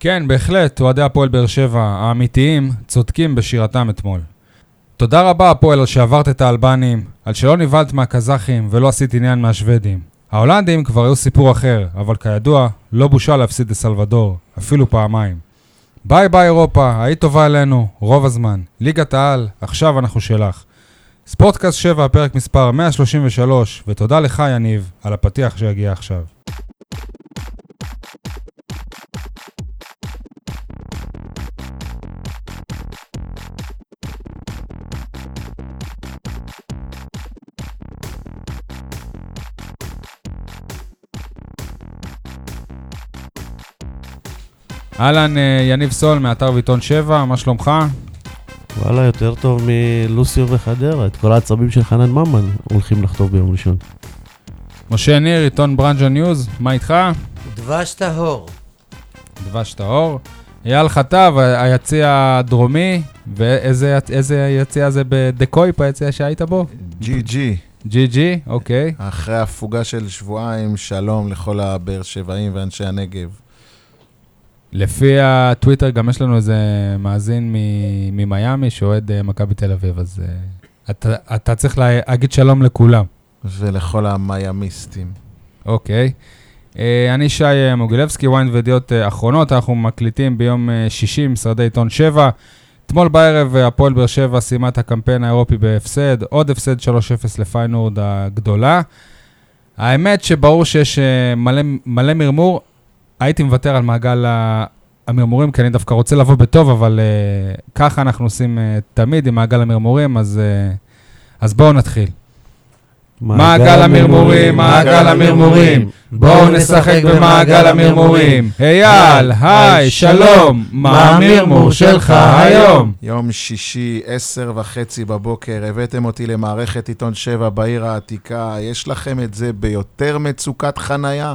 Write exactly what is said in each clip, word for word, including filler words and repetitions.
כן, בהחלט, אוהדי הפועל באר שבע, האמיתיים, צודקים בשירתם אתמול. תודה רבה הפועל על שעברת את האלבנים, על שלא ניבלת מהקזחים ולא עשית עניין מהשוודים. ההולנדים כבר היו סיפור אחר, אבל כידוע, לא בושה להפסיד לסלבדור, אפילו פעמיים. ביי ביי אירופה, היית טובה אלינו, רוב הזמן. ליגת העל, עכשיו אנחנו שלך. ספורטקאסט שבע, פרק מספר מאה שלושים ושלוש, ותודה לך יניב על הפתיח שהגיע עכשיו. אהלן, יניב סול מאתר ויטון שבע, מה שלומך? וואלה, יותר טוב מלוסיו וחדרה. את כל העצבים של חנן ממן הולכים לחטוף ביום ראשון. משה ניר, עיתון ברנז'ה ניוז, מה איתך? דבש טהור. דבש טהור. אייל חטב, היציע הדרומי, ואיזה איזה יציע זה בדקויפ, היציע שהיית בו? ג'י ג'י. ג'י ג'י, אוקיי. אחרי הפוגה של שבועיים, שלום לכל הבאר שבעים ואנשי הנגב. לפי הטוויטר גם יש לנו איזה מאזין ממיימי שאוהד מכבי תל אביב, אז אתה, אתה צריך להגיד שלום לכולם. ולכל המיימיסטים. אוקיי. אני שי מוגילבסקי, ויין וידיעות אחרונות, אנחנו מקליטים ביום שישי, משרדי עיתון שבע. אתמול בערב הפועל באר שבע סיימה את הקמפיין האירופי בהפסד, עוד הפסד שלוש אפס לפיינורד הגדולה. האמת שברור שיש מלא, מלא מרמור, הייתי מוותר על מעגל המרמורים, כי אני דווקא רוצה לבוא בטוב, אבל uh, ככה אנחנו עושים uh, תמיד עם מעגל המרמורים, אז, uh, אז בואו נתחיל. מעגל המרמורים, מעגל המרמורים, בואו נשחק במעגל המרמורים. אייל, היי, שלום, מה המרמור שלך היום? יום שישי, עשר וחצי בבוקר, הבאתם אותי למערכת עיתון שבע בעיר העתיקה, יש לכם את זה ביותר מצוקת חנייה?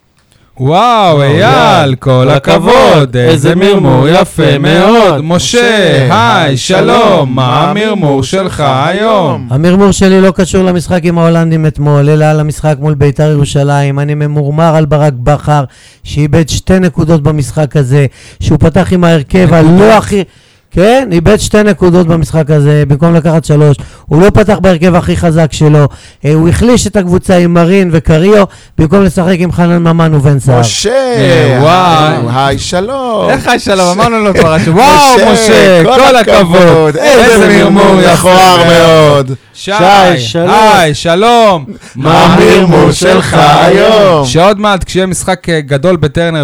וואו, אייל, כל הכבוד, איזה מרמור יפה מאוד. משה, היי, שלום, מה המרמור שלך היום? המרמור שלי לא קשור למשחק עם ההולנדים אתמול, אלא על המשחק מול בית"ר ירושלים. אני ממורמר על ברק בכר, שאיבד שתי נקודות במשחק הזה, שהוא פתח עם ההרכב הלא הכי... כן, איבד שתי נקודות במשחק הזה, במקום לקחת שלוש. הוא לא פתח בהרכב הכי חזק שלו. הוא החליש את הקבוצה עם מרין וקריו, במקום לשחק עם חנן ממן ובן סער. משה, וואו. היי, שלום. איך היי, שלום? אמרנו לו כבר, וואו, משה, כל הכבוד. איזה מרמור מכוער מאוד. שי, היי, שלום. מה המרמור שלך היום? שעוד מעט, כשיהיה משחק גדול בטרנר,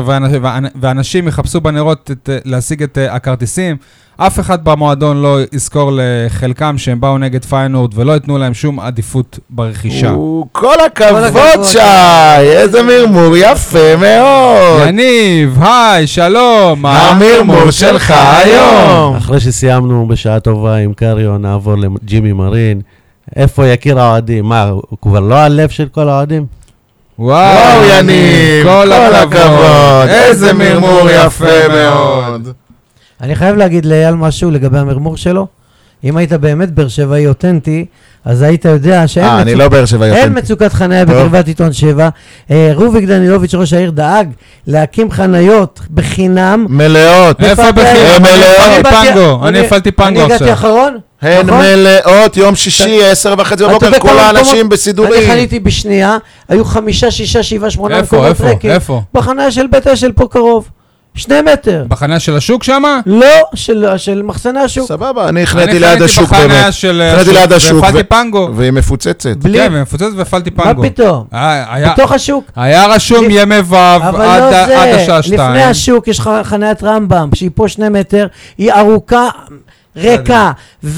ואנשים יחפשו בנרות להשיג את הכרטיסים, אף אחד במועדון לא יזכור לחלקם שהם באו נגד פיינורד ולא ייתנו להם שום עדיפות ברכישה. כל הכבוד שי, איזה מרמור יפה מאוד. יניב, היי, שלום, מה המרמור שלך היום? אחרי שסיימנו בשעה טובה עם קריו, נעבור לג'ימי מרין. איפה יקיר האוהדים? מה, הוא כבר לא הלב של כל האוהדים? וואו יניב, כל הכבוד, איזה מרמור יפה מאוד. אני חייב להגיד לאייל משהו לגבי המרמור שלו. אם היית באמת באר שבעי אותנטי, אז היית יודע שאין מצוק... אני לא באר שבעי אותנטי. מצוקת חניה בקרבת עיתון שבע. רוביק דנילוביץ' ראש העיר דאג להקים חניות בחינם. מלאות. איפה בחינם? מלאות. אני הפעלתי פנגו עכשיו. אני הגעתי אחרון. הן מלאות, יום שישי, עשר וחצי בבוקר, כל האנשים בסידורים. אני חניתי בשנייה, היו חמישה, שישה, שבעה, שמונה מקומות רקם. איפה? איפה? בחניה של בית אשל פה קרוב. שני מטר. בחניה של השוק שמה? לא, של, של מחסני השוק. סבבה, אני החלטתי ליד השוק באמת. אני חניתי ליד השוק והפעלתי פנגו. והיא מפוצצת. בלי... כן, ומפוצצת והפעלתי פנגו. מה פתאום? היה, בתוך השוק. היה רשום לפ... ימי ו' עד, אבל עד, לא זה. עד השעה שתיים. לפני השוק יש חניית רמב"ם, שהיא פה שני מטר, היא ארוכה... ריקה,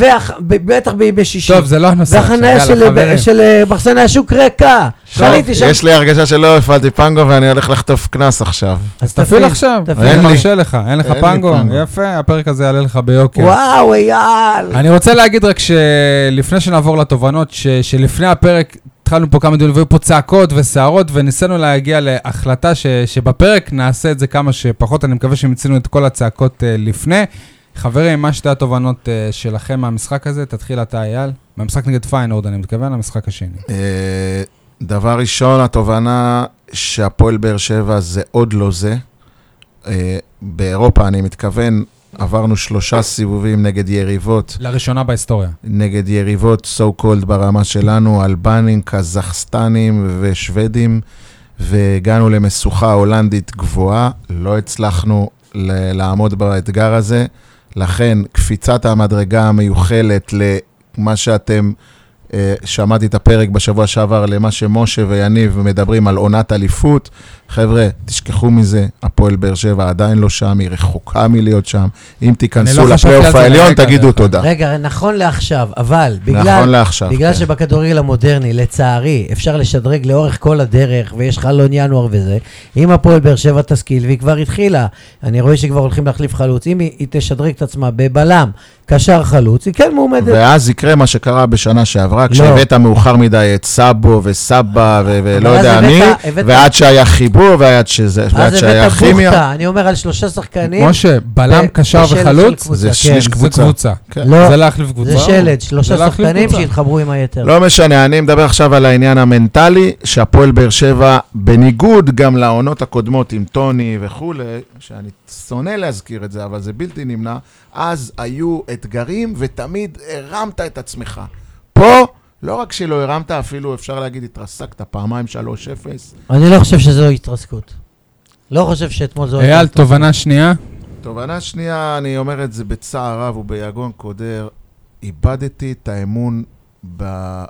ובטח בשישי. טוב, זה לא הנושא. והחניה של מחסני השוק ריקה. יש לי הרגשה שלא הפעלתי פנגו ואני הולך לחטוף כנס עכשיו. אז תפעיל עכשיו. אין מרשה לך, אין לך פנגו. יפה, הפרק הזה יעלה לך ביוקר. וואו, אייל. אני רוצה להגיד רק שלפני שנעבור לתובנות, שלפני הפרק התחלנו פה כמה דיונים, והיו פה צעקות וסערות, וניסינו להגיע להחלטה שבפרק נעשה את זה כמה שפחות. אני מקווה שמצינו את כל הצעקות לפני. חברים, מה שתי התובנות uh, שלכם מהמשחק הזה? תתחיל אתה, אייל. מהמשחק נגד פיינורד, אני מתכוון למשחק השני. Uh, דבר ראשון, התובנה שהפועל באר שבע זה עוד לא זה. באירופה, אני מתכוון, עברנו שלושה סיבובים נגד יריבות. לראשונה בהיסטוריה. נגד יריבות so called ברמה שלנו, אלבנים, קזחסטנים ושוודים, והגענו למשוכה הולנדית גבוהה, לא הצלחנו לעמוד באתגר הזה, לכן קפיצת המדרגה המיוחלת למה שאתם, שמעתי את הפרק בשבוע שעבר, למה שמשה ויניב מדברים על עונת אליפות, חבר'ה, תשכחו מזה, הפועל באר שבע עדיין לא שם, היא רחוקה מלהיות שם, אם תיכנסו לפלייאוף העליון, תגידו תודה. רגע, נכון לעכשיו, אבל נכון לעכשיו, בגלל שבכדורגל המודרני, לצערי, אפשר לשדרג לאורך כל הדרך, ויש חלון ינואר וזה, אם הפועל באר שבע תשכיל, והיא כבר התחילה, אני רואה שכבר הולכים להחליף חלוץ, אם היא תשדרג את עצמה בבלם, קשר חלוץ, היא כן מועמדת. ואז יקרה מה שקרה בשנה שעברה, כשהבאת מאוחר מדי את סאבו וסבא ולא יודע מי, ועד שהיה חיבור, ועד שהיה כימיה. אני אומר על שלושה שחקנים. משה, בלם, קשר וחלוץ, זה שליש קבוצה. זה להחליף קבוצה. זה שלד, שלושה שחקנים שהתחברו עם היתר. לא משנה, אני מדבר עכשיו על העניין המנטלי, שהפועל באר שבע, בניגוד גם לעונות הקודמות עם טוני וכולי, שאני שונא להזכיר את זה, אבל זה בלתי נמנע, אז היו אתגרים ותמיד הרמת את עצמך. פה, לא רק שלא הרמת, אפילו אפשר להגיד, התרסקת פעמיים שלוש אפס. אני לא חושב שזו התרסקות. לא חושב שאתמול זו... אייל, תובנה שנייה? תובנה שנייה, אני אומר את זה בצער רב וביגון קודר, איבדתי את האמון ב...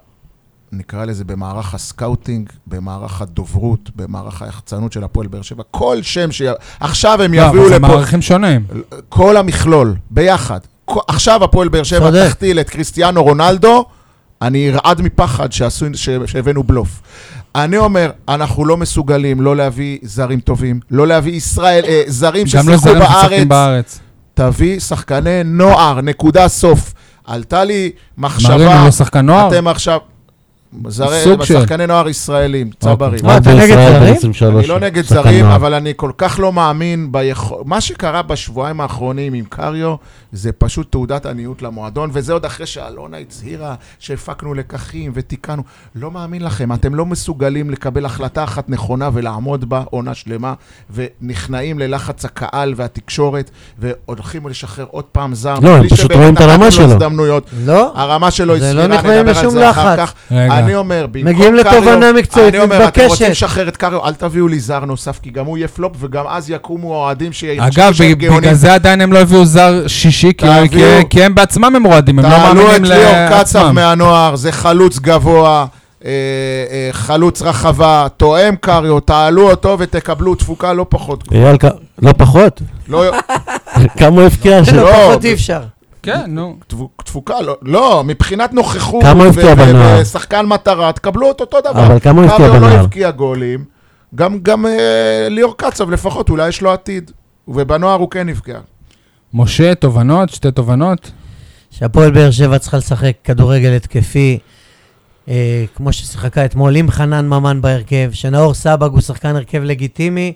נקרא לזה במערך הסקאוטינג, במערך הדוברות, במערך היחצנות של הפועל באר שבע. כל שם ש... עכשיו הם יביאו לפה... לא, אבל זה מערכים שונים. כל המכלול, ביחד. עכשיו הפועל באר שבע תחתיל את קריסטיאנו רונלדו, אני ארעד מפחד שעשו, שהבאנו בלוף. אני אומר, אנחנו לא מסוגלים לא להביא זרים טובים, לא להביא ישראל, אה, זרים ששיחקו לא בארץ. בארץ. תביא שחקני נוער, נקודה סוף. עלתה לי מחשבה... מרינו לא שחקן נוער? אתם עכשיו... שחקני נוער ישראלים, צברים. מה, אתה נגד זרים? אני לא נגד זרים, אבל אני כל כך לא מאמין ביכול... מה שקרה בשבועיים האחרונים עם קריו, זה פשוט תעודת עניות למועדון, וזה עוד אחרי שאלונה הצהירה, שהפקנו לקחים ותיקנו. לא מאמין לכם, אתם לא מסוגלים לקבל החלטה אחת נכונה ולעמוד בה עונה שלמה, ונכנעים ללחץ הקהל והתקשורת, והולכים לשחרר עוד פעם זר. לא, הם פשוט רואים את הרמה שלו. לא, הרמה שלו היא סבירה, נדבר על זה אחר כך. אני אומר, מגיעים לתובנה מקצועית, אני אומר, אתם רוצים לשחרר את קריו, אל תביאו לי זר נוסף, כי גם הוא יהיה פלופ, וגם אז יקומו אוהדים שיחשבו שהם גאונים. אגב, בגלל זה עדיין הם לא הביאו זר שישי, כי הם בעצמם הם מורדים, הם לא מאמינים לעצמם. תעלו את ליאור קצב מהנוער, זה חלוץ גבוה, חלוץ רחבה, תואם קריו, תעלו אותו ותקבלו תפוקה לא פחות. לא פחות? כמה הפקיע שלו? לא פחות אי אפשר. כן, נו. תפוקה, לא, מבחינת נוכחות ושחקן מטרה, תקבלו את אותו דבר. אבל כמה הפקיע בנוער? קריו לא הפקיע גולים, גם ליאור קצב לפחות, אולי יש לו עתיד, ובנוער הוא כן הפקיע. משה, תובנות, שתי תובנות? שהפועל באר שבע צריכה לשחק כדורגל התקפי, אה, כמו ששיחקה אתמול, עם חנן ממן בהרכב, שנאור סבג הוא שחקן הרכב לגיטימי,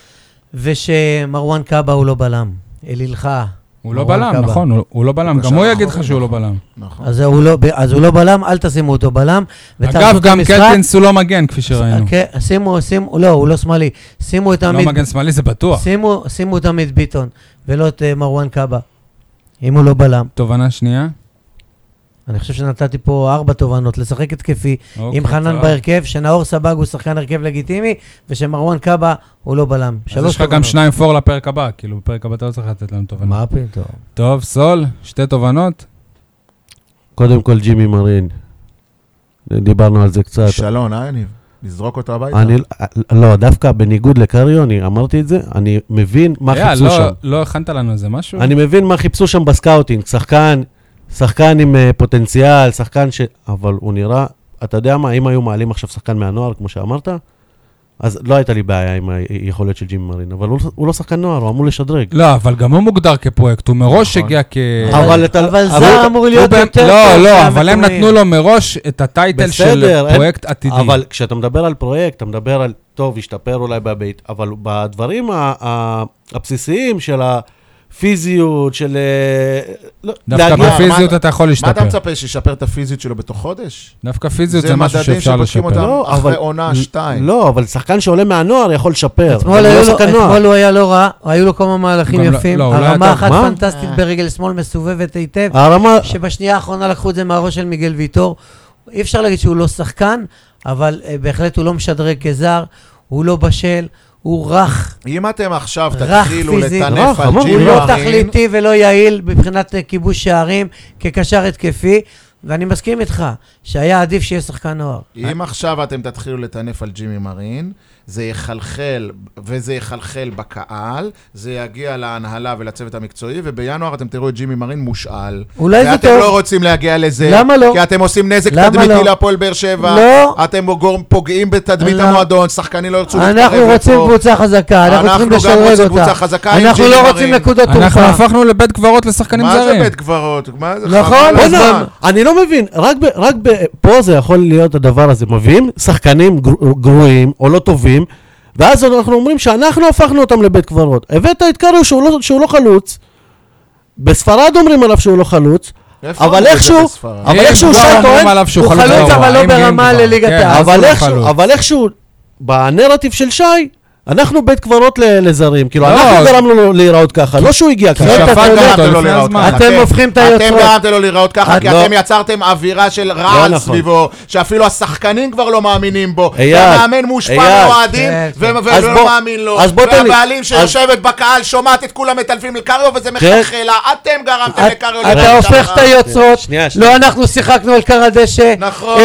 ושמרואן קאבה הוא לא בלם. אלילך. הוא לא בלם, נכון, הוא לא בלם. גם הוא יגיד לך שהוא לא בלם. אז הוא לא בלם, אל תשימו אותו בלם. אגב, גם קלטינס הוא לא מגן, כפי שראינו. שימו, שימו, לא, הוא לא שמאלי. שימו את עמית... לא מגן שמאלי, זה בטוח. שימו את עמית ביטון, ולא את מרואן קאבה, אם הוא לא בלם. תובנה שנייה? אני חושב שנתתי פה ארבע תובנות, לשחק התקפי, עם חנן בהרכב, שנאור סבג הוא שחקן הרכב לגיטימי, ושמרואן קאבה הוא לא בלם. אז יש לך גם שניים פור לפרק הבא, כאילו בפרק הבא אתה לא צריך לתת לנו תובנות. מה פתאום? טוב, סול, שתי תובנות. קודם כל ג'ימי מרין, דיברנו על זה קצת. שלון, אה, יניב? נזרוק אותו הביתה? לא, דווקא בניגוד לקריו, אני אמרתי את זה, אני מבין מה חיפשו שם. לא הכנת לנו איזה משהו? אני מבין מה חיפשו שם בסקאוטינג, שחקן, שחקן עם פוטנציאל, שחקן ש... אבל הוא נראה, אתה יודע מה, אם היו מעלים עכשיו שחקן מהנוער, כמו שאמרת, אז לא הייתה לי בעיה עם היכולת של ג'ימי מרין, אבל הוא, הוא לא שחקן נוער, הוא אמור לשדרג. לא, אבל גם הוא מוגדר כפרויקט, הוא מראש הגיע כ... אבל, אבל זה אמור להיות יותר... לא, לא, אבל הם נתנו לו מראש את הטייטל של פרויקט עתידי. אבל כשאתה מדבר על פרויקט, אתה מדבר על, טוב, השתפר אולי בבית, אבל בדברים הבסיסיים של פיזיות, של... דווקא בפיזיות אתה יכול להשתפר. מה אתה מצפה, שישפר את הפיזיות שלו בתוך חודש? דווקא פיזיות זה משהו שאפשר לשפר. זה מדדים שבודקים אותם אחרי עונה, שתיים. לא, אבל שחקן שעולה מהנוער יכול לשפר. אתמול הוא היה לא רע, היו לו כמה מהלכים יפים. הרמה אחת פנטסטית ברגל שמאל מסובבת היטב, שבשנייה האחרונה לקחו את זה מהראש של מיגל ויטור. אי אפשר להגיד שהוא לא שחקן, אבל בהחלט הוא לא משדרג כזר, הוא לא בשל, הוא רך. אם אתם עכשיו תתחילו לטנף על ג'ימי מרין... הוא לא תכליתי ולא יעיל מבחינת כיבוש שערים כקשר התקפי, ואני מסכים איתך שהיה עדיף שיהיה שחקן נוער. אם עכשיו אתם תתחילו לטנף על ג'ימי מרין, זה יחלחל, וזה יחלחל בקהל, זה יגיע להנהלה ולצוות המקצועי, ובינואר אתם תראו את ג'ימי מרין מושאל. אולי זה טוב. ואתם לא רוצים להגיע לזה. למה לא? כי אתם עושים נזק תדמיתי להפועל באר שבע. לא. אתם פוגעים בתדמית המועדון, שחקנים לא ירצו להתקרב לפה. אנחנו רוצים קבוצה חזקה, אנחנו צריכים לשדרג אותה. אנחנו לא רוצים נקודות תורפה. אנחנו הפכנו לבית קברות לשחקנים זרים. מה זה בית קברות? נכון. אני לא מבין, רק פה זה יכול להיות הדבר הזה. מביאים שחקנים גרועים או לא טובים, ואז אנחנו אומרים שאנחנו הפכנו אותם לבית קברות. הבאת את קריו שהוא לא, שהוא לא חלוץ, בספרד אומרים עליו שהוא לא חלוץ, אבל איכשהו, אבל איכשהו שי טוען, הוא חלוץ אבל לא ברמה לליגת העל. אבל איכשהו, בנרטיב של שי, אנחנו בית קברות לזרים, כאילו אנחנו גרמנו לו להיראות ככה, לא שהוא הגיע ככה. אתם הופכים את היוצרות. אתם גרמתם לו להיראות ככה, כי אתם יצרתם אווירה של רעל סביבו, שאפילו השחקנים כבר לא מאמינים בו. והמאמן מושפע מאוהדים, ולא מאמין לו. והבעלים שיושבת בקהל שומעת את כולם מטלפים לקריו, וזה מחלחלה. אתם גרמתם לקריו. אתה הופך את היוצרות. לא אנחנו שיחקנו על קר הדשא. נכון.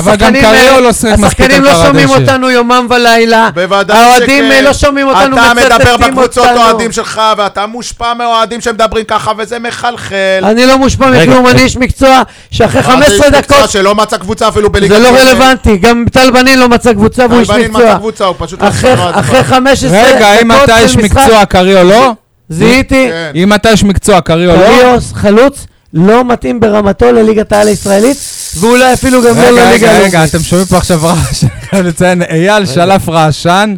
השחקנים לא שומעים אותנו יומם ולילה. האוהדים לא שומעים אותנו, אתה מדבר בקבוצות אוהדים שלך, ואתה מושפע מאוהדים שמדברים ככה, וזה מחלחל. אני לא מושפע מכלום, אני איש מקצוע, שאחרי חמש עשרה דקות... שלא מצא קבוצה אפילו בליגה. זה לא רלוונטי, גם טל בנין לא מצא קבוצה, והוא איש מקצוע. טל בנין מצא קבוצה, הוא פשוט... אחרי חמש עשרה דקות... רגע, אם אתה איש מקצוע, קריו לא? זיהיתי. אם אתה איש מקצוע, קריו לא? קריו, חלוץ, לא מתאים ברמתו לליגת העל הישראלית, ואולי אפילו גם לא לליגה הלאומית. רגע, אתם שומעים פה עכשיו רעש, אני לציין, אייל שלף רעשן.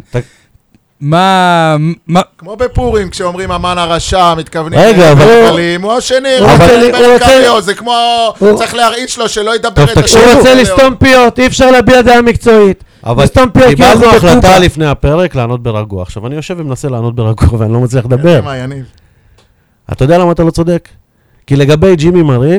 מה... כמו בפורים, כשאומרים אמן הרשע, מתכוונים... רגע, אבל... הוא השני, הוא רוצה לדבר קריו, זה כמו... צריך להרעיש לו שלא ידבר את השני. הוא רוצה לסתום פיות, אי אפשר להביע דעה מקצועית. אבל קיבלנו החלטה לפני הפרק לענות ברגוע. עכשיו, אני יושב ומנסה לענות ברגוע, ואני לא מצליח לדבר. אתה יודע למה אתה לא צודק? כי לגבי ג'ימי מרין,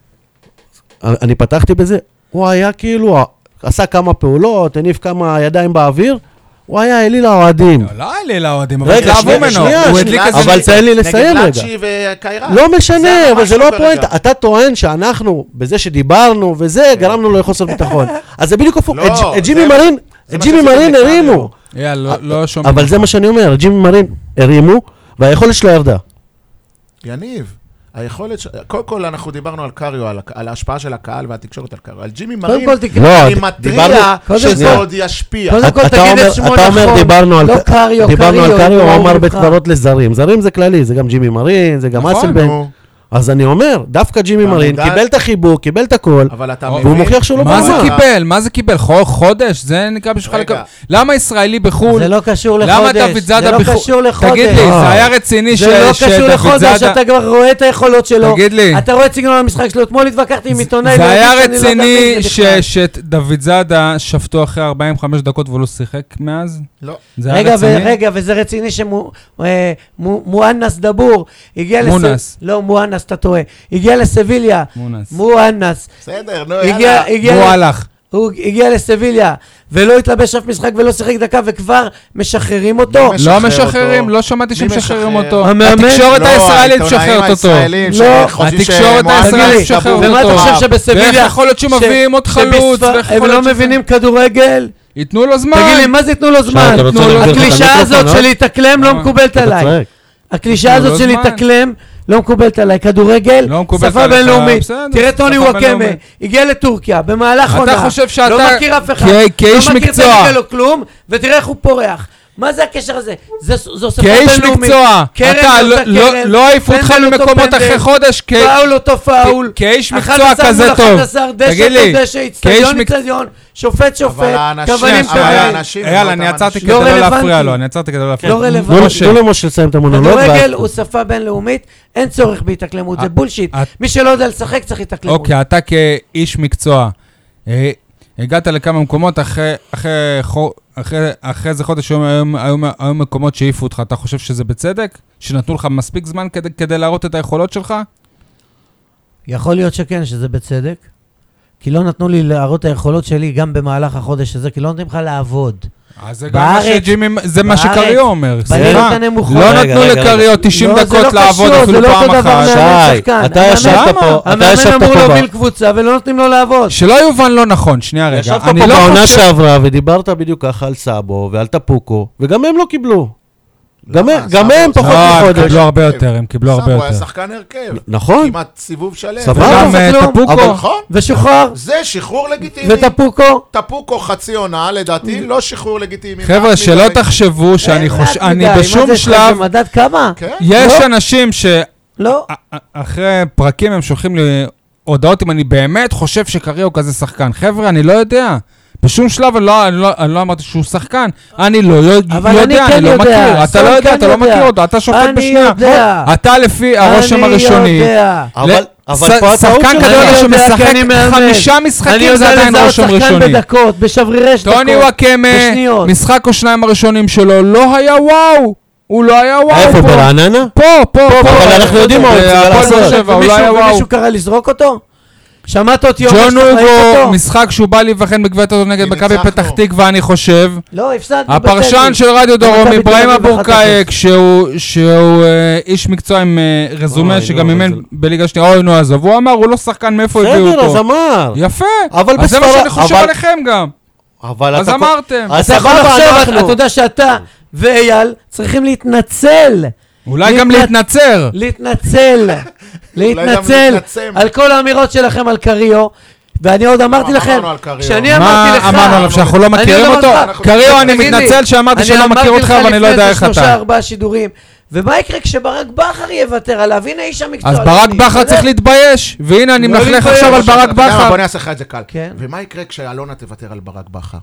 אני פתחתי בזה, הוא היה כאילו, עשה כמה פעולות, הניף כמה ידיים באוויר, הוא היה אליל האוהדים. לא אליל האוהדים, אבל תלעבו ממנו. אבל תן לי לסיים רגע. נגד לצ'י וקיירה. לא משנה, אבל זה לא הפואנט. אתה טוען שאנחנו, בזה שדיברנו וזה, גרמנו לו לחוסר ביטחון. אז זה בדיוק הפוך. את ג'ימי מרין, את ג'ימי מרין הרימו. אבל זה מה שאני אומר, את ג'ימי מרין הרימו, והיכולת שלו ירדה. יניב. היכולת, קודם כל אנחנו דיברנו על קריו, על ההשפעה של הקהל והתקשורת על קריו. על ג'ימי מרין, אני מטריע שזה עוד ישפיע. קודם כל תגיד את שמו נכון. אתה אומר, דיברנו על קריו, קריו, הוא אמר בית קברות לזרים. זרים זה כללי, זה גם ג'ימי מרין, זה גם אסלבן. אז אני אומר, דווקא ג'ימי מרין קיבל את החיבוק, קיבל את הכל, והוא מוכיח שהוא לא מה זה קיבל? מה זה קיבל? חודש? זה נקרא בשבילך לקבל. למה ישראלי בחול? זה לא קשור לחודש. למה דוד זאדה בחול? זה לא קשור לחודש. תגיד לי, זה היה רציני שדוד זאדה... זה לא קשור לחודש, אתה כבר רואה את היכולות שלו. תגיד לי. אתה רואה את סגנון המשחק שלו. אתמול התווכחתי עם עיתונאי. זה היה רציני שדוד זאדה שפטו אחרי ארבעים וחמש דקות והוא לא שיחק מאז? לא. רגע, וזה רציני שמואנס דבור הגיע מונס. לא, מואנס, אתה טועה. הגיע לסביליה, מואנס. בסדר, נו, יאללה. מואלך. הוא הגיע לסביליה, ולא התלבש אף משחק ולא שיחק דקה, וכבר משחררים אותו. לא משחררים, לא שמעתי שמשחררים אותו. התקשורת הישראלית משחררת אותו. לא, התקשורת הישראלית משחררת אותו. ומה אתה חושב שבסביליה... ואיך יכול להיות שמביאים עוד חלוץ? הם לא מבינים כדורגל? ייתנו לו זמן. תגיד לי, מה זה ייתנו לו זמן? הקלישה הזאת של להתאקלם לא מקובלת עליי. הקלישה הזאת של להתאקלם לא מקובלת עליי, כדורגל, שפה בינלאומית. תראה טוני וואקמה, הגיע לטורקיה, במהלך עונה, לא מכיר אף אחד, לא מכיר את הליגה לו כלום, ותראה איך הוא פורח. מה זה הקשר הזה? זה- זו שפה כאיש בינלאומית. מקצוע, קרן אתה אותה לא- קרן, לא- לא העיפו אותך פנדל אותו ממקומות פנדל, אחרי חודש, כ- פאול אותו פאול. כאיש מקצוע אחד עשר כזה מול טוב. אחד עשר, דשא תגיד לי, אותו דשא, כאיש אצטדיון מק- אצטדיון, שופט שופט, אבל האנשים- כוונים אבל כוונים. האנשים- אייל, לא אני אותם עצרתי אנשים. כדי לא לא רלוונטי. להפריע לו, אני עצרתי כדי לא להפריע לא לו. רלוונטי. לא ש- תנו למשה לסיים את המונולוג. כדורגל ואז- הוא שפה בינלאומית, אין צורך בהתאקלמות, זה את- בולשיט. את- מי שלא יודע לשחק צריך התאקלמות. אוקיי, אתה כאיש מקצוע, אה, הגעת לכמה מקומות, אחרי, אחרי, חו- אחרי, אחרי איזה חודש היו, היו, היו, היו מקומות שהעיפו אותך, אתה חושב שזה בצדק? שנתנו לך מספיק זמן כדי, כדי להראות את היכולות שלך? יכול להיות שכן, שזה בצדק. כי לא נתנו לי להראות את היכולות שלי גם במהלך החודש הזה, כי לא נותנים לך לעבוד. אז זה גם מה בארץ- שג'ימי, זה מה בארץ- שקריו אומר, בליגות סליחה. הנמוכות. לא רגע, נתנו רגע, לקריו תשעים לא, זה דקות לא לעבוד קשור, אפילו זה לא פעם אותו דבר אחת. מאמן שי, שחקן. אתה המאמן- ישבת פה, אתה המאמן ישבת אמור פה. להוביל ב- קבוצה ולא נותנים לו לעבוד. שלא יובן לא נכון, שנייה רגע. ישבת אני פה לא בעונה חושב- שעברה ודיברת בדיוק ככה על סאבו ועל טפוקו, וגם הם לא קיבלו. גם הם- למה? גם סאבו- הם פחות לא, הם מחודש. קיבלו הרבה יותר, הם קיבלו הרבה סבו היה יותר. שחקן הרכב. נכון. כמעט סיבוב שלם. סבבה. וגם לא אה, עשה כלום. טפוקו. אבל- נכון. ושוחרר, זה שחרור לגיטימי. וטפוקו. טפוקו חצי עונה, לדעתי, לא שחרור לגיטימי. חבר'ה, מעט שלא מדי. תחשבו שאני אין חושב, מעט אני מדי, בשום מה זה, שלב, זה מדד כמה? כן. יש לא. אנשים לא. שאחרי פרקים הם שולחים לי הודעות אם אני באמת חושב שקריו כזה שחקן. חבר'ה, אני לא יודע. בשום שלב אני לא, אני לא, אני לא אמרתי שהוא שחקן. אני לא יודע, אבל אני יודע, כן אני לא יודע. מכיר. אתה סון לא יודע, כן אתה לא יודע. מכיר אותו, אתה שופט אני בשנייה. יודע. אתה לפי הרושם הראשוני. אני יודע. אבל אבל ש- פה הטעות שחקן שלך. כדורגל אני יודע, שמשחק כי אני מאמן. חמישה אני משחקים זה יודע עדיין לזהות רושם שחקן ראשוני. בדקות, בשברירי דקות. טוני וואקמה, בשניות. משחק או שניים הראשונים שלו, לא היה וואו. הוא לא היה וואו. איפה, פה. ברעננה? פה, פה, פה. אבל אנחנו יודעים מה הוא צריך בהפועל לעשות. באר שבע, הוא לא ומישהו- היה וואו. ומישהו קרא לזרוק אותו? שמעת אותי אומר ג'ון שצריך להעיף אוגו, אותו? משחק שהוא בא להיבחן בגביע הטוטו נגד כי מכבי ניצחנו. פתח תקווה, אני חושב. לא, הפסדנו הפרשן בטדי. של רדיו דרום, מכבי תל אברהים אביב אבורקאייק, שהוא שהוא, אה, איש מקצוע עם אה, רזומה, אוי, שגם נו, אימן אבל בליגה שנייה, אוי נו עזוב, הוא אמר, הוא לא שחקן, מאיפה הביאו בסדר, אז אותו. אמר. יפה, אבל אז זה מה בספרד- שאני חושב אבל- עליכם גם. אבל אז אתה- אמרתם. אז אתה יכול סבבה, לחשוב, אנחנו- אתה יודע שאתה ואייל צריכים להתנצל. אולי גם להתנ- להתנצר. להתנצל. להתנצל להתנצם. על כל האמירות שלכם על קריו. ואני עוד אמרתי מה לכם, אמרנו על קריו? כשאני מה אמרתי לך, אמרנו עליו, שאנחנו לא אני מכירים עוד אותו? אמרתי לך, קריו, אני תגיד לי, מתנצל שאמרתי אני שלא מכיר אמרתי אותך לך ואני לא יודע לפני איך איזה שלושה אתה. ארבעה שידורים, ומה יקרה כשברק בכר יוותר עליו? הנה איש המקצוע. אז ברק שלי, בכר אתה צריך יודע? להתבייש, והנה אני לא מלכלך להתבייש. עכשיו על ברק אתה יודע מה, בכר. בוא נעשה לך את זה קל. כן. ומה יקרה כשאלונה תוותר על ברק בכר?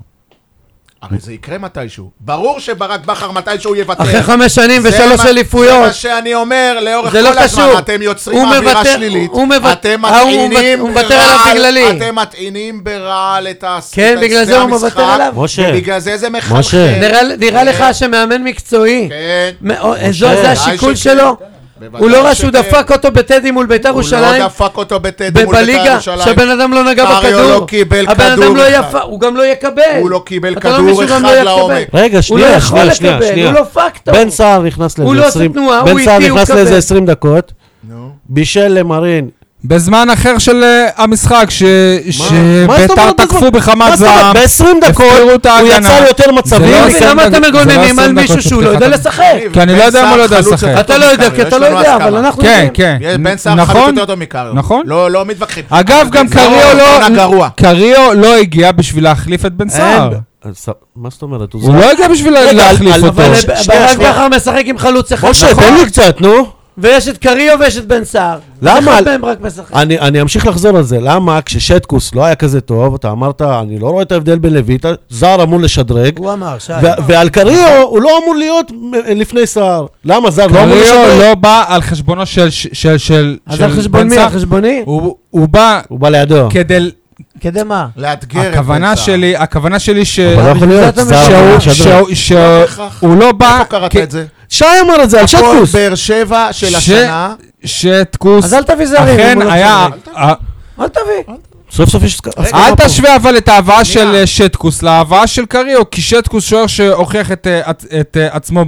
הרי זה יקרה מתישהו. ברור שברק בכר מתישהו יוותר. אחרי חמש שנים זה ושלוש מה- זה אליפויות. מה שאני אומר לאורך זה כל לא הזמן. קשור. אתם יוצרים הוא אווירה מוותר- שלילית. הוא מוותר- אתם אה, הוא מטעינים הוא מוותר עליו ברעל- בגללי. אתם מטעינים ברעל את הס- כן, את בגלל שדה זה הוא המשחק, מוותר עליו. משה. ובגלל זה זה מחלחל. משה. נראה- נראה לך כן. שמאמן מקצועי, כן. מאו- משה. זו- זה השיקול שכן. שלו? בוודאי הוא לא ראה שהוא שכן. דפק אותו בטדי מול בית"ר הוא ירושלים? לא דפק אותו בטדי מול בית"ר בליגה, ירושלים. שהבן אדם לא נגע קריו בכדור. לא קיבל הבן כדור אדם לא אחד. יפה, הוא גם לא יקבל. הוא לא קיבל אתה לא מבין כדור שהוא גם אחד לא יקבל? לעומק. רגע, הוא לא שנייה, יכול שנייה, שנייה, לקבל, שנייה. הוא לא פקטור. בן סער נכנס הוא לאיזה לא עושה עשרים, תנועה, הוא בן סער איטי, הוא נכנס מקבל. לאיזה עשרים דקות, נו. בישל למרין. בזמן אחר של אה, המשחק, ש- מה זאת שביתר אומרת תקפו בזמן? בחמת מה זאת אומרת? זעם. ב-עשרים דקות הפקירו את הוא ההגנה. יצא ליותר זה מצבים. לא אני מבין, עשרים למה דקות- אתם זה לא מגוננים עשרים על דקות מישהו של שהוא לא פתיחת יודע המשחק. לשחק? כי אני לא יודע אם הוא לא יודע בן סער לשחק. חלוץ אתה לא יודע, יותר כי טוב אתה לא מקריו, יש יודע, לנו אבל הסכמה. אנחנו כן, יודעים. כן. יש בן סער נכון. חלוץ יותר טוב מקריו. נכון. לא לא מתווכחים. אגב, אבל גם בן סער קריו הוא לא... הגרוע. קריו לא הגיע בשביל להחליף את בן סער. אין, ס- מה זאת אומרת? הוא לא הגיע בשביל רגע, להחליף על- אותו. אבל- אבל שנייה, ברק שנייה. בכר משחק עם חלוץ אחד. משה, נכון? תן לי קצת, נו. ויש את קריו ויש את בן סער. למה? אחד מהם רק משחק. אני, אני אמשיך לחזור על זה, למה כששטקוס לא היה כזה טוב, אתה אמרת, אני לא רואה את ההבדל בין לויטה, זר אמור לשדרג, הוא אמר, שי. ו- ועל קריו הוא לא אמור להיות מ- לפני סער. למה זר לא אמור קריו לשדרג? לא בא על חשבונו של של של אז של על חשבון בן מי? סער. על חשבוני? הוא הוא בא הוא בא לידו. כדי... כדי מה? לאתגר את בן הכוונה סער. שלי, הכוונה שלי ש... אבל לא יכול להיות, אתה זר משנה. אמור שהוא- לשדרג. שהוא- שהוא- בהכרח. הוא לא בא... איפה קראת כ- את זה? שי אמר את זה על הפועל שטקוס. באר שבע של ש- השנה. שטקוס... אז אל תביא זרים, אם אכן הוא לא היה... צודק. אה, אל תביא. סוף סוף יש הסכמה אל פה. תשווה אבל את ההבאה של שנייה. אה, שטקוס להבאה של קריו, כי שטקוס שוער שהוכיח את, אה, את- את אה, עצמו.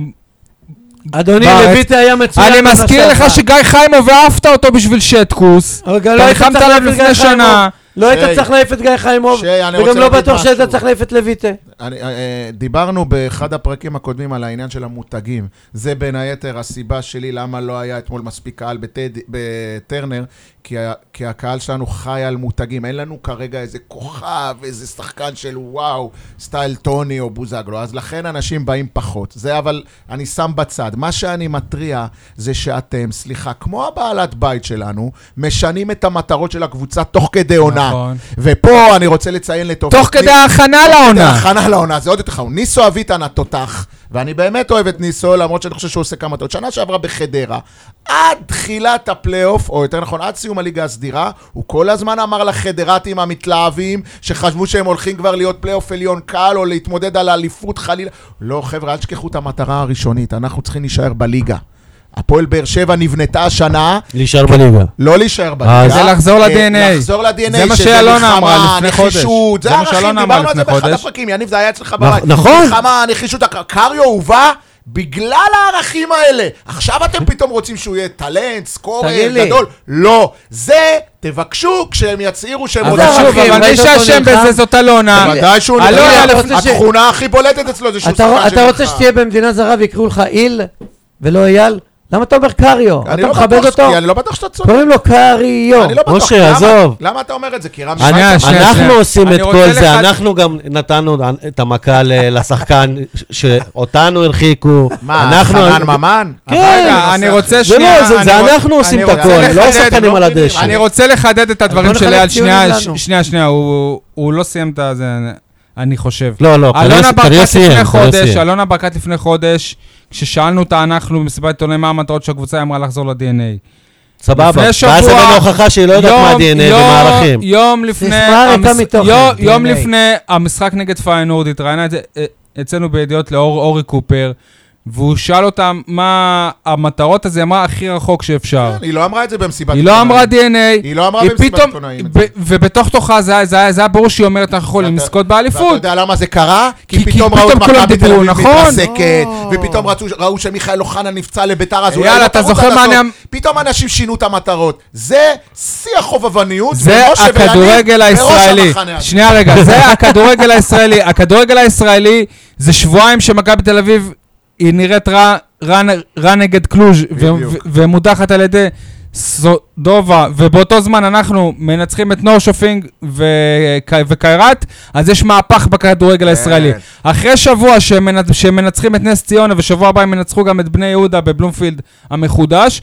אדוני, בארץ. לויטה היה מצוין. אני בעונה מזכיר לך שעברה. שגיא חיימוב העפת אותו בשביל שטקוס. אבל גם אתה לא היית נלחמת צריך עליו להעיף את לפני גיא חיימוב. שנה. לא היית שי, צריך להעיף את גיא חיימוב, שי, אני רוצה וגם לא להגיד בטוח שהיית משהו. צריך להעיף את לויטה. אני, דיברנו באחד הפרקים הקודמים על העניין של המותגים. זה בין היתר הסיבה שלי למה לא היה אתמול מספיק קהל בטד, בטרנר, כי, כי הקהל שלנו חי על מותגים. אין לנו כרגע איזה כוכב, איזה שחקן של וואו, סטייל טוני או בוזגלו. אז לכן אנשים באים פחות. זה אבל אני שם בצד. מה שאני מטריע זה שאתם, סליחה, כמו הבעלת בית שלנו, משנים את המטרות של הקבוצה תוך כדי עונה. נכון. ופה אני רוצה לציין לתופעת... תוך כדי ההכנה לעונה. ההכנה לעונה, זה עוד יותר חמור. ניסו אביטן התותח, ואני באמת אוהב את ניסו, למרות שאני חושב שהוא עושה כמה טעות. שנה שעברה בחדרה, עד תחילת הפלייאוף, או יותר נכון, עד סיום הליגה הסדירה, הוא כל הזמן אמר לחדרתים המתלהבים, שחשבו שהם הולכים כבר להיות פלייאוף עליון קל, או להתמודד על האליפות חלילה. לא, חבר'ה, אל תשכחו את המטרה הראשונית, אנחנו צריכים להישאר בליגה. הפועל באר שבע נבנתה השנה. להישאר בליגה. לא להישאר בליגה. זה לחזור ל-די אן איי. לחזור ל-די אן איי. זה מה שאלונה אמרה לפני חודש. נחישות, זה ערכים, דיברנו על זה באחד הפרקים. יניב, זה היה אצלך בבית. נכון. מלחמה, נחישות, קריו הובא בגלל הערכים האלה. עכשיו אתם פתאום רוצים שהוא יהיה טלנט, סקורר, גדול. לא. זה, תבקשו כשהם יצעירו שהם רוצים. אבל מי שהשם בזה זאת אלונה. ודאי שהוא התכונה הכי בולטת אצלו זה שהוא שחקן. אתה רוצה שתהיה במדינה זרה ויקראו לך איל ולא אייל? למה אתה אומר קריו? אתה מכבד אותו? כי אני לא בטוח שאתה צודק. קוראים לו קריו. אני לא בטוח. משה, עזוב. למה אתה אומר את זה? כי רם אנחנו עושים את כל זה, אנחנו גם נתנו את המכה לשחקן שאותנו הרחיקו. מה, חנן ממן? כן. אני רוצה שנייה. זה אנחנו עושים את הכל, לא שחקנים על הדשא. אני רוצה לחדד את הדברים שלי על שנייה, שנייה, שנייה. הוא לא סיים את זה, אני חושב. לא, לא, קריו סיים. אלונה ברקת לפני חודש, כששאלנו אותה אנחנו במסיבת עיתונאים מה המטרות של הקבוצה, היא אמרה לחזור ל-די אן איי. סבבה, ואז הבאנו הוכחה שהיא לא יודעת מה ה-די אן איי ומערכים. יום לפני, יום לפני המשחק נגד פיינורד, התראיינה אצלנו בידיעות לאור אורי קופר, והוא שאל אותם מה המטרות הזה, אמרה הכי רחוק שאפשר. היא לא אמרה את זה במסיבת עיתונאים. היא לא אמרה די אן איי. היא לא אמרה במסיבת עיתונאים. ובתוך תוכה זה היה ברור שהיא אומרת, אנחנו יכולים לזכות באליפות. ואתה יודע למה זה קרה? כי פתאום ראו את מכבי תל אביב מתרסקת, ופתאום ראו שמיכאל אוחנה נפצע לביתר, אז יאללה, אתה זוכר מה אני... פתאום אנשים שינו את המטרות. זה שיא החובבניות. זה הכדורגל הישראלי. שנייה רגע, זה הכדורגל הישראלי. הכדורגל הישראלי זה שבועיים שמכבי תל אביב היא נראית רע, רע, רע נגד קלוז' ומודחת על ידי סודובה, ובאותו זמן אנחנו מנצחים את נורשופינג וקיירת, אז יש מהפך בכדורגל הישראלי. אחרי שבוע שמנצחים את נס ציונה, ושבוע הבא הם מנצחו גם את בני יהודה בבלומפילד המחודש,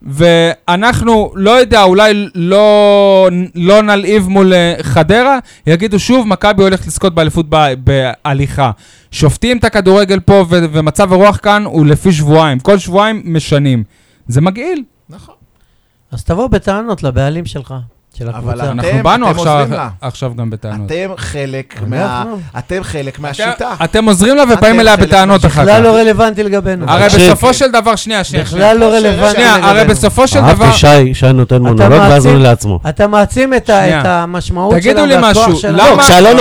ואנחנו, לא יודע, אולי לא, לא נלעיב מול חדרה, יגידו שוב, מכבי הולכת לזכות באליפות בהליכה. שופטים את הכדורגל פה, ו- ומצב הרוח כאן הוא לפי שבועיים. כל שבועיים משנים. זה מגעיל. נכון. אז תבוא בטענות לבעלים שלך. של הקבוצה. אנחנו באנו עכשיו, עכשיו גם בטענות. אתם חלק מה... אתם חלק מהשיטה. אתם עוזרים לה ובאים אליה בטענות אחר כך. בכלל לא רלוונטי לגבינו. הרי בסופו של דבר, שנייה, שנייה. בכלל לא רלוונטי לגבינו. הרי בסופו של דבר... אהבתי שי, שי נותן מונולוג ואז עונה לעצמו. אתה מעצים את המשמעות שלה. תגידו לי משהו, למה...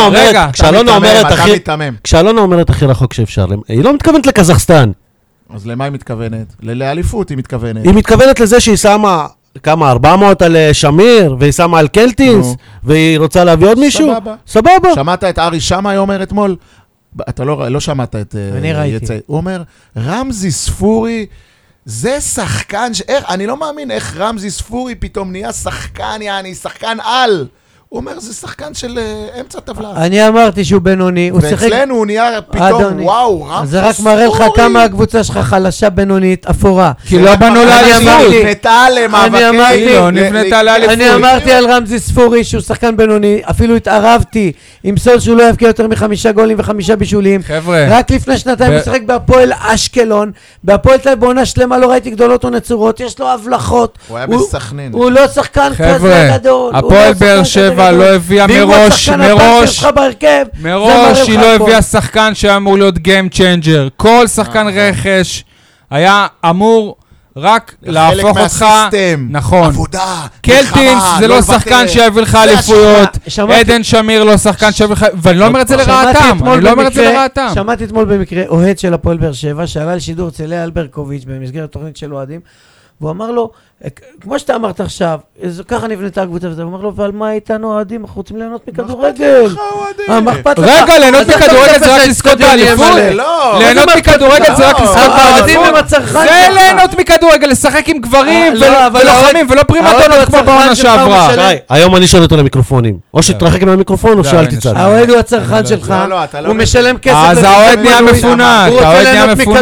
כשאלונה אומרת הכי רחוק שאפשר, היא לא מתכוונת לקזחסטן. אז למה היא מתכוונת? לאליפות היא מתכוונת. היא מתכוונת לזה שהיא שמה... כמה, ארבע מאות על שמיר, והיא שמה על קלטינס, והיא רוצה להביא עוד מישהו? סבבה. סבבה. שמעת את ארי שמאי אומר אתמול? אתה לא, לא שמעת את... אני ראיתי. יצא. הוא אומר, רמזי ספורי, זה שחקן, ש... איך, אני לא מאמין איך רמזי ספורי פתאום נהיה שחקן, יעני, שחקן על. הוא אומר, זה שחקן של uh, אמצע טבלה. אני אמרתי שהוא בינוני. ואצלנו הוא נהיה פתאום, וואו, רמזי ספורי. זה רק מראה לך כמה הקבוצה שלך חלשה בינונית, אפורה. כי לא בנו לאליפות. נבנתה למאבקי. נבנתה לאליפות. אני אמרתי על רמזי ספורי שהוא שחקן בינוני, אפילו התערבתי עם סול שהוא לא יבקיע יותר מחמישה גולים וחמישה בישולים. חבר'ה. רק לפני שנתיים הוא משחק בהפועל אשקלון, בהפועל תל אביב בעונה שלמה לא ראיתי גדולות ונצורות, יש לו הבלחות. הוא היה בסכנין. הוא לא שחקן כזה גדול. הפועל באר שבע לא הביאה מראש, מראש, מראש היא לא הביאה שחקן שאמור להיות Game Changer. כל שחקן רכש היה אמור רק להפוך אותך, נכון. עבודה, קלטינס זה לא שחקן שיביא לך אליפויות, עדן שמיר לא שחקן שיביא לך, ואני לא אומר את זה לרעתם, אני לא אומר את זה לרעתם. שמעתי אתמול במקרה אוהד של הפועל באר שבע, שעלה לשידור אצל לאה אלברקוביץ' במסגרת תוכנית של אוהדים, והוא אמר לו, כמו שאתה אמרת עכשיו, ככה נבנתה הקבוצה, ואתה אומר לו, ועל מה איתנו אוהדים? אנחנו רוצים ליהנות מכדורגל. מה אכפת לך? רגע, ליהנות מכדורגל זה רק לזכות באליפות? ליהנות מכדורגל זה רק לזכות באליפות? זה ליהנות מכדורגל, לשחק עם גברים ולוחמים ולא פרימטונות כמו בעונה שעברה. היום אני שואל אותו למיקרופונים. או שתרחק עם המיקרופון או שאלתי צד. האוהד הוא הצרכן שלך, הוא משלם כסף. אז האוהד נהיה מפונק, האוהד נהיה מפונק.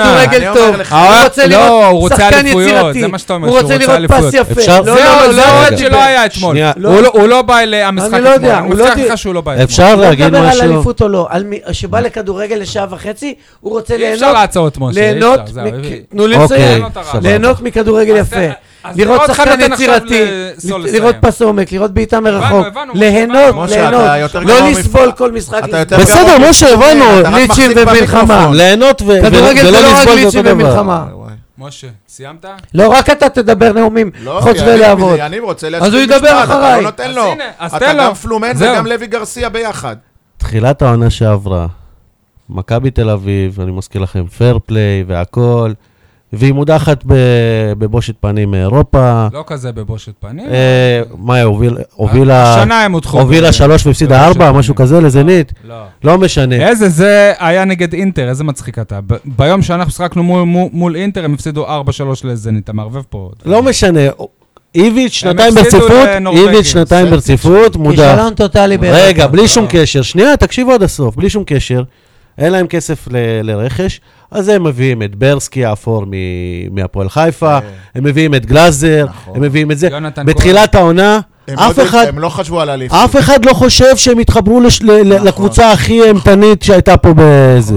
לא, הוא רוצה אליפויות, זה מה שאתה אומר, שהוא רוצה אליפויות. זה האוהד שלא היה אתמול. הוא לא בא למשחק אתמול, אני מבטיח לך שהוא לא בא אתמול. אפשר להגיד משהו? לא מדבר על אליפות או לא, שבא לכדורגל לשעה וחצי, הוא רוצה ליהנות. אפשר לעצור את משה, ליהנות, תנו לציין, ליהנות מכדורגל יפה. לראות שחקן יצירתי, לראות פס עומק, לראות בעיטה מרחוק, ליהנות, ליהנות, לא לסבול כל משחק. בסדר, משה, הבנו. גליצ'ים ומלחמה. ליהנות ולא לסבול. כדורגל זה לא רק גליצ'ים ומלחמה. משה, סיימת? לא, רק אתה תדבר נאומים, חוץ ולעבוד. אני רוצה אז הוא ידבר אחריי. אתה לא נותן לו. אתה גם פלומן וגם לוי גרסיה ביחד. תחילת העונה שעברה, מכבי תל אביב, אני מזכיר לכם, פייר פליי והכל, והיא מודחת בבושת פנים מאירופה. לא כזה בבושת פנים. מה, הובילה... השנה הם הודחו. הובילה שלוש והפסידה ארבע, משהו כזה לזנית. לא. לא משנה. איזה, זה היה נגד אינטר, איזה מצחיק אתה. ביום שאנחנו שחקנו מול אינטר, הם הפסידו ארבע שלוש לזנית, אתה מערבב פה. לא משנה. איביץ' שנתיים ברציפות, איביץ' שנתיים ברציפות, מודח. כישלון טוטלי באירופה. רגע, בלי שום קשר. שנייה, תקשיבו עד הסוף, בלי שום קשר. אין להם כסף לרכש, אז הם מביאים את ברסקי האפור מהפועל חיפה, הם מביאים את גלאזר, הם מביאים את זה. בתחילת העונה, אף אחד... הם לא חשבו על הליפות. אף אחד לא חושב שהם התחברו לקבוצה הכי אימתנית שהייתה פה בזה.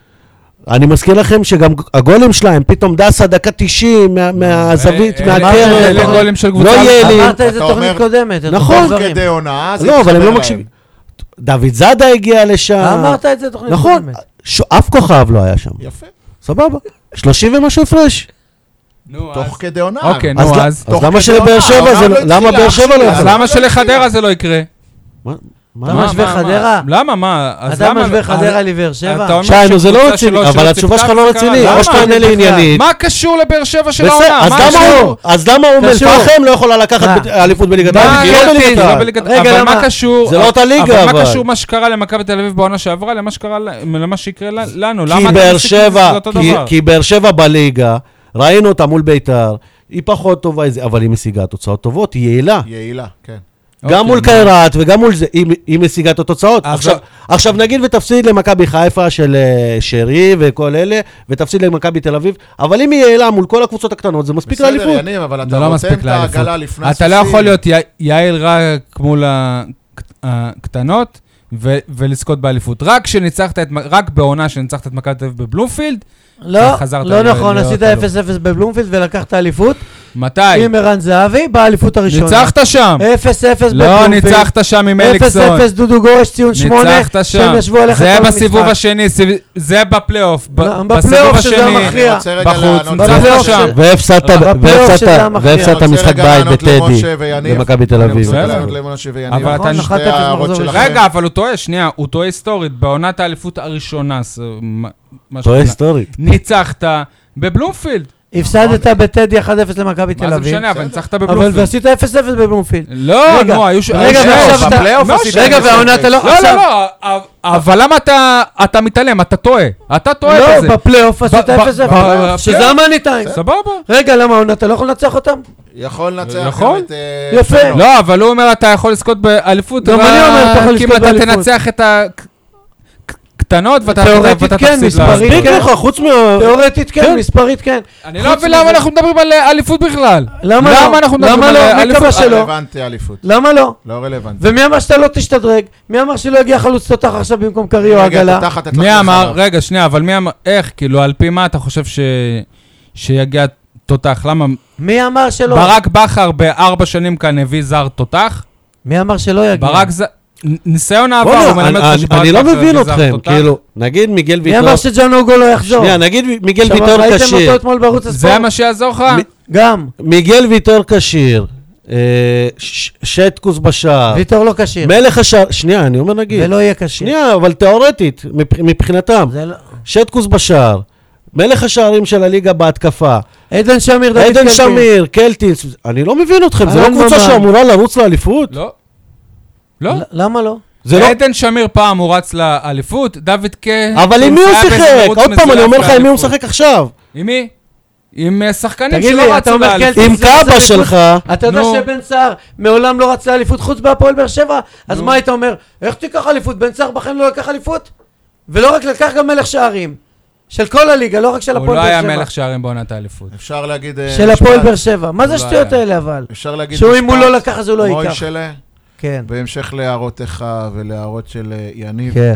אני מזכיר לכם שגם הגולים שלהם, פתאום דסה דקה תשעים מהזווית, מהקרן, לא יהיה לי. אמרת איזה תוכנית קודמת. נכון. כדי עונה, לא, אבל הם לא מקשיבים. דוד זאדה הגיע לשם. אמרת את זה תוכנית נכון, קודמת. אף כוכב לא היה שם. יפה. סבבה. שלושים ומשהו הפרש. תוך כדי עונה. אוקיי, נו אז. אז למה שלבאר שבע זה לא... למה באר שבע לא... אז למה שלחדרה זה לא יקרה? אתה משווה חדרה? למה, מה? אתה משווה חדרה לבאר שבע? שיינו, זה לא רציני, אבל התשובה שלך לא רציני, או שתענה לי עניינית. מה קשור לבאר שבע של העונה? אז למה אום אל-פחם לא יכולה לקחת אליפות בליגת העל? אבל מה קשור? זה לא אותה ליגה, אבל מה קשור מה שקרה למכבי תל אביב בעונה שעברה למה שיקרה לנו? כי באר שבע בליגה, ראינו אותה מול ביתר, היא פחות טובה, אבל היא משיגה תוצאות טובות, היא יעילה. יעילה, כן. גם מול קיירת וגם מול זה, היא משיגה את התוצאות. עכשיו נגיד ותפסיד למכבי חיפה של שרי וכל אלה, ותפסיד למכבי תל אביב, אבל אם היא יעילה מול כל הקבוצות הקטנות, זה מספיק לאליפות. בסדר, יניב, אבל אתה נותן את העגלה לפני אתה לא יכול להיות יעיל רק מול הקטנות, ולזכות באליפות. רק בעונה שניצחת את מכבי תל אביב בבלומפילד, לא, לא נכון, עשית אפס אפס בבלומפילד ולקחת אליפות. מתי? עם ערן זהבי, באליפות הראשונה. ניצחת שם. אפס אפס לא, ניצחת שם עם אליקסון. אפס אפס דודו גורש ציון שמונה. ניצחת שם. זה בסיבוב השני, זה בפלייאוף. בפלייאוף שזה המכריע. בחוץ, ניצחת שם. והפסדת משחק בית בטדי, במכבי תל אביב. רגע, אבל הוא טועה, שנייה, הוא טועה היסטורית. בעונת האליפות הראשונה, טועה היסטורית. ניצחת בבלומפילד. הפסדת בטדי אחד אפס למכבי תל אביב. מה זה משנה, אבל ניצחת בבלומפילד. אבל ועשית אפס אפס בבלומפילד. לא, נו, היו... רגע, ועכשיו אתה... רגע, והעונה אתה לא... לא, לא, לא, אבל למה אתה מתעלם? אתה טועה. אתה טועה בזה. לא, בפלייאוף עשית אפס אפס. שזה המאני טיים. סבבה. רגע, למה העונה אתה לא יכול לנצח אותם? יכול לנצח. נכון? יפה. לא, אבל הוא אומר, אתה יכול לזכות באליפות. גם אני אומר, אתה יכול לזכות באליפות. כי אתה תנצח את ה... קטנות ואתה תיאורטית כן, מספרית כן. חוץ מה... תיאורטית כן, מספרית כן. אני לא מבין למה אנחנו מדברים על אליפות בכלל. למה לא? למה אנחנו מדברים על אליפות? מי קבע שלא? רלוונטי אליפות. למה לא? לא רלוונטי. ומי אמר שאתה לא תשתדרג? מי אמר שלא יגיע חלוץ תותח עכשיו במקום קריו עגלה? מי אמר? רגע, שנייה, אבל מי אמר? איך? כאילו, על פי מה אתה חושב שיגיע תותח? למה? מי אמר שלא? ברק בכר בארבע שנים כאן הביא זר תותח? מי אמר שלא יגיע? ברק זר... ניסיון העבר, הוא מלמד לך שברק... אני לא מבין אתכם, כאילו, נגיד מיגל ויטור... מי אמר שג'אן אוגו לא יחזור? שנייה, נגיד מיגל ויטור כשיר. ראיתם אותו אתמול בערוץ הספורט? זה מה שיעזור לך? גם. מיגל ויטור כשיר, שטקוס בשער. ויטור לא כשיר. מלך השער, שנייה, אני אומר נגיד. ולא יהיה כשיר. שנייה, אבל תיאורטית, מבחינתם. שטקוס בשער, מלך השערים של הליגה בהתקפה. עדן שמיר, דוד עדן קלטינס. שמיר, קלטינס, אני לא מבין אתכם, זה לא אלון קבוצה ממן. שאמורה לרוץ לאליפות? לא. לא. ל- למה לא? זה לא... עדן שמיר פעם הוא רץ לאליפות, דוד ק... אבל עם מי הוא היה באיזה שיחק? מרוץ עוד פעם, אני מזויף אומר לך עם מי הוא לאליפות. משחק עכשיו. עם מי? עם אה, שחקנים תגיד שלא לי, אתה רצו אומר לאליפות. קלטינס, עם זה רץ קאבה לאליפות? שלך. אתה יודע נו. שבן סער מעולם לא רץ לאליפות חוץ בהפועל באר שבע? אז מה היית אומר? איך תיקח אליפות? בן סער בחיים לא לקח אליפות? ולא רק לקח גם מלך שערים. של כל הליגה, לא רק של הוא הפועל לא באר היה שבע. מלך שערים בעונת האליפות. אפשר להגיד... אה, של משפט. הפועל באר שבע. מה זה הוא לא השטויות היה. האלה אבל? אפשר להגיד שהוא אם הוא משפט. לא לקח אז הוא לא ייקח. מוישלה, כן. בהמשך להערותיך ולהערות של אה, יניב, כן.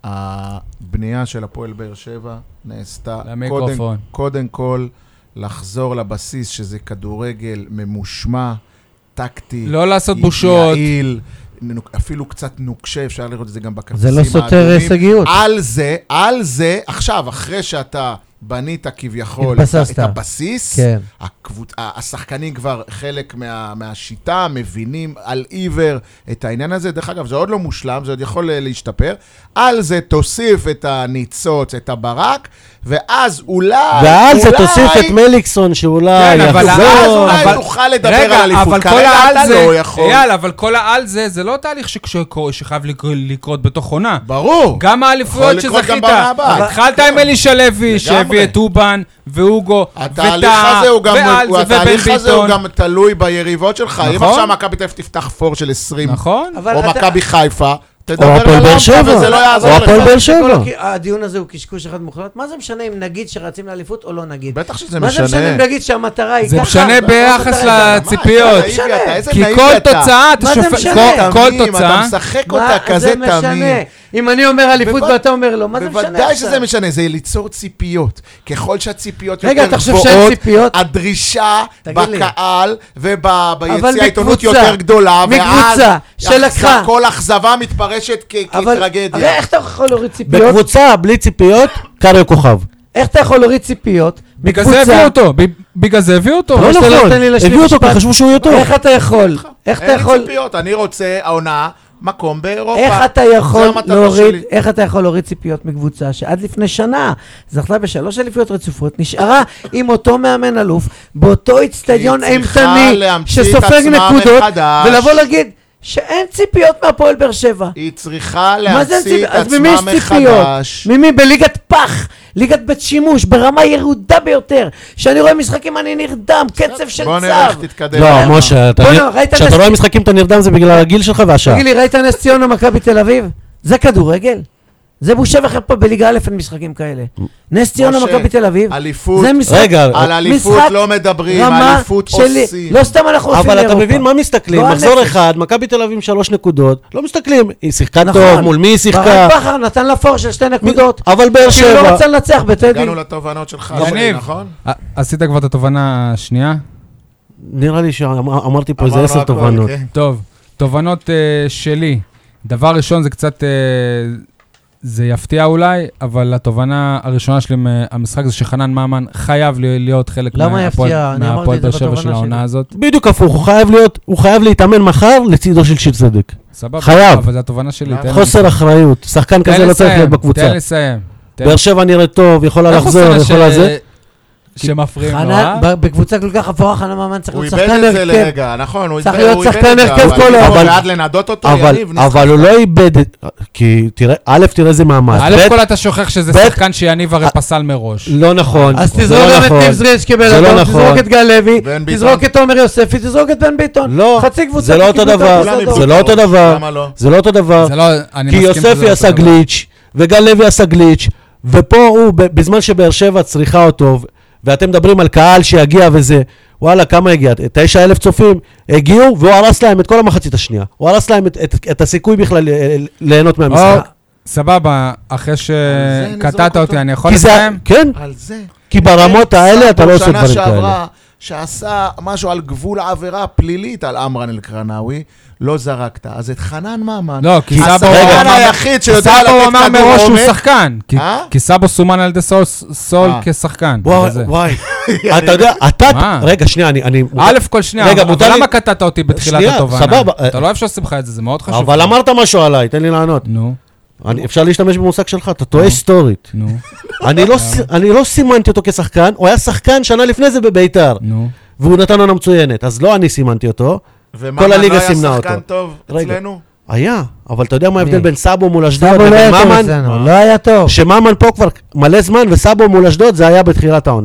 הבנייה של הפועל באר שבע נעשתה קודם, למיקרופון. קודם כל לחזור לבסיס, שזה כדורגל ממושמע, טקטי, לא לעשות י- בושות. יעיל, נוק- אפילו קצת נוקשה, אפשר לראות את זה גם זה בכרטיסים לא סותר האדומים. הישגיות. על זה, על זה, עכשיו, אחרי שאתה בנית כביכול את, ה- התבססת. את הבסיס, כן. הקבוצ... ה- השחקנים כבר חלק מה... מהשיטה, מבינים על עיוור את העניין הזה. דרך אגב, זה עוד לא מושלם, זה עוד יכול אה, להשתפר. על זה תוסיף את הניצוץ, את הברק, ואז אולי... ועל זה אולי... תוסיף את מליקסון שאולי כן, אבל אז יחזור. אולי אבל- נוכל לדבר רגע, על אליפות. אבל כל כרגע העל אתה זה, לא יכול. אייל, אבל כל העל זה, זה לא תהליך שקשור- שחייב לקר- לקרות בתוך עונה. ברור. גם האליפויות יכול לקרות גם שזכית, בעונה הבאה. התחלת עם אלישע לוי, שהביא את אובן, ואוגו, התהליך וטאה, הזה הוא גם, ואלזה, הוא- ובן התהליך הזה הוא ביטון. גם תלוי ביריבות שלך. אם נכון. עכשיו מכבי תל אביב תפתח פור של עשרים, נכון? אבל או אתה- מכבי חיפה, או תדבר הפועל על באר הלמפה שבע. וזה לא או יעזור הפועל לך. באר שבע. כל הכ- הדיון הזה הוא קשקוש אחד מוחלט. מה זה משנה אם נגיד שרצים לאליפות או לא נגיד? בטח שזה מה זה משנה משנה. אם נגיד שהמטרה היא זה ככה? משנה מה- ביחס מה זה- לציפיות. איזה נאיבי אתה, איזה כי נאיבי כל אתה. תוצאה, אתה מה זה שופט, משנה? כל- כל תמים, תוצאה, אתה משחק מה אותה כזה זה משנה? תמים. אם אני אומר אליפות בוודאי- ואתה אומר לא, מה זה משנה בוודאי עכשיו? שזה משנה, זה ליצור ציפיות. ככל שהציפיות רגע, יותר אתה חושב שאין גבוהות, ציפיות? הדרישה תגיד לי. בקהל אבל וביציע העיתונות מקבוצה, יותר גדולה, מקבוצה שלקחה. אכז- כל אכזבה מתפרשת כ- אבל הרי כטרגדיה. איך אתה יכול להוריד ציפיות? בקבוצה בלי ציפיות, קריו כוכב. איך אתה יכול להוריד ציפיות? בגלל זה מקבוצה- הביאו אותו, ב- בגלל זה הביאו אותו. אבל לא שאתה לא נכון, נותן לי להשלים הביאו אותו כי משפט. חשבו שהוא יהיה טוב. איך אתה יכול? איך אתה אין לי יכול? ציפיות, אני רוצה העונה, מקום באירופה. איך אתה זה יכול המטרה להוריד, שלי. איך אתה יכול להוריד ציפיות מקבוצה שעד לפני שנה זכתה בשלוש אליפויות רצופות, נשארה עם אותו מאמן אלוף, באותו אצטדיון היא צריכה אימתני להמציא את שסופג עצמה נקודות, מחדש. ולבוא להגיד שאין ציפיות מהפועל באר שבע. היא צריכה מה זה להמציא ציפיות? את אז ממי יש עצמה ציפיות? מחדש. ממי? בליגת פח, ליגת בית שימוש, ברמה ירודה ביותר. כשאני רואה משחקים אני נרדם, קצב של בוא נראה איך צו. תתקדם. לא, משה, אתה בוא נראה- נראה, ראית כשאתה נס- רואה משחקים אתה נרדם זה בגלל הגיל שלך והשעה. תגיד לי, ראית נס ציונה מכבי תל אביב? זה כדורגל? זה בושה וחרפה, בליגה א' אין משחקים כאלה. נס ציונה משה, מכבי תל אביב, אליפות, זה משחק, רגע, על אליפות משחק לא מדברים, רמה אליפות שלי, עושים. לא סתם אנחנו עושים אבל אתה לאירופה. מבין מה מסתכלים, לא מחזור הנפש. אחד, מכבי תל אביב עם שלוש נקודות, לא מסתכלים, היא שיחקה נכון. טוב, מול מי היא שיחקה, ברק בכר נתן לה פור של שתי נקודות. אבל באר כאילו לא שבע, רצה לנצח בטדי. הגענו לתובנות שלך, יניב. שלי, נכון? ע- עשית כבר את התובנה השנייה? נראה לי שאמרתי פה איזה אמרנו עשר הכל, תובנות. כן. טוב, תובנות אה, שלי. דבר ראשון זה קצת, אה, זה יפתיע אולי, אבל התובנה הראשונה שלי מהמשחק זה שחנן ממן חייב להיות חלק למה מהפועל- יפתיע? אני אמרתי מהפועל את זה באר שבע בתובנה של העונה שלי. הזאת. בדיוק הפוך, הוא חייב להיות, הוא חייב להתאמן מחר לצידו של שיר צדק. סבבה? חייב. אבל זו התובנה שלי. למה? תן לי- חוסר אחריות, שחקן תן כזה לא צריך לסיים, להיות בקבוצה. תן לסיים. תן- באר שבע נראית טוב, יכולה איך לחזור, עושה יכולה ש- זה. שמפריעים לו, חנן, אה? ב- בקבוצה כל כך אפורה, חנן ממן צריך הוא להיות איבד שחקן את זה הרכב. לרגע, נכון, הוא צריך איבד להיות הוא איבד שחקן את זה, הרכב אבל כל הוא היום. בעד לנדות אותו, אבל, יניב, אבל הוא לא איבד את... כי תראה, א', תראה איזה מאמץ. א' ב', כל אתה שוכח שזה ב'- שחקן שיניב הרי פסל מראש. לא נכון. אז זה תזרוק לא גם את נכון. ניב זריאל שקיבל זה לא אדום, נכון. תזרוק את גל לוי, בן ביטון. תזרוק את עומר יוספי, תזרוק את בן ביטון. לא, חצי קבוצה זה לא אותו קיבלו את דבר. הפס אדום. זה לא אותו דבר. למה לא? זה לא אותו דבר. זה לא, אני כי מסכים שזה יוספי לא עשה אותו דבר. גליץ', וגל לוי עשה גליץ', ופה הוא, ב- בזמן שבאר שבע צריכה אותו, ו- ואתם מדברים על קהל שיגיע וזה, וואלה, כמה הגיע? תשע אלף צופים הגיעו, והוא הרס להם את כל המחצית השנייה. הוא הרס להם את, את, את הסיכוי בכלל ל- ליהנות או, מהמשחק. סבבה, אחרי נזרוק שקטעת אותו. אותי, אני יכול כי זה, לסיים? כן, על זה. כי ברמות האלה אתה לא עושה שנה דברים כאלה. שעברה, שעשה משהו על גבול העבירה הפלילית על אמרן אל-קרנאווי, לא זרקת. אז את חנן ממן, לא, כי סבא הוא השחקן אמר- היחיד שיודע סבא הוא לתת אמר כדור מראש שהוא עומק, שחקן, כי- אה? כי סבא סומן על ידי סול- סול אה. כשחקן. וואי, וזה. וואי. אתה יודע, אתה... מה? רגע, שנייה, אני... אני- א' כל שנייה, רגע, אבל מותר לי- למה קטעת אותי בתחילת שנייה, התובנה? סבבה. אתה לא אוהב שעושים לך את זה, זה מאוד חשוב. אבל אמרת משהו עליי, תן לי לענות. נו. אני- אפשר להשתמש במושג שלך, אתה טועה היסטורית. נו, אני לא ס- אני לא סימנתי אותו כשחקן, הוא היה שחקן שנה לפני זה בביתר, נו. והוא נתן עונה מצוינת, אז לא אני סימנתי אותו, ומה, כל הליגה לא היה סימנה שחקן אותו. טוב רגע. אצלנו? היה, אבל אתה יודע מה ההבדל מי? בין סאבו מול אשדוד סבו לא לבין היה טוב ממן? אצלנו, לא היה טוב. שממן פה כבר מלא זמן, וסאבו מול אשדוד זה היה בתחילת העונה.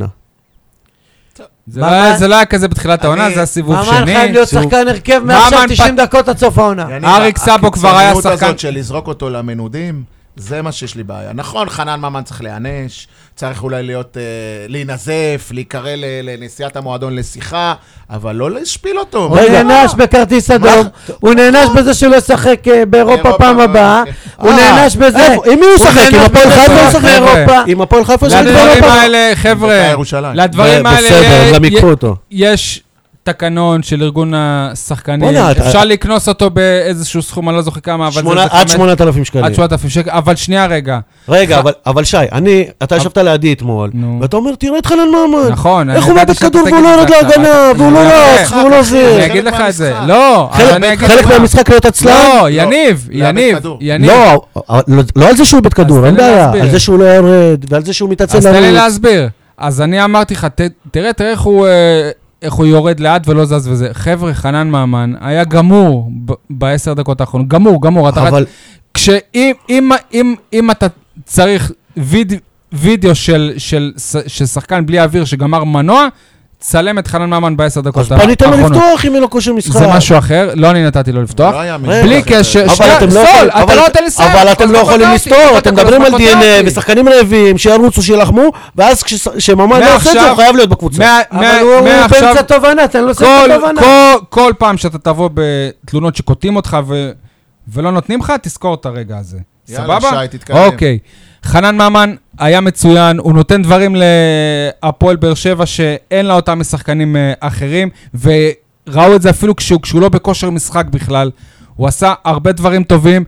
זה לא ממן- היה- זה לא היה כזה בתחילת העונה, אני- זה היה סיבוב ממן שני. חייב להיות סיבוב- שחקן הרכב מעכשיו ממן תשעים פ- דקות עד סוף העונה. יניב, אריק סאבו כבר היה הקיצוניות שחקן- הזאת של לזרוק אותו למנודים, זה מה שיש לי בעיה. נכון, חנן ממן צריך להיענש, צריך אולי להיות, אה, להינזף, להיקרא ל- לנשיאת המועדון לשיחה, אבל לא להשפיל אותו. הוא רגע. נענש בכרטיס אדום, הוא נענש בזה שהוא לא ישחק אה, באירופה באירופה, פעם הבאה, הוא אה, נענש בזה. איפה? עם מי הוא ישחק? עם נענש הפועל בזה חיפה שהוא הוא ישחק ישחק? באירופה. עם הפועל חיפה הוא ישחק לדברים באירופה? האלה, חבר'ה, בית"ר ירושלים. לדברים ב- האלה, בסדר, גם י- ייקחו אותו. יש תקנון של ארגון השחקנים, בוא'נה, אתה- אפשר לקנוס אותו באיזשהו סכום, אני לא זוכר כמה, אבל זה שמונה- זה עד חמש- שמונת אלפים שקלים. עד שמונת אלפים שקל, אבל שנייה רגע, רגע, אבל- אבל שי, אני, אתה ישבת לידי אתמול, נו. ואתה אומר, תראה את חנן ממן. נכון, איך אני הוא מאבד ידעתי שאתה כדור תגיד והוא לא את יורד זה עכשיו. להגנה, והוא לא אה, רץ, והוא לא אני זה. אגיד לך את זה, מהמשחק. לא, אבל חלק- אני אגיד חלק לך. מהמשחק להיות עצלן? לא, יניב, לאבד יניב, כדור. יניב. לא, אבל לא- לא על זה שהוא איבד כדור, תן אין לי בעיה. להסביר. על זה שהוא לא יורד, ועל זה שהוא מתעצל אז תן לי לרוץ. להסביר. אז אני אמרתי לך, ת- תראה, תראה איך הוא, אה, איך הוא יורד לאט ולא זז וזה. חבר'ה, חנן ממן היה גמור ב- בעשר דקות האחרונות. גמור, גמור. אתה אבל כשאם אם, אם, אם אתה צריך ויד, וידאו של, של, של שחקן בלי אוויר שגמר מנוע, צלם את חנן ממן בעשר דקות אז בוא ניתן לו האחרונות. לפתוח אם אין לו כושר משחק. זה משהו אחר, לא אני נתתי לו לפתוח. לא היה בלי משחק. קשר, אבל שנייה, אתם לא סול, יכולים- אתה אבל- לא נותן לסיים. אבל אתם לא יכולים לסתור, אתם מדברים על די אן איי ושחקנים רעבים שירוצו, שילחמו, ואז כשממן לא עושה את זה, הוא חייב להיות בקבוצה. מה- אבל מה- הוא הוא מעכשיו- באמצע תובנה, תן לו כל, לסיים תובנה. כל, כל פעם שאתה תבוא בתלונות שקוטעים אותך ו, ולא נותנים לך, תזכור את הרגע הזה. יאללה, סבבה? שי, תתקדם. אוקיי. חנן ממן היה מצוין, הוא נותן דברים להפועל באר שבע שאין לה אותם משחקנים אה, אחרים, וראו את זה אפילו כשהוא, כשהוא לא בכושר משחק בכלל. הוא עשה הרבה דברים טובים,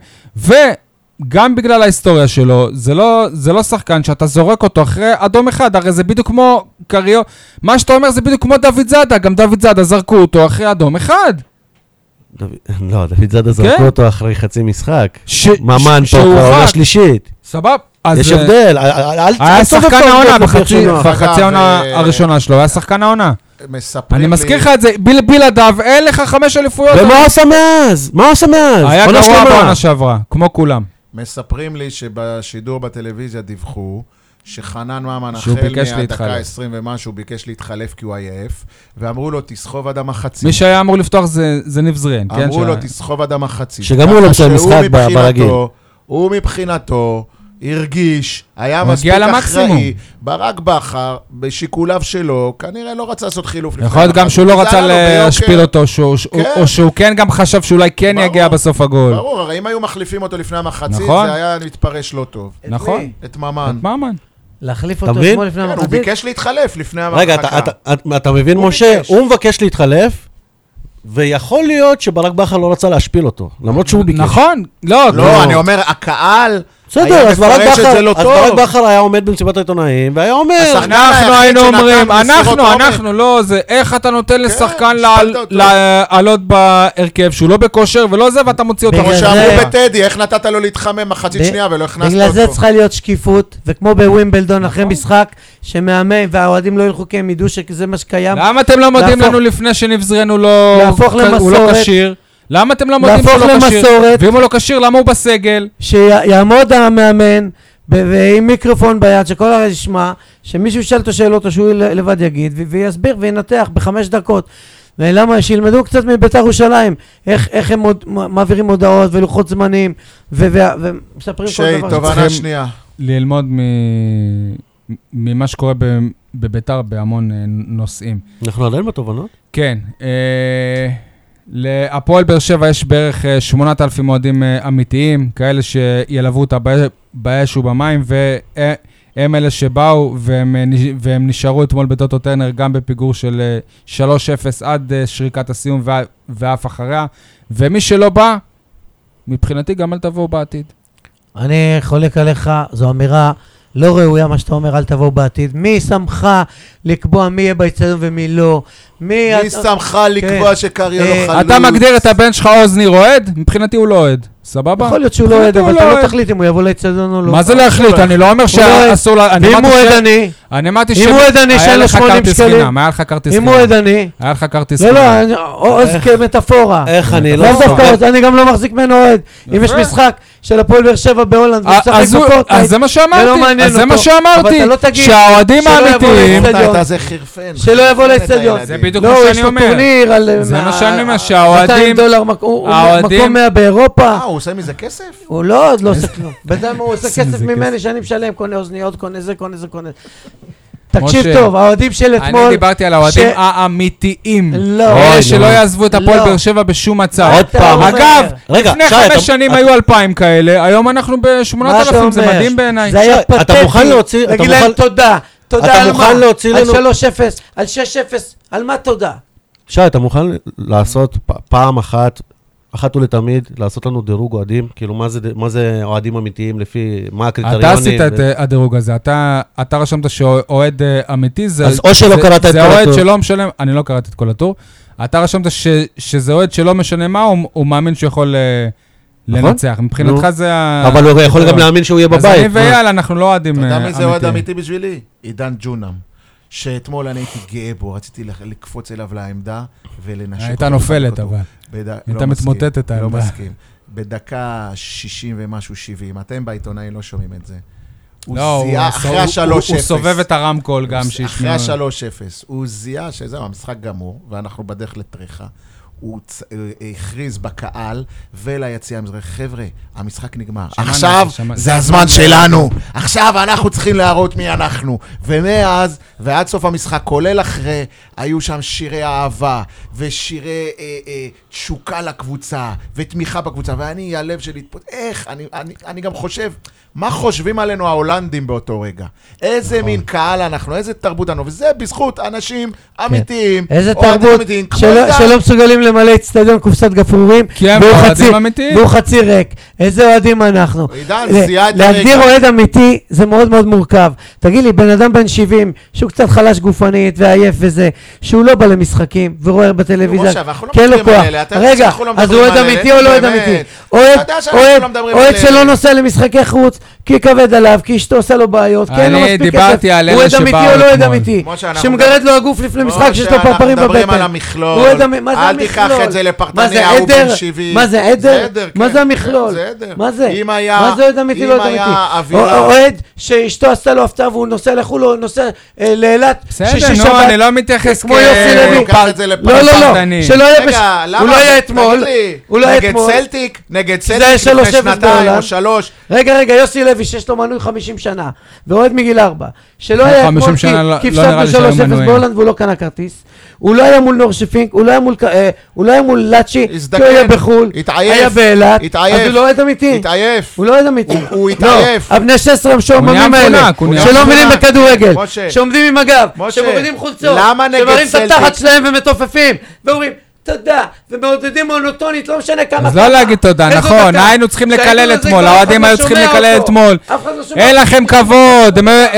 וגם בגלל ההיסטוריה שלו, זה לא, זה לא שחקן שאתה זורק אותו אחרי אדום אחד, הרי זה בדיוק כמו קריו, מה שאתה אומר זה בדיוק כמו דוד זאדה, גם דוד זאדה זרקו אותו אחרי אדום אחד. דוד- לא, דוד זאדה זרקו כן? אותו אחרי חצי משחק. ש- ממן ש- פה שהוא כבר עונה הורחק. שלישית. סבבה? אז, יש אה, הבדל, אל- אל- אל היה תסובב את שחקן העובדות העונה לפי איך בחצי שנוח. בחצי אגב, העונה אה, הראשונה שלו, היה שחקן העונה. מספרים אני לי- מזכיר לך את זה, ביל- בלעדיו, אין לך חמש אליפויות. ומה הוא עשה מאז? מה הוא עשה מאז? היה עונה גרוע שלמה. בעונה שעברה, כמו כולם. מספרים לי שבשידור בטלוויזיה דיווחו שחנן ממן שהוא החל ביקש מהדקה להתחלף. עשרים ומשהו ביקש להתחלף כי הוא עייף, ואמרו לו תסחוב עד המחצית. מי שהיה אמור לפתוח זה זה ניב זריאן, כן? אמרו לו שה- תסחוב עד המחצית. שגם הוא לא ככה מסיים שהוא משחק ב- מבחינתו- ברגיל. הוא מבחינתו הרגיש, היה הוא מספיק הגיע למקסימום. אחראי, ברק בכר, בשיקוליו שלו, כנראה לא רצה לעשות חילוף. לפני יכול להיות גם המחצית. שהוא לא זה רצה עלה לו ביוקר. להשפיל אותו, שהוא- שהוא- כן. או שהוא כן גם חשב שאולי כן ברור. יגיע בסוף הגול. ברור, הרי אם היו מחליפים אותו לפני המחצית, נכון. זה היה מתפרש לא טוב. את נכון. מי? את ממן. את ממן. להחליף אתה אותו מבין? אתמול לפני כן, הוא המחצית? ביקש להתחלף לפני המחקה. רגע, אתה- אתה- אתה- אתה מבין, הוא משה? ביקש. הוא מבקש להתחלף, ויכול להיות שברק בכר לא רצה להשפיל אותו, למרות שהוא ביקש. נכון, לא, לא, אני אומר, הקהל בסדר, היה אז ברק מפרש את בכר- זה לא אז ברק טוב. בכר היה עומד במסיבת העיתונאים, והיה אומר, השחקן אנחנו היחיד היינו שנתן אומרים, מסירות אנחנו, עומק. אנחנו, לא, זה איך אתה נותן לשחקן השפלת לעל- אותו. לעלות בהרכב שהוא לא בכושר ולא זה, ואתה מוציא אותו. בגלל כמו זה- שאמרו בטדי, איך נתת לו להתחמם מחצית ב- שנייה ולא הכנסת בגלל זה אותו. צריכה להיות שקיפות, וכמו בווימבלדון אחרי משחק, שמאמן והאוהדים לא ילכו כי הם ידעו שזה מה שקיים. למה אתם לא מודיעים להפוך- לנו לפני שניב זריאן הוא לא להפוך הוא לא למסורת. כשיר? למה אתם לא מודיעים שהוא להפוך לא כשיר? למסורת. ואם הוא לא כשיר, למה הוא בסגל? שיעמוד המאמן ב- ועם מיקרופון ביד, שכל הרי ישמע, שמישהו ישאל אותו שאלות או שהוא ל- לבד יגיד, ו- ויסביר וינתח בחמש דקות. ולמה? שילמדו קצת מבית"ר ירושלים, איך, איך הם עוד, מ- מעבירים הודעות ולוחות זמנים, ו- ו- ומספרים כל שי, דבר. תובנה שצריכים- שנייה. ללמוד מ- ממה שקורה ב- בבית"ר בהמון אה, נושאים. אנחנו עדיין בתובנות? כן, אה, להפועל באר שבע יש בערך אה, שמונת אלפים אוהדים אה, אמיתיים, כאלה שילוו אותה ב- באש ובמים, והם אלה שבאו והם, אה, נש- והם נשארו אתמול בטוטו טרנר גם בפיגור של אה, שלוש אפס עד אה, שריקת הסיום וה- ואף אחריה, ומי שלא בא, מבחינתי גם אל תבואו בעתיד. אני חולק עליך, זו אמירה לא ראויה, מה שאתה אומר, אל תבואו בעתיד. מי שמך לקבוע מי יהיה באצטדיון ומי לא? מי שמך לקבוע שקריו לא חלוץ? אתה מגדיר את הבן שלך אוזני רועד? מבחינתי הוא לא אוהד. סבבה? יכול להיות שהוא לא אוהד, אבל אתה לא תחליט אם הוא יבוא לאצטדיון או לא. מה זה להחליט? אני לא אומר שאסור לה... אם הוא עדני, אני אמרתי אם הוא עדני שאין לו שמונים שקלים, היה לך כרטיס אם הוא עדני, היה לך כרטיס לא, לא, עוז כמטאפורה. איך אני לא... אני גם לא מחזיק ממנו אוהד. אם יש משחק של הפועל באר שבע בהולנד, אז זה מה שאמרתי, אז זה מה שאמרתי, שהאוהדים האמיתיים... זה חרפן. שלא יבוא לאצטדיון. זה בדיוק מה שאני אומר. לא, יש לו טורניר על... זה מה שאני אומר, שהאוהדים... מאתיים דולר, מקום מאה באירופה. אה, הוא עושה מזה כסף? הוא לא, עוד לא עושה כלום. בינתיים הוא עושה כסף ממני שאני משלם, קונה אוזניות, קונה זה, קונה זה, קונה... תקשיב טוב, האוהדים של אתמול... אני דיברתי על האוהדים האמיתיים. לא. שלא יעזבו את הפועל באר שבע בשום מצב. עוד פעם. אגב, לפני חמש שנים היו אלפיים כאלה, היום אנחנו בשמונת אלפים, זה מדהים בעיניי. זה היה פתטי. אתה מוכן להוציא... להגיד להם תודה. תודה על מה? על לנו... שלוש אפס, על שש אפס, על מה תודה? שי, אתה מוכן לעשות פעם אחת, אחת ולתמיד, לעשות לנו דירוג אוהדים? כאילו, מה זה, מה זה אוהדים אמיתיים לפי, מה הקריטריונים? אתה עשית את הדירוג הזה, אתה, אתה רשמת שאוהד אמיתי, זה, אז או שלא קראת את כל הטור. זה אוהד שלא משלם, אני לא קראתי את כל הטור, אתה רשמת ש, שזה אוהד שלא משנה מה, הוא, הוא מאמין שהוא יכול לנצח. מבחינתך זה ה... אבל הוא יכול גם להאמין שהוא יהיה בבית. אז אני ואייל, אנחנו לא אוהדים אמיתיים. אתה יודע מי זה אוהד אמיתי אמיתי בשבילי? עידן ג'ונם. שאתמול אני הייתי גאה בו, רציתי לקפוץ אליו לעמדה ולנשק. הייתה נופלת אבל. הייתה מתמוטטת העמדה. לא מסכים. בדקה שישים ומשהו שבעים. אתם בעיתונאי לא שומעים את זה. הוא זיהה אחרי השלוש אפס. הוא סובב את הרמקול גם שישמעו. אחרי השלוש אפס. הוא זיהה שזהו, המשחק גמור, ואנחנו בדרך לטריחה. הוא הכריז בקהל וליציע המזרח, חבר'ה, המשחק נגמר. עכשיו זה הזמן שלנו. עכשיו אנחנו צריכים להראות מי אנחנו. ומאז ועד סוף המשחק, כולל אחרי, היו שם שירי אהבה ושירי אה, אה, תשוקה לקבוצה ותמיכה בקבוצה. ואני, הלב שלי התפות... איך? אני, אני, אני גם חושב, מה חושבים עלינו ההולנדים באותו רגע? איזה נכון. מין קהל אנחנו, איזה תרבות אנחנו. וזה בזכות אנשים כן. אמיתיים. איזה תרבות אמיתיים, שלא, שלא מסוגלים למלא אצטדיון קופסת גפרורים, והוא חצי ריק. איזה אוהדים אנחנו. עידן, זיהה את הרגע. להגדיר אוהד אמיתי זה מאוד מאוד מורכב. תגיד לי, בן אדם בן שבעים, שהוא קצת חלש גופנית ועייף וזה, שהוא לא בא למשחקים ורואה בטלוויזיה, כן לו כוח. רגע, אז הוא אוהד אמיתי או לא אוהד אמיתי? אוהד שלא נוסע למשחקי חוץ, כי כבד עליו, כי אשתו עושה לו בעיות, כי אין לו מספיק כסף. הוא אוהד אמיתי או לא אוהד אמיתי? שמגרד לו הגוף לפני משחק שיש לו פרפרים בבטן. אל תיקח את זה לפרטני, ההוא בן שבעים. מה זה, עדר? מה זה המכלול? מה זה? מה זה אוהד אמיתי, לא אוהד אמיתי? אוהד שאשתו עשתה לו הפתעה והוא נוסע לחול, הוא נוסע לאילת. בסדר, נו, אני לא מתייחס כמו יוסי לוי. לא, לא, לא, שלא יהיה, הוא לא יהיה אתמול. נגד סלטיק, נגד סלטיק לפני שנתיים או שלוש. רגע, רגע, יוסי לוי שיש לו מנוי חמישים שנה, ועוד מגיל ארבע, שלא היה אתמול כי הפסדנו שלוש אפס בהולנד והוא לא קנה כרטיס. הוא לא היה מול נורשפינק, הוא לא היה מול, אה, הוא לא היה מול לצ'י, כי הוא היה בחול, היה באילת, אז הוא לא אוהד אמיתי. התעייף. הוא לא אוהד אמיתי. הוא התעייף. לא, הבני שש עשרה המשועממים האלה, שלא מבינים בכדורגל, שעומדים עם הגב, שמורידים חולצות, שמראים את התחת שלהם ומתופפים, ואומרים, תודה, ומעודדים מונוטונית, לא משנה כמה... אז לא להגיד תודה, נכון, היינו צריכים לקלל אתמול, האוהדים היו צריכים לקלל אתמול. אין לכם כבוד,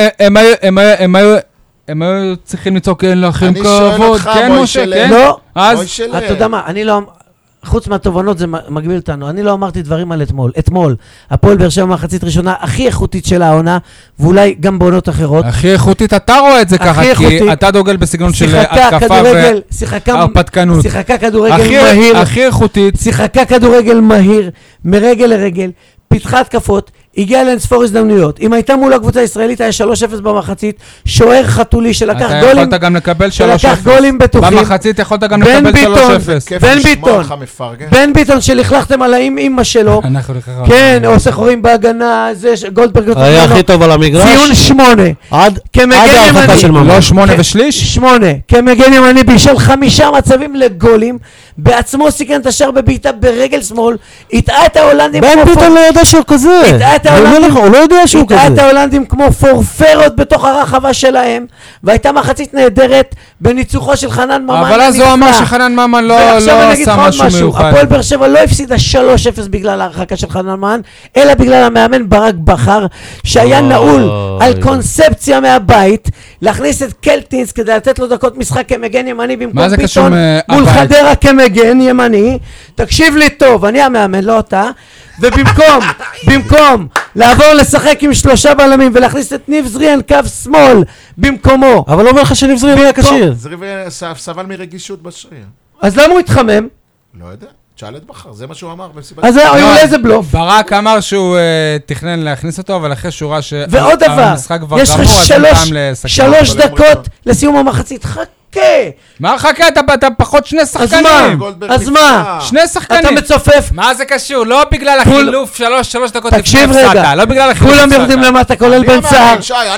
הם היו... הם היו צריכים לצעוק, אין לכם כבוד, כן משה, כן? לא, אז אתה יודע מה, אני לא... חוץ מהתובנות זה מגביל אותנו, אני לא אמרתי דברים על אתמול. אתמול, הפועל באר שבע מחצית ראשונה הכי איכותית של העונה, ואולי גם בעונות אחרות. הכי איכותית, אתה רואה את זה ככה, כי אתה דוגל בסגנון של התקפה והרפתקנות. שיחקה כדורגל מהיר. הכי איכותית. שיחקה כדורגל מהיר, מרגל לרגל, פיתחה התקפות, הגיעה לאינספור הזדמנויות. אם הייתה מול הקבוצה הישראלית, היה שלוש אפס במחצית, שוער חתולי שלקח גולים, אתה יכולת גם לקבל שלוש אפס. שלקח גולים בטוחים. במחצית יכולת גם לקבל שלוש אפס. בן ביטון, בן ביטון שלכלכתם על האם אמא שלו, כן, עושה חורים בהגנה, זה גולדברג, היה הכי טוב על המגרש. ציון שמונה. עד ההרחקה של ממש. לא שמונה ושליש? שמונה. כמגן ימני בישל חמישה מצבים לגולים, בעצמו סיכן את השאר בביתה ברגל שמאל, הטעה את ההולנדים. בן ביטון לא ידע שהוא כזה. הטעה את הוא אומר ההולנדים, לך, הוא לא יודע שהוא הטעה את כזה. ההולנדים כמו פורפרות בתוך הרחבה שלהם, והייתה מחצית נהדרת בניצוחו של חנן ממן. אבל אז הוא אמר שחנן ממן לא לא עשה משהו מיוחד. הפועל באר שבע לא הפסידה שלוש אפס בגלל ההרחקה של חנן ממן, אלא בגלל המאמן ברק בכר, שהיה נעול על קונספציה מהבית, להכניס את קלטינס כדי לתת לו דקות משחק כמגן ימני במקום פיתון מול חדרה כמגן ימני. תקשיב לי טוב, אני המאמן, לא אתה. ובמקום, במקום לעבור לשחק עם שלושה בלמים ולהכניס את ניב זריאן קו שמאל במקומו. אבל הוא אומר לך שניב זריאן היה קשיר. זריאן סבל מרגישות בשריר. אז למה הוא התחמם? לא יודע, תשאל את בכר, זה מה שהוא אמר במסיבת. אז היו לאיזה בלוף. ברק אמר שהוא תכנן להכניס אותו, אבל אחרי שהוא ראה ועוד דבר, יש לך שלוש דקות לסיום המחצית. חכה. מה חכה? אתה פחות שני שחקנים. אז מה? שני שחקנים. אתה מצופף. מה זה קשור? לא בגלל החילוף שלוש, שלוש דקות לפני הפסקה. לא בגלל החילוף. כולם יורדים למטה, כולל בן סער.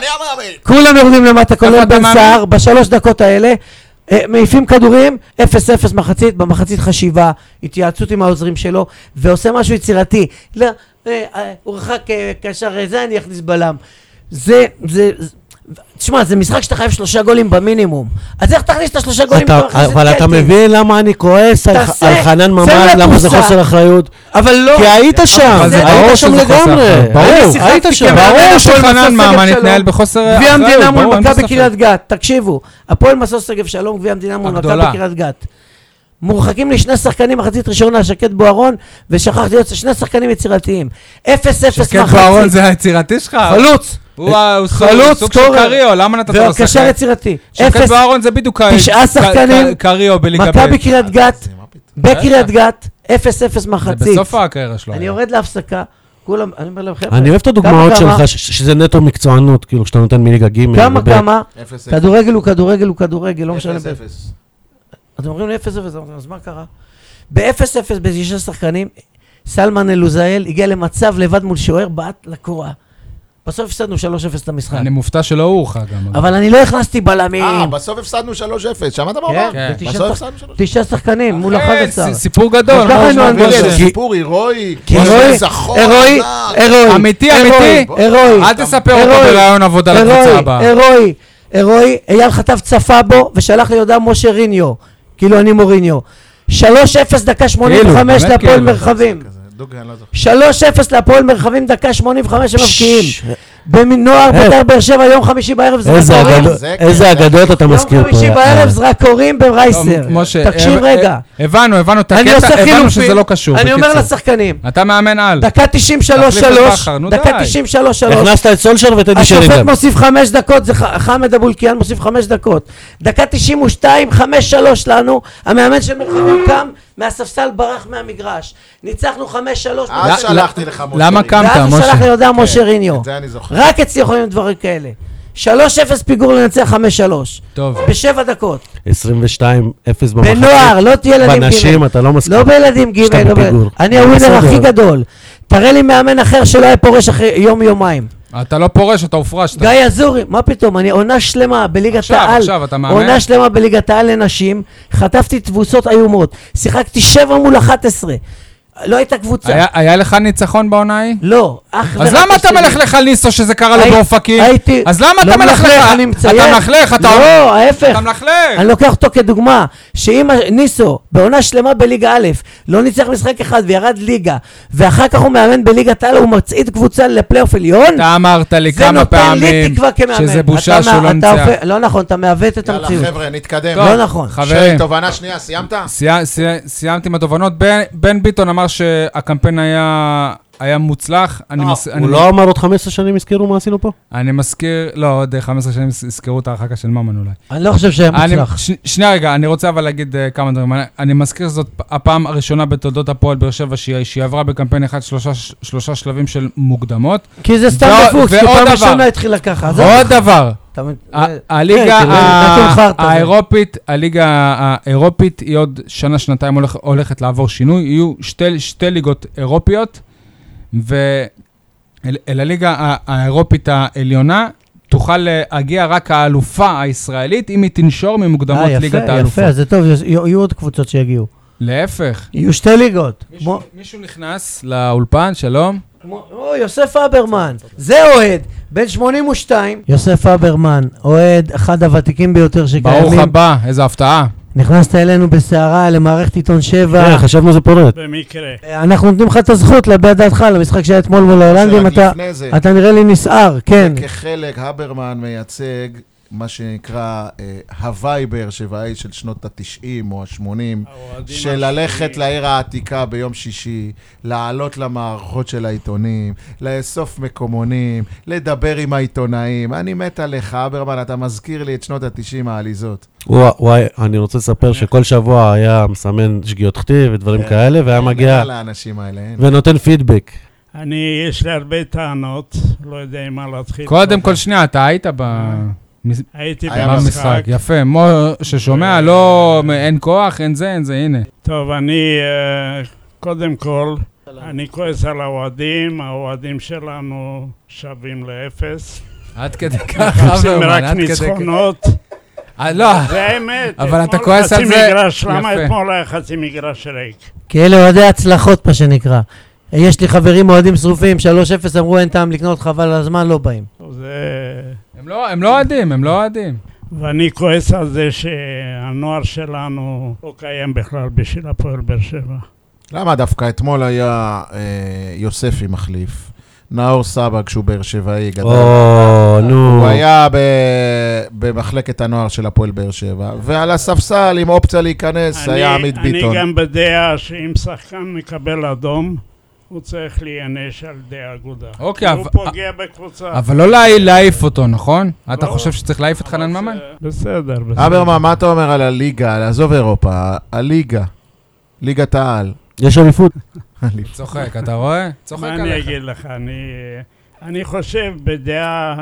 כולם יורדים למטה, כולל בן סער, בשלוש דקות האלה. מעיפים כדורים, אפס אפס מחצית, במחצית חשיבה, התייעצות עם העוזרים שלו, ועושה משהו יצירתי. לא, הוא רחק קשר, זה אני אכניס בלם. זה, זה... תשמע, זה משחק שאתה חייב שלושה גולים במינימום. אז איך תכניס את השלושה גולים? אבל אתה מבין למה אני כועס על חנן ממן, למה זה חוסר אחריות? אבל לא. כי היית שם, היית שם לגמרי. ברור, היית שם. ברור שחנן ממן התנהל בחוסר אחריות. גביע המדינה מול מכבי קריית גת, תקשיבו. הפועל מסוס שגב שלום, גביע המדינה מול מכבי קריית גת. מורחקים לי שני שחקנים, מחצית ראשונה, שקד בוארון, ושכחתי להיות שני שחקנים יצירתיים. אפס אפס מחצית. שקד בוארון זה היצירתי שלך? חלוץ. הוא סוג של קריו, למה נתת לו לשחק? וקשר יצירתי. שקד בוארון זה בדיוק תשעה שחקנים, קריו בליגה ב'. מכבי קריית גת, בקריית גת, אפס אפס מחצית. זה בסוף הקריירה שלו. אני יורד להפסקה. כולם, אני אומר להם חבר'ה. אני אוהב את הדוגמאות שלך, שזה נטו מקצוענות, כאילו שאתה נותן מליגה ג' כמה כמה, כדורגל הוא כדורגל הוא כדורגל, לא משנה. אפס אפס. אתם אומרים לי אפס אפס, אז מה קרה? ב-אפס אפס בתשעה שחקנים, סלמן אלוזאל הגיע למצב לבד מול שוער, בעט לקורה. בסוף הפסדנו שלוש אפס את המשחק. אני מופתע שלא הורחק גם. אבל אני לא הכנסתי בלמים. אה, בסוף הפסדנו שלוש אפס, שמעת מה אומר? כן, תשעה שחקנים מול אחד עשר. סיפור גדול. סיפור הירואי. הירואי, הירואי. אמיתי, אמיתי. הירואי. אל תספר אותו ברעיון עבודה לקבוצה הבאה. הירואי, הירואי. אייל חטב צפה בו ושלח לי הודעה משה ריניו. כאילו אני מוריניו. שלוש אפס דקה שמונים וחמש להפועל מרחבים. שלוש אפס להפועל מרחבים, דקה שמונים וחמש הם מבקיעים. בנוער בית"ר באר שבע, יום חמישי בערב זרקורים. איזה אגדות אתה מזכיר פה. יום חמישי בערב זרקורים ברייסר. תקשיב רגע. הבנו, הבנו את הקטע, הבנו שזה לא קשור. אני אומר לשחקנים. אתה מאמן על. דקה תשעים ושלוש שלוש. דקה תשעים ושלוש שלוש. הכנסת את סולשר וטדי שרינגהם. השופט מוסיף חמש דקות, זה חמד אבולקיאן מוסיף חמש דקות. דקה תשעים ושתיים, חמש שלוש לנו. המאמן של מרחבים קם מהספסל ברח מהמגרש. ניצחנו חמש שלוש. אז שלחתי לך משה. למה קמת, משה? ואז שלח לי הודעה משה ריניו. את זה אני זוכר. רק אצלי יכולים דברים כאלה. שלוש אפס פיגור לנצח חמש שלוש. טוב. בשבע דקות. עשרים ושתיים אפס במחצית. בנוער, לא תהיה ילדים ג'. בנשים, אתה לא מסכים. לא בילדים ג'. אני הווינר הכי גדול. תראה לי מאמן אחר שלא היה פורש אחרי יום יומיים. אתה לא פורש, אתה הופרשת. גיא אזורי, מה פתאום? אני עונה שלמה בליגת העל. עכשיו, אתה מאמן. עונה שלמה בליגת העל לנשים. חטפתי תבוסות איומות. שיחקתי שבע מול אחת עשרה. לא הייתה קבוצה. היה, היה לך ניצחון בעונה ההיא? לא, אך אז למה אתה מלכלך על ניסו שזה קרה לו באופקים? הייתי... אז למה אתה מלכלך? אני מציין. אתה מלכלך, אתה... לא, ההפך. אתה מלכלך. אני לוקח אותו כדוגמה, שאם ניסו בעונה שלמה בליגה א' לא ניצח משחק אחד וירד ליגה, ואחר כך הוא מאמן בליגת העל, הוא מצעיד קבוצה לפלייאוף עליון. אתה אמרת לי כמה פעמים שזה בושה שהוא לא ניצח. לא נכון, אתה מעוות את המציאות. יאללה חבר'ה, נתקדם. לא נכון. חברים. תובנה שנייה, סיימת? סיימתי עם התובנות. בן ביטון אמר שהקמפיין היה היה מוצלח. הוא לא אמר עוד חמש עשרה שנים הזכירו מה עשינו פה? אני מזכיר, לא, עוד חמש עשרה שנים הזכירו את ההרחקה של ממן אולי. אני לא חושב שהיה מוצלח. שנייה רגע, אני רוצה אבל להגיד כמה דברים. אני מזכיר שזאת הפעם הראשונה בתולדות הפועל באר שבע שהיא עברה בקמפיין אחד שלושה שלבים של מוקדמות. כי זה סתם דפוק, כי פעם ראשונה התחיל לקחת. עוד דבר. הליגה האירופית, הליגה האירופית היא עוד שנה, שנתיים הולכת לעבור שינוי, יהיו שתי ליגות אירופיות, ולליגה האירופית העליונה תוכל להגיע רק האלופה הישראלית, אם היא תנשור ממוקדמות ליגת האלופה. יפה, זה טוב, יהיו עוד קבוצות שיגיעו. להפך. יהיו שתי ליגות. מישהו נכנס לאולפן, שלום. או, יוסף אברמן, זה אוהד, בן שמונים ושתיים. יוסף אברמן, אוהד, אחד הוותיקים ביותר שקיימים. ברוך הבא, איזו הפתעה. נכנסת אלינו בסערה למערכת עיתון שבע. כן, חשבנו זה פורט. במקרה. אנחנו נותנים לך את הזכות להביע דעתך למשחק שהיה אתמול מול ההולנדים. אתה, אתה נראה לי נסער, כן. כחלק, הברמן מייצג מה שנקרא הוואי באר שבעי של שנות ה-תשעים או ה-שמונים, של ללכת לעיר העתיקה ביום שישי, לעלות למערכות של העיתונים, לאסוף מקומונים, לדבר עם העיתונאים. אני מת עליך, הברמן, אתה מזכיר לי את שנות ה-תשעים העליזות. וואי, אני רוצה לספר שכל שבוע היה מסמן שגיאות כתיב ודברים כאלה, והיה מגיע ונותן פידבק. אני, יש לי הרבה טענות, לא יודע עם מה להתחיל. קודם כל שנייה, אתה היית ב... הייתי במשחק. יפה, מו ששומע, לא, אין כוח, אין זה, אין זה, הנה. טוב, אני, קודם כל, אני כועס על האוהדים, האוהדים שלנו שווים לאפס. עד כדי כך, אברמן, עד כדי כך. רק ניצחונות. לא, זה האמת. אבל אתה כועס על זה, יפה. למה אתמול היה חצי מגרש ריק? כי אלה אוהדי הצלחות, מה שנקרא. יש לי חברים אוהדים שרופים, שלוש אפס אמרו אין טעם לקנות חבל על הזמן, לא באים. הם לא, הם לא אוהדים, הם לא אוהדים. ואני כועס על זה שהנוער שלנו לא קיים בכלל בשביל הפועל באר שבע. למה דווקא אתמול היה יוספי מחליף? נאור סבא כשהוא באר שבעי גדל. או, נו. הוא היה במחלקת הנוער של הפועל באר שבע, ועל הספסל עם אופציה להיכנס היה עמית ביטון. אני גם בדעה שאם שחקן מקבל אדום, הוא צריך להיענש על ידי האגודה. אוקיי, הוא פוגע בקבוצה. אבל לא להעיף אותו, נכון? אתה חושב שצריך להעיף את חנן ממן? בסדר, בסדר. אברמן, מה אתה אומר על הליגה, עזוב אירופה, הליגה, ליגת העל. יש אליפות. צוחק, אתה רואה? צוחק עליך. מה אני אגיד לך, אני חושב בדעה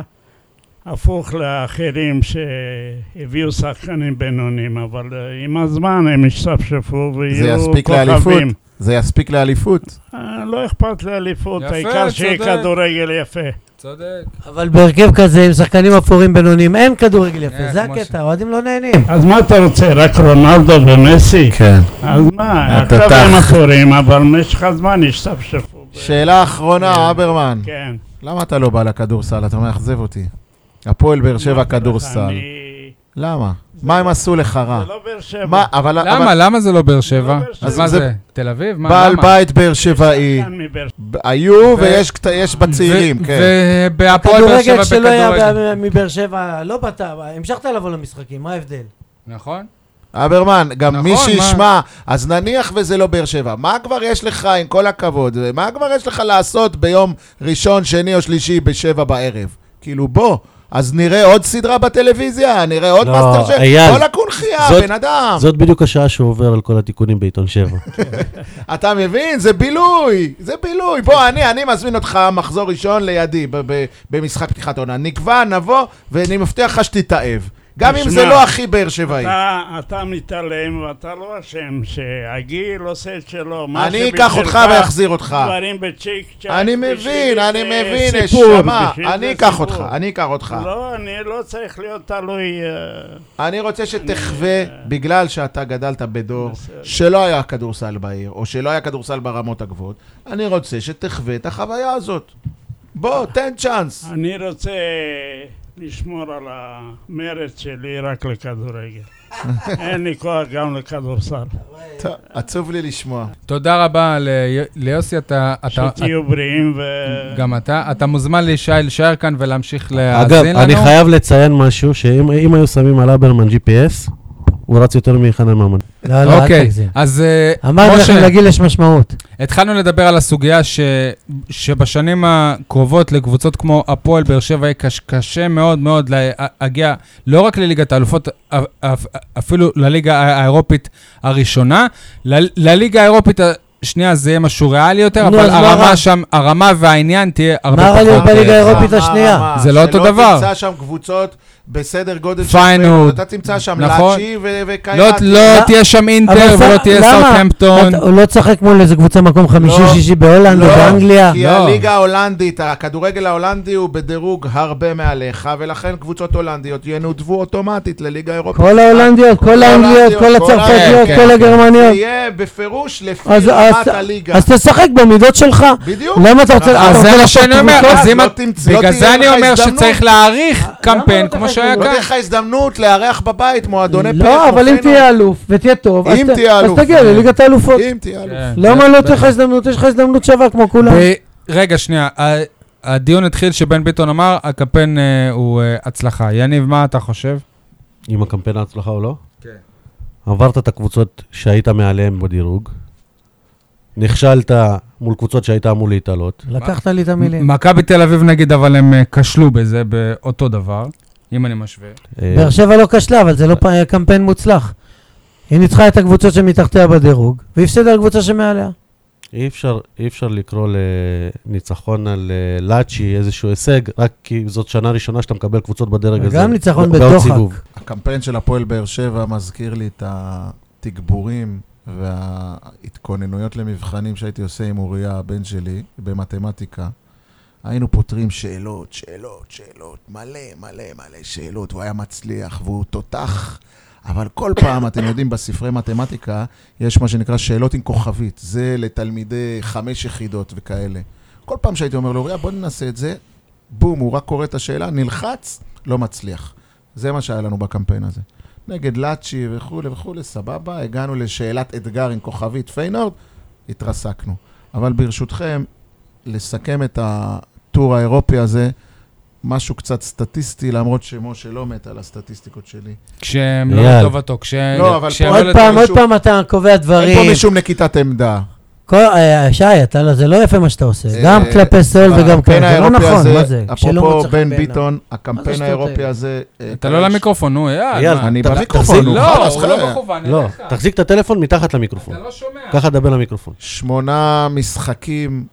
הפוך לאחרים שהביאו שחקנים בינונים, אבל עם הזמן הם ישתפשפו ויהיו כוכבים. זה יספיק לאליפות? לא אכפת לאליפות, העיקר שיהיה כדורגל יפה. צודק. אבל בהרכב כזה עם שחקנים אפורים בינונים אין כדורגל יפה, זה הקטע, האוהדים לא נהנים. אז מה אתה רוצה, רק רונלדו ומסי? כן. אז מה, עכשיו הם אפורים, אבל משך הזמן ישתפשפו. שאלה אחרונה, אברמן. כן. למה אתה לא בא לכדורסל? אתה מאכזב אותי. הפועל באר שבע כדורסל. למה? מה הם עשו לך רע? זה לא באר שבע. למה? למה זה לא באר שבע? אז מה זה? תל אביב? בעל בית באר שבעי. היו ויש בצעירים, כן. ובהפועל באר שבע בכדורגל. הכדורגל שלא היה מבאר שבע, לא באת, המשכת לבוא למשחקים, מה ההבדל? נכון. אברמן, גם מי שישמע, אז נניח וזה לא באר שבע, מה כבר יש לך, עם כל הכבוד, מה כבר יש לך לעשות ביום ראשון, שני או שלישי בשבע בערב? כאילו בוא. אז נראה עוד סדרה בטלוויזיה, נראה עוד מאסטר שף, כל הקונחייה, בן אדם. זאת בדיוק השעה שהוא עובר על כל התיקונים בעיתון שבע. אתה מבין? זה בילוי, זה בילוי. בוא, אני, אני מזמין אותך מחזור ראשון לידי, במשחק פתיחת עונה. נקבע, נבוא, ואני מבטיח לך שתתאהב. גם אם זה לא הכי באר שבעי. אתה מתעלם ואתה לא אשם שהגיל עושה את שלו. אני אקח אותך ויחזיר אותך. דברים בצ'יק צ'ק. אני מבין, אני מבין, נשמה. אני אקח אותך, אני אקח אותך. לא, אני לא צריך להיות תלוי. אני רוצה שתחווה, בגלל שאתה גדלת בדור שלא היה כדורסל בעיר, או שלא היה כדורסל ברמות הגבוהות, אני רוצה שתחווה את החוויה הזאת. בוא, תן צ'אנס. אני רוצה לשמור על המרץ שלי רק לכדורגל. אין לי כוח גם לכדורסל. טוב, עצוב לי לשמוע. תודה רבה ליוסי, אתה... שתהיו בריאים ו... גם אתה. אתה מוזמן להישאר להישאר כאן ולהמשיך להאזין לנו. אגב, אני חייב לציין משהו, שאם היו שמים על אברמן ג'י פי אס, הוא רץ יותר מחנן ממן. לא, לא, אוקיי, אז... אמרנו לכם להגיד יש משמעות. התחלנו לדבר על הסוגיה שבשנים הקרובות לקבוצות כמו הפועל באר שבע יהיה קשה מאוד מאוד להגיע לא רק לליגת האלופות, אפילו לליגה האירופית הראשונה. לליגה האירופית השנייה זה יהיה משהו ריאלי יותר, אבל הרמה שם, הרמה והעניין תהיה הרבה פחות. מה ריאלי בליגה האירופית השנייה? זה לא אותו דבר. שלא תמצא שם קבוצות בסדר גודל של פיינורד. אתה תמצא שם נכון. לאצ'י וקייאטי. לא תהיה שם אינטר ולא תהיה סאות'המפטון. הוא לא צחק מול איזה קבוצה מקום חמישי-שישי בהולנד או באנגליה. כי הליגה ההולנדית, הכדורגל ההולנדי הוא בדירוג הרבה מעליך, ולכן קבוצות הולנדיות ינודבו אוטומטית לליגה האירופית. כל ההולנדיות, כל האנגליות, כל הצרפתיות, כל הגרמניות. זה יהיה בפירוש לפי רמת הליגה. אז תשחק במידות שלך. בדיוק. למה אתה רוצה... אז זה מה שאני אומר, אז אם... לא תמצא- בגלל לא זה תהיה אני לך אומר הזדמנות. שצריך להעריך קמפיין לא כמו תהיה שהיה לא כאן. תהיה לך הזדמנות לארח בבית מועדוני פרק. לא, אבל אם מופנו. תהיה אלוף ותהיה טוב, אז אם ת- תהיה אז אלוף. תגיע לליגת האלופות. אם תהיה אלוף. כן. למה לא תהיה לך הזדמנות? יש לך הזדמנות שווה כמו כולם. ב- רגע, שנייה. ה- הדיון התחיל שבן ביטון אמר, הקמפיין אה, הוא אה, הצלחה. יניב, מה אתה חושב? אם הקמפיין ההצלחה או לא? כן. עברת את הקבוצות שהיית מעליהן בדירוג, נכשלת מול קבוצות שהיית אמור להתעלות. לקחת לי את המילים. מכבי תל אביב נגיד, אבל הם אה, כשלו בזה באותו דבר, אם אני משווה. אה, באר שבע לא כשלה, אבל זה לא פ- קמפיין מוצלח. היא ניצחה את הקבוצות שמתחתיה בדירוג, והפסידה על קבוצה שמעליה. אי אפשר, אי אפשר לקרוא לניצחון על אה, לאצ'י איזשהו הישג, רק כי זאת שנה ראשונה שאתה מקבל קבוצות בדרג הזה. וגם ניצחון ב- בעוד בדוחק. סיבוב. הקמפיין של הפועל באר שבע מזכיר לי את התגבורים וההתכוננויות למבחנים שהייתי עושה עם אוריה, הבן שלי, במתמטיקה. היינו פותרים שאלות, שאלות, שאלות, מלא, מלא, מלא שאלות, והוא היה מצליח, והוא תותח. אבל כל פעם, אתם יודעים, בספרי מתמטיקה, יש מה שנקרא שאלות עם כוכבית. זה לתלמידי חמש יחידות וכאלה. כל פעם שהייתי אומר לאוריה, בוא ננסה את זה, בום, הוא רק קורא את השאלה, נלחץ, לא מצליח. זה מה שהיה לנו בקמפיין הזה. נגד לאצ'י וכו' וכו', סבבה, הגענו לשאלת אתגר עם כוכבית פיינורד, התרסקנו. אבל ברשותכם, לסכם את הטור האירופי הזה, משהו קצת סטטיסטי, למרות שמשה לא מת על הסטטיסטיקות שלי. כשהם לא יאללה. לטובתו, כש- לא, אבל כשהם פה- לא עוד פעם, עוד משום- פעם אתה קובע אין דברים. פה משום נקיטת עמדה. כל- אה, שי, אתה לא- זה לא יפה מה שאתה עושה. אה, גם כלפי סול וגם הקמפיין כאן. זה לא האירופי נכון, הזה, מה זה? כשלא אפרופו מוצא חן בן בעיניו. ביטון, מה זה הקמפיין השטויות האירופי האלה? הזה... אה, אתה לא למיקרופון, נו, אייל. אייל, מה? אני ת- במיקרופון, תחזיק- נו, לא, חלאס, הוא לא חלאס. מכוון לא, אליך. תחזיק את הטלפון מתחת למיקרופון. אתה לא שומע. ככה דבר למיקרופון. שמונה משחקים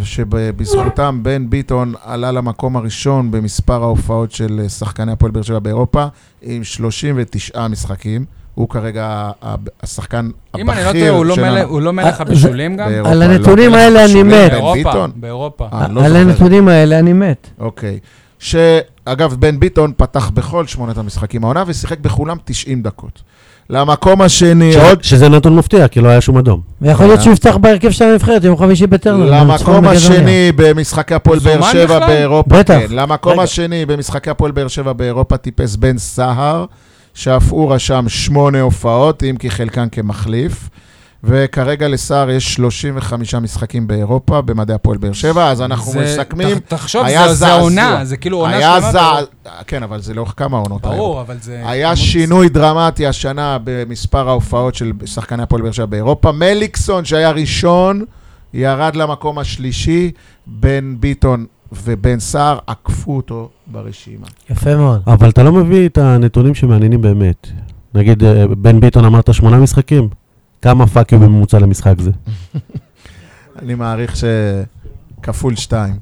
שבזכותם בן ביטון עלה למקום הראשון במספר ההופעות של שחקני הפועל באר שבע באירופה, עם שלושים ותשעה משחקים. הוא כרגע ה- השחקן אם אני לא טועה, הבכיר הוא לא שלנו. מלך- הוא לא מלך אה, הבישולים גם? באירופה, על לא. הנתונים מלך האלה אני הבישולים, מת. בן באירופה, ביטון? באירופה. אה, לא על זוכר. הנתונים האלה אני מת. אוקיי. שאגב, בן ביטון פתח בכל שמונת המשחקים העונה ושיחק בכולם תשעים דקות. למקום השני, ש- עוד... שזה נתון מפתיע, כי לא היה שום אדום. ויכול להיות שהוא יפתח בהרכב של הנבחרת יום חמישי בטרנר. למקום השני במשחקי הפועל הוא באר זומן שבע בכלל? באירופה, בטח. כן. למקום רגע. השני במשחקי הפועל באר שבע באירופה טיפס בן סהר, שאף הוא רשם שמונה הופעות, אם כי חלקן כמחליף. וכרגע לסער יש שלושים וחמישה משחקים באירופה, במדעי הפועל באר שבע, אז אנחנו זה- מסכמים. ת- תחשוב, היה זה- זה זעזוע. עונה, זה כאילו עונה היה שלמה. זע... כן, אבל זה לאורך כמה עונות. האלה. ברור, אבל זה... היה כמות- שינוי דרמטי השנה במספר ההופעות של שחקני הפועל באר שבע באירופה. מליקסון, שהיה ראשון, ירד למקום השלישי. בן ביטון ובן סער עקפו אותו ברשימה. יפה מאוד. אבל אתה לא מביא את הנתונים שמעניינים באמת. נגיד, אה, בן ביטון אמרת שמונה משחקים? כמה פאק יו בממוצע למשחק זה? אני מעריך שכפול שתיים.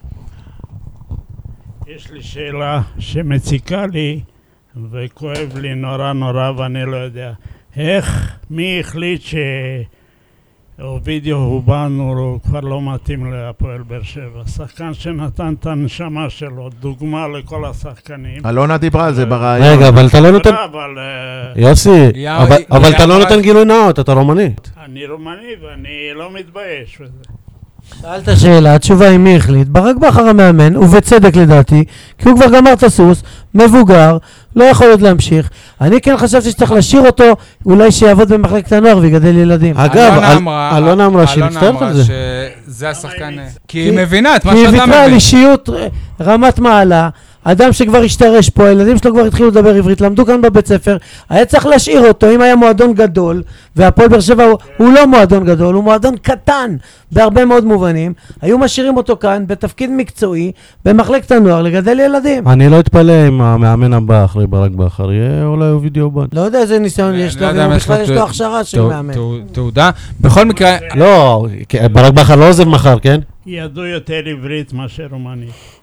יש לי שאלה שמציקה לי וכואב לי נורא נורא ואני לא יודע. איך, מי החליט שאובידיו הובנו הוא כבר לא מתאים להפועל באר שבע? שחקן שנתן את הנשמה שלו, דוגמה לכל השחקנים. אלונה דיברה על זה ברעיון. רגע, אבל אתה לא נותן... אבל אה, יוסי, יא- אבל- יא- אבל אתה לא יא- נותן גילוי נאות, אתה רומני. אני רומני ואני לא מתבייש בזה. שאלת שאלה, התשובה היא מי החליט. ברק בכר המאמן, ובצדק לדעתי, כי הוא כבר גמר את הסוס, מבוגר, לא יכול עוד להמשיך. אני כן חשבתי שצריך להשאיר אותו, אולי שיעבוד במחלקת הנוער ויגדל ילדים. אגב, אלונה אל- אמרה- אלונה אמרה שהיא מצטערת אלונה על אמרה זה. שזה השחקן... היא כי היא מבינה את מה כי היא שאתה ויתרה על מבין. אישיות, אה, רמת מעלה, אדם שכבר השתרש פה, הילדים שלו כבר התחילו לדבר עברית, למדו כאן בבית ספר, היה צריך להשאיר אותו, אם היה מועדון גדול, והפועל באר שבע הוא, הוא לא מועדון גדול, הוא מועדון קטן, בהרבה מאוד מובנים, היו משאירים אותו כאן בתפקיד מקצועי, במחלקת הנוער, לגדל ילדים. אני לא אתפלא אם המאמן הבא אחרי ברק בכר יהיה אולי אובידיו בן. לא יודע איזה ניסיון אני יש לא לו, יודע והוא אם יש בכלל לו יש תו- לו הכשרה של תו- מאמן. תו- תעודה. בכל מקרה, לא, כי ברק בכר לא עוזב מחר, כן? ידעו יותר עברית מאשר רומנית.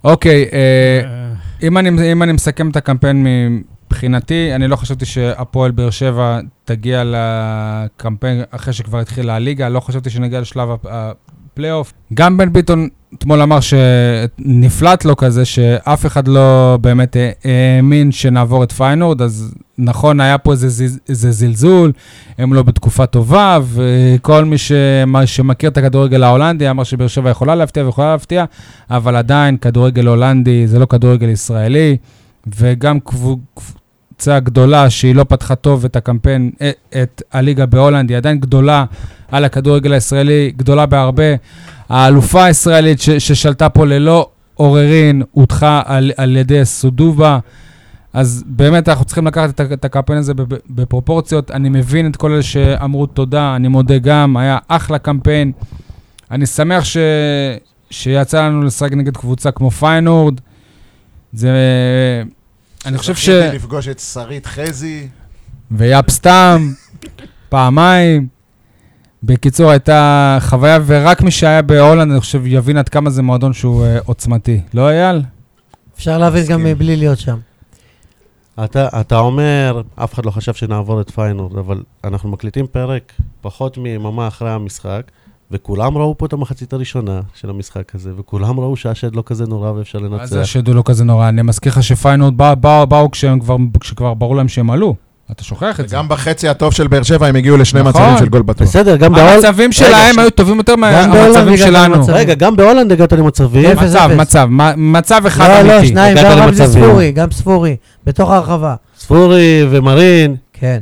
אוקיי, אם אני, אם אני מסכם את הקמפיין מבחינתי, אני לא חשבתי שהפועל באר שבע תגיע לקמפיין אחרי שכבר התחילה הליגה, לא חשבתי שנגיע לשלב הפלייאוף. גם בן ביטון אתמול אמר שנפלט לו כזה, שאף אחד לא באמת האמין שנעבור את פיינורד, אז נכון, היה פה איזה, איזה זלזול, הם לא בתקופה טובה, וכל מי שמכיר את הכדורגל ההולנדי אמר שבאר שבע יכולה להפתיע ויכולה להפתיע, אבל עדיין כדורגל הולנדי זה לא כדורגל ישראלי, וגם קבוצה גדולה שהיא לא פתחה טוב את הקמפיין, את הליגה בהולנד, היא עדיין גדולה על הכדורגל הישראלי, גדולה בהרבה. האלופה הישראלית ש- ששלטה פה ללא עוררין, הודחה על, על ידי סודובה, אז באמת אנחנו צריכים לקחת את, את הקמפיין הזה בפרופורציות. אני מבין את כל אלה שאמרו תודה, אני מודה גם, היה אחלה קמפיין. אני שמח ש, שיצא לנו לשחק נגד קבוצה כמו פיינורד. זה, אני חושב ש... זכיתי לפגוש את שרית חזי. ויאפ סתם, פעמיים. בקיצור, הייתה חוויה, ורק מי שהיה בהולנד, אני חושב, יבין עד כמה זה מועדון שהוא uh, עוצמתי. לא, אייל? אפשר להבין גם בלי להיות שם. אתה, אתה אומר, אף אחד לא חשב שנעבור את פיינורד, אבל אנחנו מקליטים פרק פחות מיממה אחרי המשחק, וכולם ראו פה את המחצית הראשונה של המשחק הזה, וכולם ראו שהשד לא כזה נורא ואפשר לנצח. אז השד הוא לא כזה נורא. אני מזכיר לך שפיינורד באו, באו, באו כשהם כבר, כשכבר ברור להם שהם עלו. אתה שוכח את זה. גם בחצי הטוב של באר שבע הם הגיעו לשני מצבים של גול בטוח. בסדר, גם בהולנד... המצבים שלהם היו טובים יותר מהמצבים שלנו. רגע, גם בהולנד הגעת למצבים. מצב, מצב, מצב אחד אמיתי. לא, לא, שניים, גם זה ספורי, גם ספורי, בתוך הרחבה. ספורי ומרין. כן.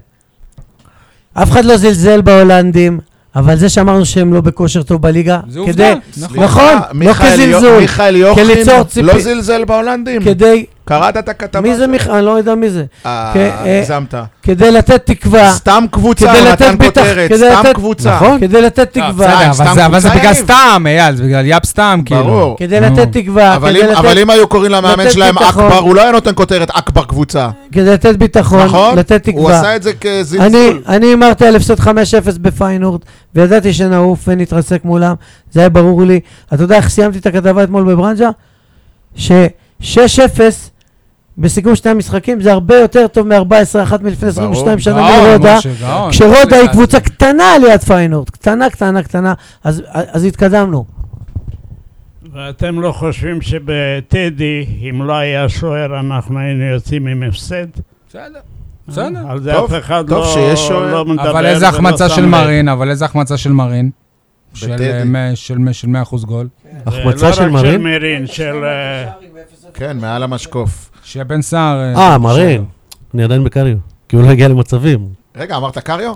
אף אחד לא זלזל בהולנדים, אבל זה שאמרנו שהם לא בכושר טוב בליגה, זה עובדה, נכון, לא כזלזול. מיכאל יוחין לא זלזל בהולנדים. כדי... קראת את הכתבה? מי זה מיכאל? אני לא יודע מי זה. אה, הגזמת. כדי לתת תקווה. סתם קבוצה, נתן כותרת, סתם קבוצה. כדי לתת תקווה. אבל זה בגלל סתם, אייל, זה בגלל יאפ סתם, כאילו. ברור. כדי לתת תקווה. אבל אם היו קוראים למאמן שלהם אכבר, הוא לא היה נותן כותרת אכבר קבוצה. כדי לתת ביטחון, לתת תקווה. הוא עשה את זה כזלזול. אני אמרתי על הפסד חמש אפס בפיינורד, וידעתי שנעוף ונתרסק מולם. זה היה ברור לי. אתה יודע איך סיימתי את הכתבה אתמול בברנז'ה? ש-שש אפס בסיכום שני המשחקים, זה הרבה יותר טוב מ-ארבע עשרה אחת מלפני עשרים ושתיים שנה מרודה, כשרודה היא קבוצה קטנה ליד פיינורד, קטנה, קטנה, קטנה, אז, אז התקדמנו. ואתם לא חושבים שבטדי, אם לא היה שוער, אנחנו היינו יוצאים עם הפסד? בסדר, בסדר. על זה אף אחד לא מדבר. אבל איזה החמצה של מרין, אבל איזה החמצה של מרין? של מאה אחוז גול. החמצה של מרין? לא רק של מרין, של... כן, מעל המשקוף. שבן סער... אה, מרין. אני עדיין בקריו, כי הוא לא הגיע למצבים. רגע, אמרת קריו?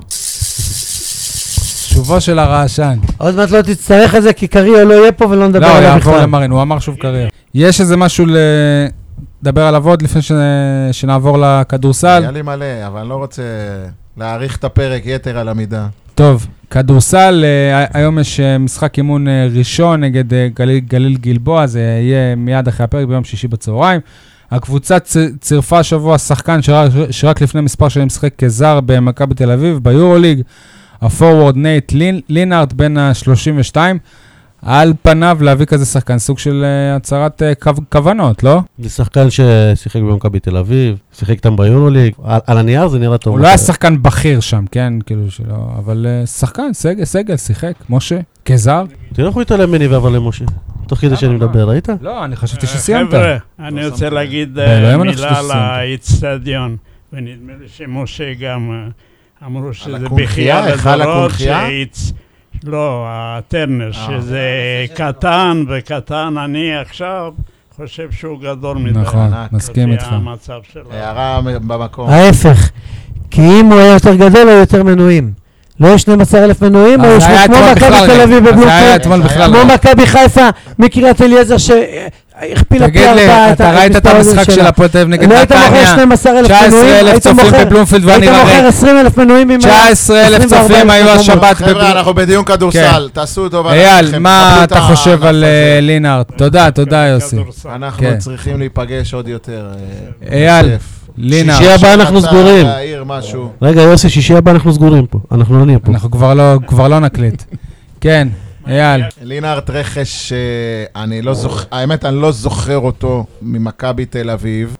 שובו של הרעשן. עוד מעט לא תצטרך את זה, כי קריו לא יהיה פה ולא נדבר עליו בכלל. לא, יעבור למרין, הוא אמר שוב קריו. יש איזה משהו לדבר עליו עוד לפני שנעבור לכדורסל? היה לי מלא, אבל אני לא רוצה להאריך את הפרק יתר על המידה. טוב, כדורסל, היום יש משחק אימון ראשון נגד גליל גלבוע, זה יהיה מיד אחרי הפרק ביום שישי בצהריים. הקבוצה צירפה שבוע שחקן שרק, שרק לפני מספר שנים משחק כזר במכבי תל אביב, ביורוליג, הפורוורד נייט לינארד בין ה-שלושים ושתיים, על פניו להביא כזה שחקן, סוג של הצהרת כוונות, לא? זה שחקן ששיחק במכבי תל אביב, שיחק איתם ביורוליג, על, על הנייר זה נראה טוב. הוא לא היה שחקן בכיר שם, כן, כאילו שלא, אבל שחקן, סגל, סגל, שיחק, משה, כזר. תראה איך הוא התעלם מני ועבר למשה, תוך כדי שאני מדבר, ראית? לא, אני חשבתי שסיימת. חבר'ה, אני רוצה להגיד מילה על האצטדיון, ונדמה לי שמשה גם אמרו שזה בכייה לדורות, לא, הטרנר, שזה קטן וקטן, אני עכשיו חושב שהוא גדול מדי. נכון, מסכים איתך. הערה במקום. ההפך, כי אם הוא היה יותר גדול, היו יותר מנויים. לא יש שנים עשר אלף מנויים, או יש כמו מכבי תל אביב בבלומפילד, כמו מכבי חיפה מקריית אליעזר שהכפילה פי ארבעה. אתה ראית את המשחק של הפועל תל אביב נגד נתניה? לא היית מוכר שנים עשר אלף מנויים, תשע עשרה אלף צופים בבלומפילד ואני היית מוכר עשרים אלף מנויים עם תשע עשרה אלף צופים היו השבת. חבר'ה, אנחנו בדיון כדורסל, תעשו טובה. אייל, מה אתה חושב על לינארד? תודה, תודה יוסי. אנחנו צריכים להיפגש עוד יותר. אייל. לינה. שישי הבא אנחנו סגורים. רגע, יוסי, שישי הבא אנחנו סגורים פה. אנחנו לא נהיה פה. אנחנו כבר לא נקליט. כן. אייל. לינארד רכש, אה, אני לא זוכר, האמת אני לא זוכר אותו ממכבי תל אביב,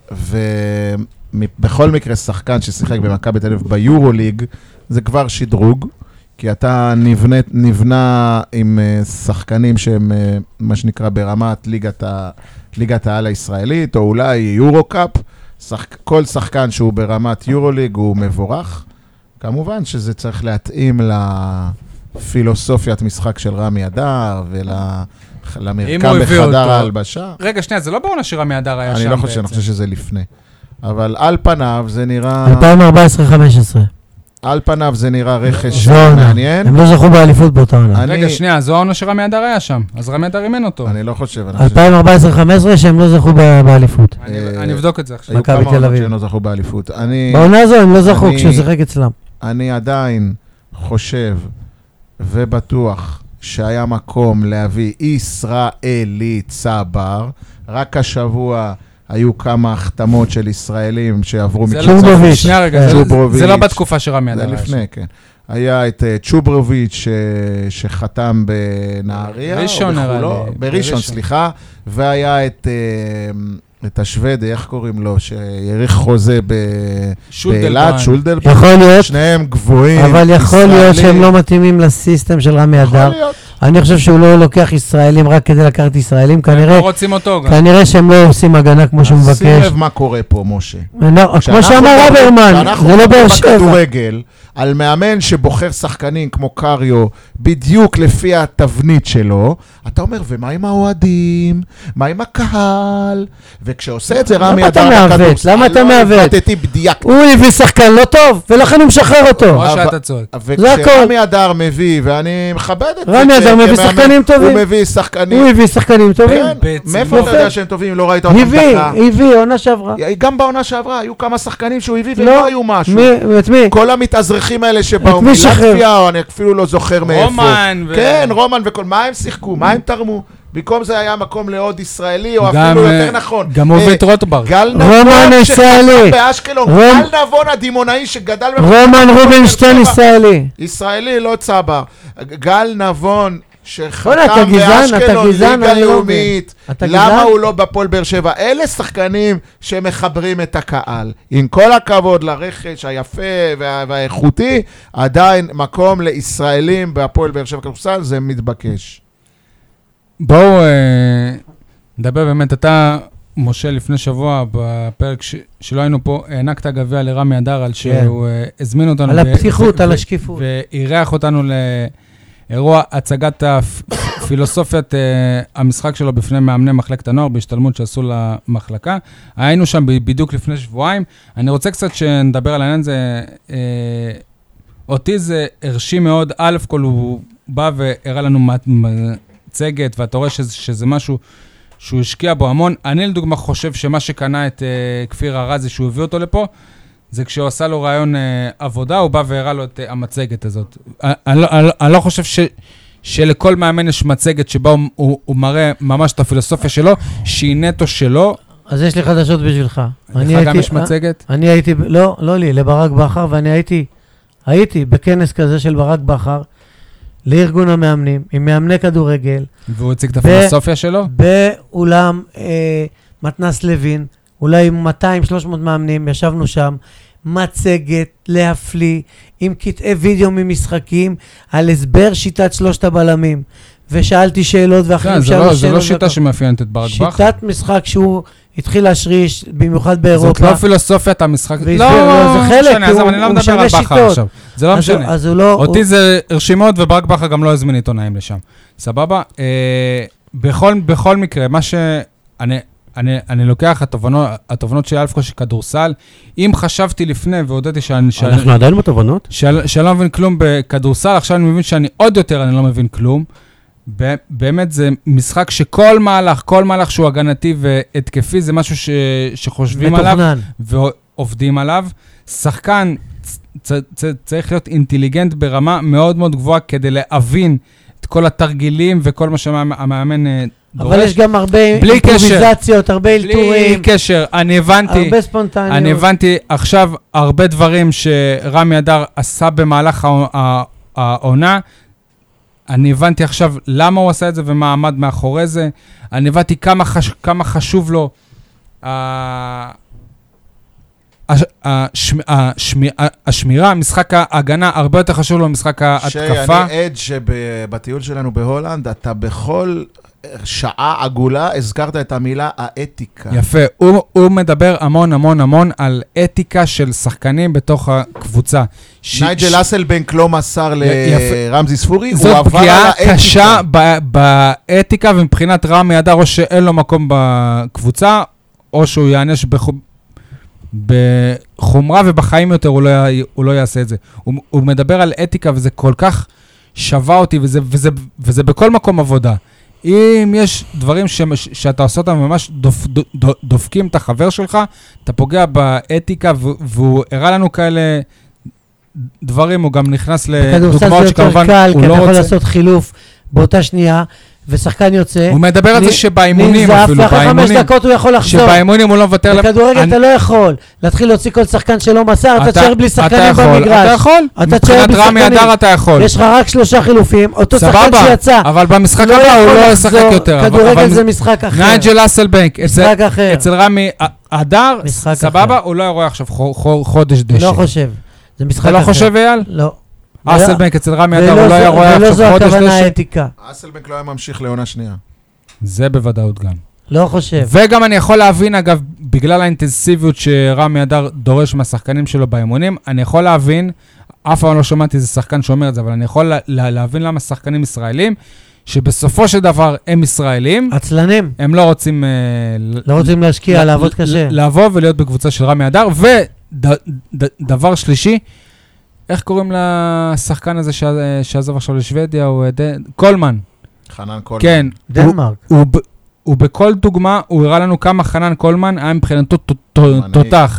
ובכל מקרה שחקן ששיחק במכבי תל אביב ביורוליג, זה כבר שדרוג, כי אתה נבנה, נבנה עם uh, שחקנים שהם, uh, מה שנקרא, ברמת ליגת, ה, ליגת העל הישראלית, או אולי יורו-קאפ, שחק, כל שחקן שהוא ברמת יורוליג הוא מבורך. כמובן שזה צריך להתאים לפילוסופיית משחק של רמי אדר, ולמרקם בחדר ההלבשה. רגע, שנייה, זה לא בעונה שרמי אדר היה שם בעצם. אני לא חושב, אני חושב שזה לפני. אבל על פניו זה נראה... אלפיים וארבע עשרה חמש עשרה. על פניו זה נראה רכש מעניין. הם לא זכו באליפות באותה עונה. רגע, שנייה, זו העונה שרמי אדר היה שם. אז רמי אדר אימן אותו. אני לא חושב. אלפיים וארבע עשרה חמש עשרה שהם לא זכו באליפות. אני אבדוק את זה עכשיו. היו כמה עונות שהם לא זכו באליפות. בעונה הזו הם לא זכו כשהוא שיחק אצלם. אני עדיין חושב ובטוח שהיה מקום להביא ישראלי צבר. רק השבוע היו כמה החתמות של ישראלים שעברו צ'וברוביץ'. שנייה רגע, זה לא בתקופה שרמי אדר. זה לפני, כן. היה את צ'וברוביץ' שחתם בנהריה. ראשון נראה לי. בראשון, סליחה. והיה את... את השוודי, איך קוראים לו, שיריך חוזה באילת, שולדלבן. יכול להיות. שניהם גבוהים. אבל יכול להיות שהם לא מתאימים לסיסטם של רמי אדר. יכול להיות. אני חושב שהוא לא לוקח ישראלים רק כדי לקחת ישראלים. כנראה, לא רוצים אותו גם. כנראה שהם לא עושים הגנה כמו שהוא מבקש. שים לב מה קורה פה, משה. כמו שאמר רברמן, זה לא באר שבע. בכדורגל, על מאמן שבוחר שחקנים כמו קריו, בדיוק לפי התבנית שלו, אתה אומר, ומה עם האוהדים? מה עם הקהל? וכשעושה את זה רמי אדר בכדורסל, למה אתה מעוות? הוא הביא שחקן לא טוב, ולכן הוא משחרר אותו. מה שאתה צועק. וכשרמי אדר מביא, ואני מכבד את זה, רמי אדר מביא שחקנים טובים. הוא מביא שחקנים. הוא הביא שחקנים טובים. מאיפה אתה יודע שהם טובים? לא ראית אותם דקה? הביא, הביא, עונה שעברה. גם בעונה שעברה, היו כמה שחקנים שהוא הביא ולא היו משהו. את מי? כל המתאזרחים האלה שבאו מלטביה, או אני אפילו לא זוכר מאיפה. רומן. כן, רומן וכל, מה הם שיחקו? מה הם תרמו? במקום זה היה מקום לעוד ישראלי, או אפילו יותר נכון. גם עובד רוטברג. גל נבון שחזר באשקלון. גל נבון הדימונאי שגדל... רומן רובינשטיין ישראלי. ישראלי, לא צבר. גל נבון... שחתם באשקלון ליגה לאומית, למה הוא לא בפועל באר שבע? אלה שחקנים שמחברים את הקהל. עם כל הכבוד לרכש היפה והאיכותי, עדיין מקום לישראלים בפועל באר שבע כדורסל, זה מתבקש. בואו נדבר באמת, אתה, משה, לפני שבוע בפרק שלא היינו פה, הענקת גביע לרמי אדר על שהוא הזמין אותנו. על הפתיחות, על השקיפות. ואירח אותנו ל... אירוע הצגת הפילוסופיית המשחק שלו בפני מאמני מחלקת הנוער, בהשתלמות שעשו למחלקה. היינו שם בדיוק לפני שבועיים. אני רוצה קצת שנדבר על העניין הזה. אותי זה הרשים מאוד. א' כל הוא בא והראה לנו מצגת, ואתה רואה שזה, שזה משהו שהוא השקיע בו המון. אני לדוגמה חושב שמה שקנה את כפיר הרזי, שהוא הביא אותו לפה, זה כשהוא עשה לו רעיון אה, עבודה, הוא בא והראה לו את אה, המצגת הזאת. אני לא, אני, אני לא חושב ש, שלכל מאמן יש מצגת שבה הוא, הוא, הוא מראה ממש את הפילוסופיה שלו, שהיא נטו שלו. אז יש לי חדשות בשבילך. לך גם יש מצגת? אני הייתי, לא, לא לי, לברק בכר, ואני הייתי, הייתי בכנס כזה של ברק בכר, לארגון המאמנים, עם מאמני כדורגל. והוא הציג את הפילוסופיה שלו? באולם אה, מתנס לוין, אולי מאתיים שלוש מאות מאמנים, ישבנו שם, מצגת להפליא, עם קטעי וידאו ממשחקים, על הסבר שיטת שלושת הבלמים. ושאלתי שאלות ואחרים שאלו שאלות. זה לא שיטה שמאפיינת את ברק בכר. שיטת משחק שהוא התחיל להשריש, במיוחד באירופה. זאת לא פילוסופיית המשחק. לא, זה חלק, הוא משנה שיטות. זה לא משנה. אותי זה הרשימות, וברק בכר גם לא הזמין עיתונאים לשם. סבבה? בכל מקרה, מה שאני... אני, אני לוקח התובנות, התובנות של אלפקו של כדורסל. אם חשבתי לפני והודעתי שאני... אנחנו עדיין בתובנות? שאני לא מבין כלום בכדורסל, עכשיו אני מבין שאני עוד יותר אני לא מבין כלום. באמת זה משחק שכל מהלך, כל מהלך שהוא הגנתי והתקפי, זה משהו ש, שחושבים עליו ועובדים עליו. שחקן צ, צ, צריך להיות אינטליגנט ברמה מאוד מאוד גבוהה כדי להבין את כל התרגילים וכל מה שהמאמן דורש. אבל יש גם הרבה אימפרוביזציות, הרבה אלתורים. בלי קשר, אני הבנתי, הרבה ספונטניות. אני הבנתי עכשיו הרבה דברים שרמי אדר עשה במהלך העונה, אני הבנתי עכשיו למה הוא עשה את זה ומה עמד מאחורי זה. אני הבנתי כמה, חש, כמה חשוב לו uh, השמ, השמ, השמירה, משחק ההגנה, הרבה יותר חשוב לו משחק ההתקפה. שאני עד שבטיול שלנו בהולנד, אתה בכל שעה עגולה הזכרת את המילה האתיקה. יפה, הוא, הוא מדבר המון המון המון על אתיקה של שחקנים בתוך הקבוצה. ש... נייג'ל אסלבנק לא מסר לרמזי ספורי, הוא זאת עבר על פגיעה האתיקה. קשה ב- באתיקה, ומבחינת רמי אדר, או שאין לו מקום בקבוצה, או שהוא יענש בח... בחומרה, ובחיים יותר הוא לא, י... הוא לא יעשה את זה. הוא, הוא מדבר על אתיקה, וזה כל כך שווה אותי, וזה, וזה, וזה בכל מקום עבודה. אם יש דברים ש... שאתה עושה אותם ממש דופ... דופ... דופקים את החבר שלך, אתה פוגע באתיקה, ו... והוא הראה לנו כאלה דברים, הוא גם נכנס לדוגמאות שכמובן קל, הוא כי לא אתה יכול רוצה. לעשות חילוף באותה שנייה, ושחקן יוצא. הוא מדבר על זה שבאימונים אפילו, ואחרי חמש דקות הוא יכול לחזור. שבאימונים הוא לא מוותר. בכדורגל אתה לא יכול להתחיל להוציא כל שחקן שלא מסר, אתה תשאר בלי שחקנים במגרש. אתה יכול, מבחינת רמי אדר אתה יכול. יש לך רק שלושה חילופים, אותו שחקן שיצא. אבל במשחק הבא הוא לא ישחק יותר. כדורגל זה משחק אחר. נייג'ל אסלבנק, משחק אחר. אצל רמי אדר, סבבה, הוא לא רואה עכשיו חודש דשא. לא חושב, זה משחק אחר. אתה לא חושב, אייל? לא. אסלבנק אצל רמי אדר, הוא לא היה רואה ולא עכשיו זו חודש הכוונה דשא. האתיקה. אסלבנק לא היה ממשיך לעונה שנייה. זה בוודאות גם. לא חושב. וגם אני יכול להבין, אגב, בגלל האינטנסיביות שרמי אדר דורש מהשחקנים שלו באימונים, אני יכול להבין, אף פעם לא שמעתי איזה שחקן שאומר את זה, אבל אני יכול לה, להבין למה שחקנים ישראלים, שבסופו של דבר הם ישראלים, עצלנים. הם לא רוצים... לא רוצים להשקיע, לעבוד קשה. לבוא ולהיות בקבוצה של רמי אדר, ודבר שלישי, איך קוראים לשחקן הזה שעזב עכשיו לשוודיה, הוא קולמן. חנן קולמן. כן. דנמרק. הוא בכל דוגמה, הוא הראה לנו כמה חנן קולמן היה מבחינתו תותח,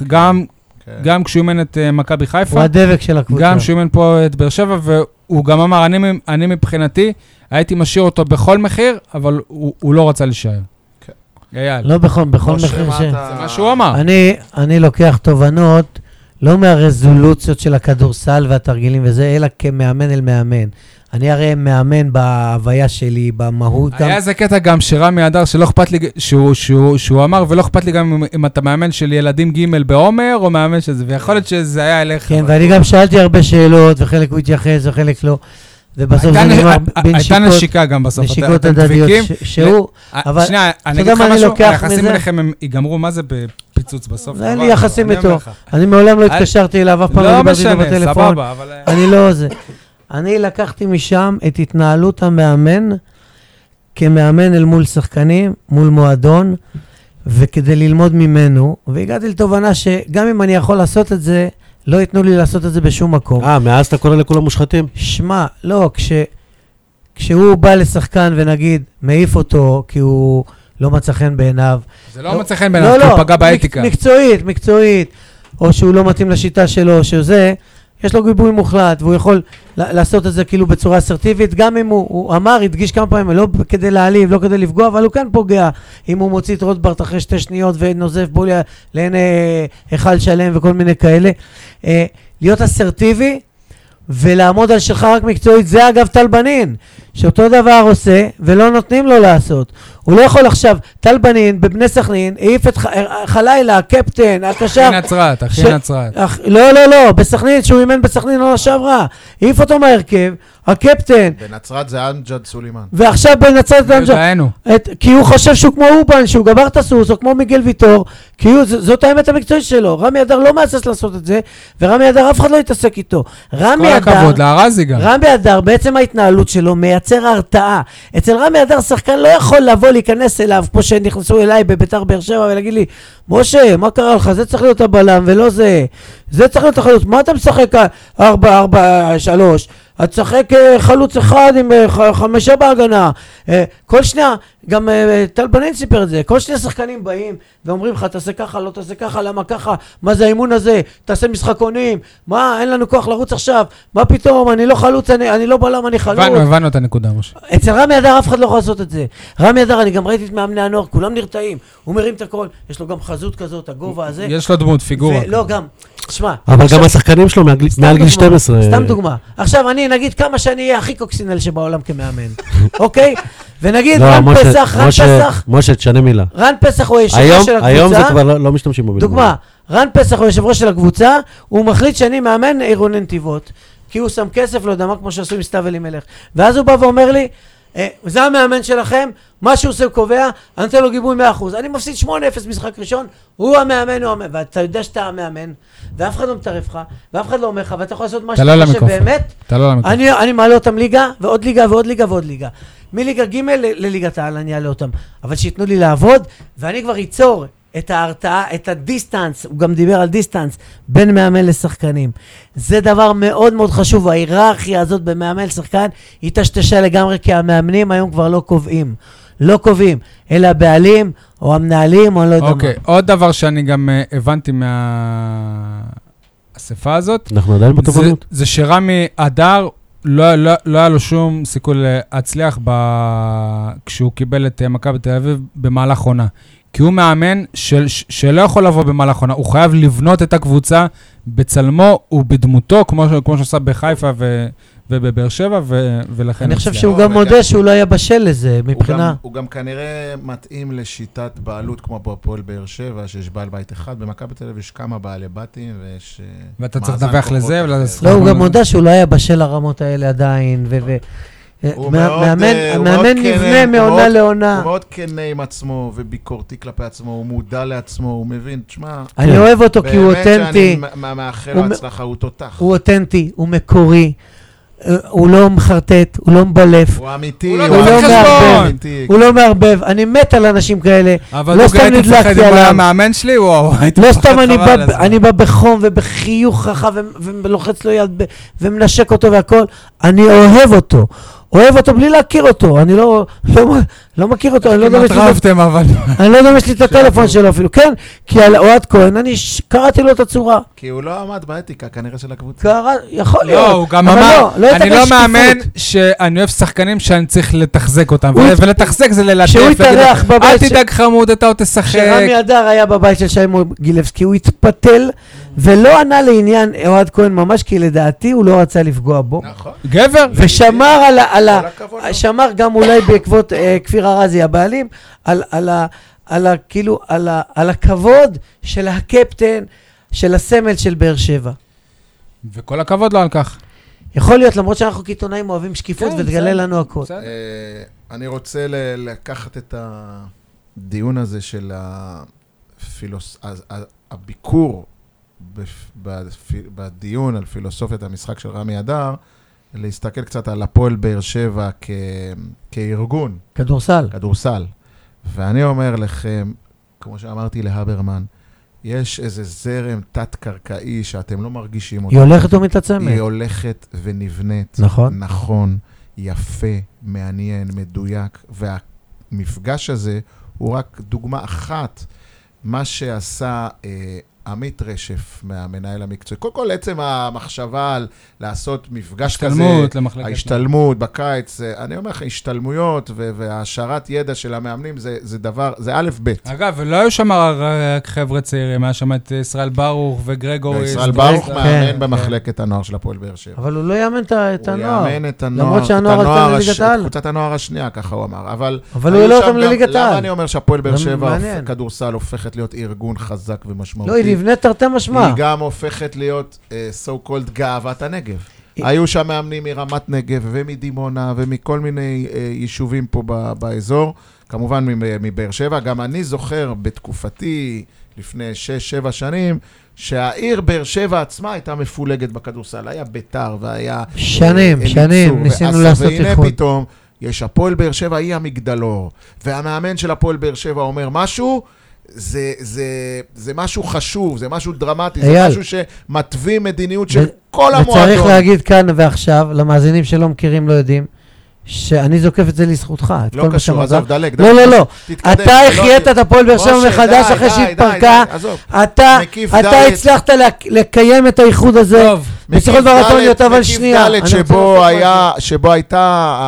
גם כשהוא אימן את מכבי חיפה, הוא הדבק של הקבוצה. גם כשהוא אימן פה את באר שבע, והוא גם אמר, אני מבחינתי, הייתי משאיר אותו בכל מחיר, אבל הוא לא רצה להישאר. לא בכל מחיר ש... זה מה שהוא אמר. אני לוקח תובנות, לא מהרזולוציות של הכדורסל והתרגילים וזה, אלא כמאמן אל מאמן. אני הרי מאמן בהוויה שלי, במהות. היה איזה קטע גם שרמי אדר, שלא אכפת לי, שהוא, שהוא, שהוא אמר, ולא אכפת לי גם אם, אם אתה מאמן של ילדים ג' בעומר, או מאמן של זה, ויכול להיות שזה היה אליך. כן, ואני גם שאלתי הרבה שאלות, וחלק הוא התייחס, וחלק לא. ובסוף זה נגמר בין שיקות. הייתה נשיקה גם בסוף. נשיקות הדדיות, שהוא, אבל... שנייה, אני אגיד לך משהו, היחסים אליכם הם ייגמרו, מה זה בפיצוץ בסוף? אין לי יחסים איתו. אני מעולם לא התקשרתי אליו, אף פעם לא דיברתי איתו בטלפון. אני לא זה. אני לקחתי משם את התנהלות המאמן כמאמן אל מול שחקנים, מול מועדון, וכדי ללמוד ממנו, והגעתי לתובנה שגם אם אני יכול לעשות את זה, לא ייתנו לי לעשות את זה בשום מקום. אה, מאז אתה קורא לכולם מושחתים? שמע, לא, כש, כשהוא בא לשחקן ונגיד, מעיף אותו כי הוא לא מצא חן בעיניו. זה לא, לא מצא חן בעיניו, לא, כי הוא לא, פגע באתיקה. מקצועית, מקצועית, או שהוא לא מתאים לשיטה שלו, שזה... יש לו גיבוי מוחלט, והוא יכול לעשות את זה כאילו בצורה אסרטיבית, גם אם הוא, הוא אמר, הדגיש כמה פעמים, לא כדי להעליב, לא כדי לפגוע, אבל הוא כן פוגע, אם הוא מוציא את רוטברט אחרי שתי שניות ונוזף בו לעיני היכל שלם וכל מיני כאלה. אה, להיות אסרטיבי ולעמוד על שלך רק מקצועית, זה אגב טל בנין, שאותו דבר עושה ולא נותנים לו לעשות. הוא לא יכול עכשיו, טל בנין בבני סכנין, העיף את חלילה, הקפטן, הקשר. אחי נצרת, אחי נצרת. לא, לא, לא, בסכנין, שהוא אימן בסכנין, לא שעברה. העיף אותו מהרכב, הקפטן. בנצרת זה אנג'ד סולימן. ועכשיו בנצרת זה אנג'ד. כי הוא חושב שהוא כמו אובן, שהוא גבר את הסוס, או כמו מיגל ויטור, כי זאת האמת המקצועית שלו. רמי אדר לא מעסס לעשות את זה, ורמי אדר אף אחד לא יתעסק איתו. כל הכבוד, לארזי גם. רמי אדר, בעצם ההתנהלות שלו מייצר הרתעה. אצל רמי אדר שחקן לא יכול לבוא להיכנס אליו, כמו שנכנסו אליי בביתר באר שבע, ולהגיד לי, משה, מה קרה לך? זה צריך להיות הבלם, ולא זה. זה צריך להיות החלוץ. מה אתה משחק ארבע, ארבע, שלוש? אתה משחק חלוץ אחד עם חמישה בהגנה. כל שנייה, גם אה, טל בנין סיפר את זה, כל שני שחקנים באים ואומרים לך, תעשה ככה, לא תעשה ככה, למה ככה, מה זה האימון הזה, תעשה משחקונים, מה, אין לנו כוח לרוץ עכשיו, מה פתאום, אני לא חלוץ, אני, אני לא בלם, אני חלוץ. הבנו, הבנו את הנקודה, משה. אצל רמי אדר אף אחד לא יכול לעשות את זה. רמי אדר, אני גם ראיתי את מאמני הנוער, כולם נרתעים, הוא מרים את הכל, יש לו גם חזות כזאת, הגובה הזה. יש לו דמות, פיגורה. לא, גם, תשמע. אבל עכשיו, גם השחקנים שלו מעל מעל גיל שתים עשרה. סתם דוגמה. עכשיו אני נגיד כמה שאני אהיה הכי קוקסינל שבעולם כמאמן, אוקיי? ונגיד לא, רן משה, פסח, רן משה, פסח, משה, תשנה מילה. רן פסח הוא יושב היום, ראש של היום זה הקבוצה, כבר לא, לא משתמשים במילה. דוגמה, רן פסח הוא יושב ראש של הקבוצה, הוא מחליט שאני מאמן עירוני נתיבות, כי הוא שם כסף, לא יודע מה, כמו שעשו עם סתיו אלימלך. ואז הוא בא ואומר לי, אה, זה המאמן שלכם, מה שהוא עושה הוא קובע, אני נותן לו גיבוי מאה אחוז. אני מפסיד שמונה אפס משחק ראשון, הוא המאמן, הוא המאמן, ואתה יודע שאתה המאמן, ואף אחד לא מטרף לך, ואף אחד לא אומר לך, ואתה יכול לעשות מה שאתה חושב באמת. אתה לא למיקרופון. אני, אני מעלה אותם ליגה, ועוד ליגה, ועוד ליגה, ועוד ליגה. מליגה ג' ל- לליגת העל אני אעלה אותם. אבל שיתנו לי לעבוד, ואני כבר ייצור את ההרתעה, את הדיסטנס, הוא גם דיבר על דיסטנס, בין מאמן לשחקנים. זה דבר מאוד מאוד חשוב, ההיררכיה הזאת במאמן לשחקן, היא תשתשה לגמרי, כי המאמנים היום כבר לא קובעים. לא קובעים, אלא הבעלים, או המנהלים, או לא יודע מה. אוקיי, עוד דבר שאני גם uh, הבנתי מהאספה הזאת, אנחנו עדיין זה, בתובנות. זה שרמי אדר, לא, לא, לא היה לו שום סיכוי להצליח ב... כשהוא קיבל את מכבי תל אביב במהלך עונה. כי הוא מאמן של, שלא יכול לבוא במהלך עונה, הוא חייב לבנות את הקבוצה בצלמו ובדמותו, כמו, כמו שעושה בחיפה ו, ובבאר שבע, ו, ולכן... אני חושב הצליח. שהוא גם מודה שהוא לא היה בשל לזה, מבחינה... הוא גם כנראה מתאים לשיטת בעלות כמו בפועל באר שבע, שיש בעל בית אחד, במכבי תל אביב יש כמה בעלי בתים, ויש... ואתה צריך לדווח לזה ולזה. לא, הוא גם מודה שהוא לא היה בשל לרמות האלה עדיין, ו... המאמן נבנה מעונה לעונה. הוא מאוד כנה עם עצמו וביקורתי כלפי עצמו, הוא מודע לעצמו, הוא מבין, תשמע... אני אוהב אותו כי הוא אותנטי. באמת שאני מאחל לו הצלחה, הוא תותח. הוא אותנטי, הוא מקורי, הוא לא מחרטט, הוא לא מבלף. הוא אמיתי, הוא לא מערבב. הוא לא מערבב. אני מת על אנשים כאלה. אבל הוא גאית לפחד עם המאמן שלי, וואו. לא סתם אני בא בחום ובחיוך רחב ולוחץ לו יד ומנשק אותו והכל. אני אוהב אותו. אוהב אותו בלי להכיר אותו, אני לא, לא, לא מכיר אותו, אני לא יודע אם יש לי את הטלפון שלו אפילו, כן, כי על אוהד כהן, אני קראתי לו את הצורה. כי הוא לא עמד באתיקה, כנראה של הקבוצה. קרא, יכול להיות. לא, הוא גם אמר, אני לא מאמן שאני אוהב שחקנים שאני צריך לתחזק אותם, ולתחזק זה ללטף, אל תדאג חמוד, אתה עוד תשחק. כשרמי אדר היה בבית של שי גילבסקי, הוא התפתל, ולא ענה לעניין אוהד כהן ממש, כי לדעתי הוא לא רצה לפגוע בו. נכון. גבר. ושמר על ה... על ה שמר גם אולי בעקבות אה, כפיר ארזי הבעלים, על, על, ה, על, ה, כאילו, על, ה, על הכבוד של הקפטן, של הסמל של באר שבע. וכל הכבוד לו על כך. יכול להיות, למרות שאנחנו כעיתונאים אוהבים שקיפות כן, ותגלה לנו הכל. אה, אני רוצה ל- לקחת את הדיון הזה של הפילוס... הביקור בפ... בדיון על פילוסופיית המשחק של רמי אדר, להסתכל קצת על הפועל באר שבע כ... כארגון. כדורסל. כדורסל. ואני אומר לכם, כמו שאמרתי להברמן, יש איזה זרם תת-קרקעי שאתם לא מרגישים אותו. היא הולכת ומתעצמת. היא הולכת ונבנית. נכון. נכון, יפה, מעניין, מדויק. והמפגש הזה הוא רק דוגמה אחת, מה שעשה... אה, עמית רשף מהמנהל המקצועי. קודם כל, עצם המחשבה על לעשות מפגש כזה, השתלמות למחלקת. ההשתלמות בקיץ, אני אומר לך, השתלמויות והשארת ידע של המאמנים, זה, זה דבר, זה א' ב'. אגב, ולא היו שם רק חבר'ה צעירים, היה שם את ישראל ברוך וגרגורי. ישראל ברוך מאמן במחלקת הנוער של הפועל באר שבע. אבל הוא לא יאמן את הנוער. הוא יאמן את הנוער. למרות שהנוער עלתה לליגת העל. קבוצת הנוער השנייה, ככה הוא אמר. אבל הוא העלה אותם לליגת העל. למה אני אומר שהפועל באר שבע כדורסל הופכת להיות ארגון חזק ומשמעותי? נבנית תרתי משמע. היא גם הופכת להיות uh, so called גאוות הנגב. היו שם מאמנים מרמת נגב ומדימונה ומכל מיני uh, יישובים פה ב- באזור, כמובן מבאר שבע. גם אני זוכר בתקופתי לפני שש שבע שנים, שהעיר באר שבע עצמה הייתה מפולגת בכדורסל. היה ביתר והיה... שנים, uh, שנים, ניסינו לעשות איחוד. והנה פתאום יש הפועל באר שבע, היא המגדלור. והמאמן של הפועל באר שבע אומר משהו, זה, זה, זה משהו חשוב, זה משהו דרמטי, זה משהו שמתווים מדיניות של כל המועדון. וצריך להגיד כאן ועכשיו, למאזינים שלא מכירים לא יודעים, שאני זוקף את זה לזכותך. לא קשור, עזוב, דלג. לא, לא, לא. אתה החיית את הפועל באר שבע מחדש אחרי שהתפרקה. אתה הצלחת לקיים את האיחוד הזה. בשיחות ברטוניות, אבל שנייה. מקיף ד' שבו הייתה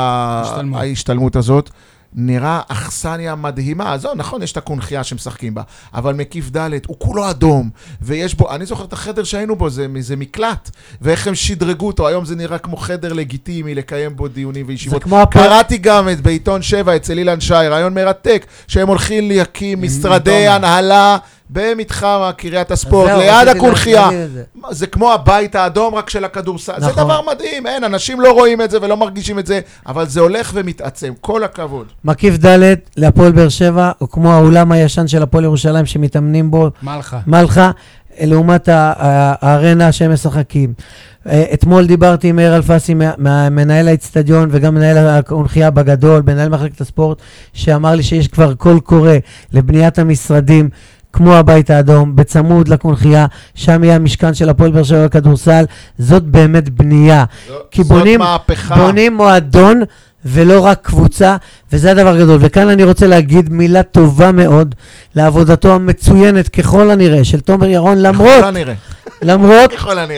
ההשתלמות הזאת, נראה אכסניה מדהימה. אז נכון, יש את הקונחייה שמשחקים בה, אבל מקיף ד' הוא כולו אדום, ויש בו, אני זוכר את החדר שהיינו בו, זה, זה מקלט, ואיך הם שדרגו אותו, היום זה נראה כמו חדר לגיטימי, לקיים בו דיונים וישיבות. קראתי גם את בעיתון שבע, אצל אילן שי, רעיון מרתק, שהם הולכים להקים משרדי הנהלה, במתחם קריית הספורט, ליד הקונחייה. זה כמו הבית האדום רק של הכדורסל. זה דבר מדהים, אין, אנשים לא רואים את זה ולא מרגישים את זה, אבל זה הולך ומתעצם, כל הכבוד. מקיף ד' להפועל באר שבע, או כמו האולם הישן של הפועל ירושלים שמתאמנים בו, מלכה. מלכה, לעומת הארנה שהם משחקים. אתמול דיברתי עם מאיר אלפסי, מנהל האצטדיון וגם מנהל הקונחייה בגדול, מנהל מחלקת הספורט, שאמר לי שיש כבר קול קורא לבניית המשרדים, כמו הבית האדום, בצמוד לקונחייה, שם יהיה המשכן של הפועל באר שבע לכדורסל. זאת באמת בנייה. זו, כי בונים, בונים מועדון ולא רק קבוצה, וזה הדבר גדול. וכאן אני רוצה להגיד מילה טובה מאוד לעבודתו המצוינת ככל הנראה של תומר ירון, למרות, למרות,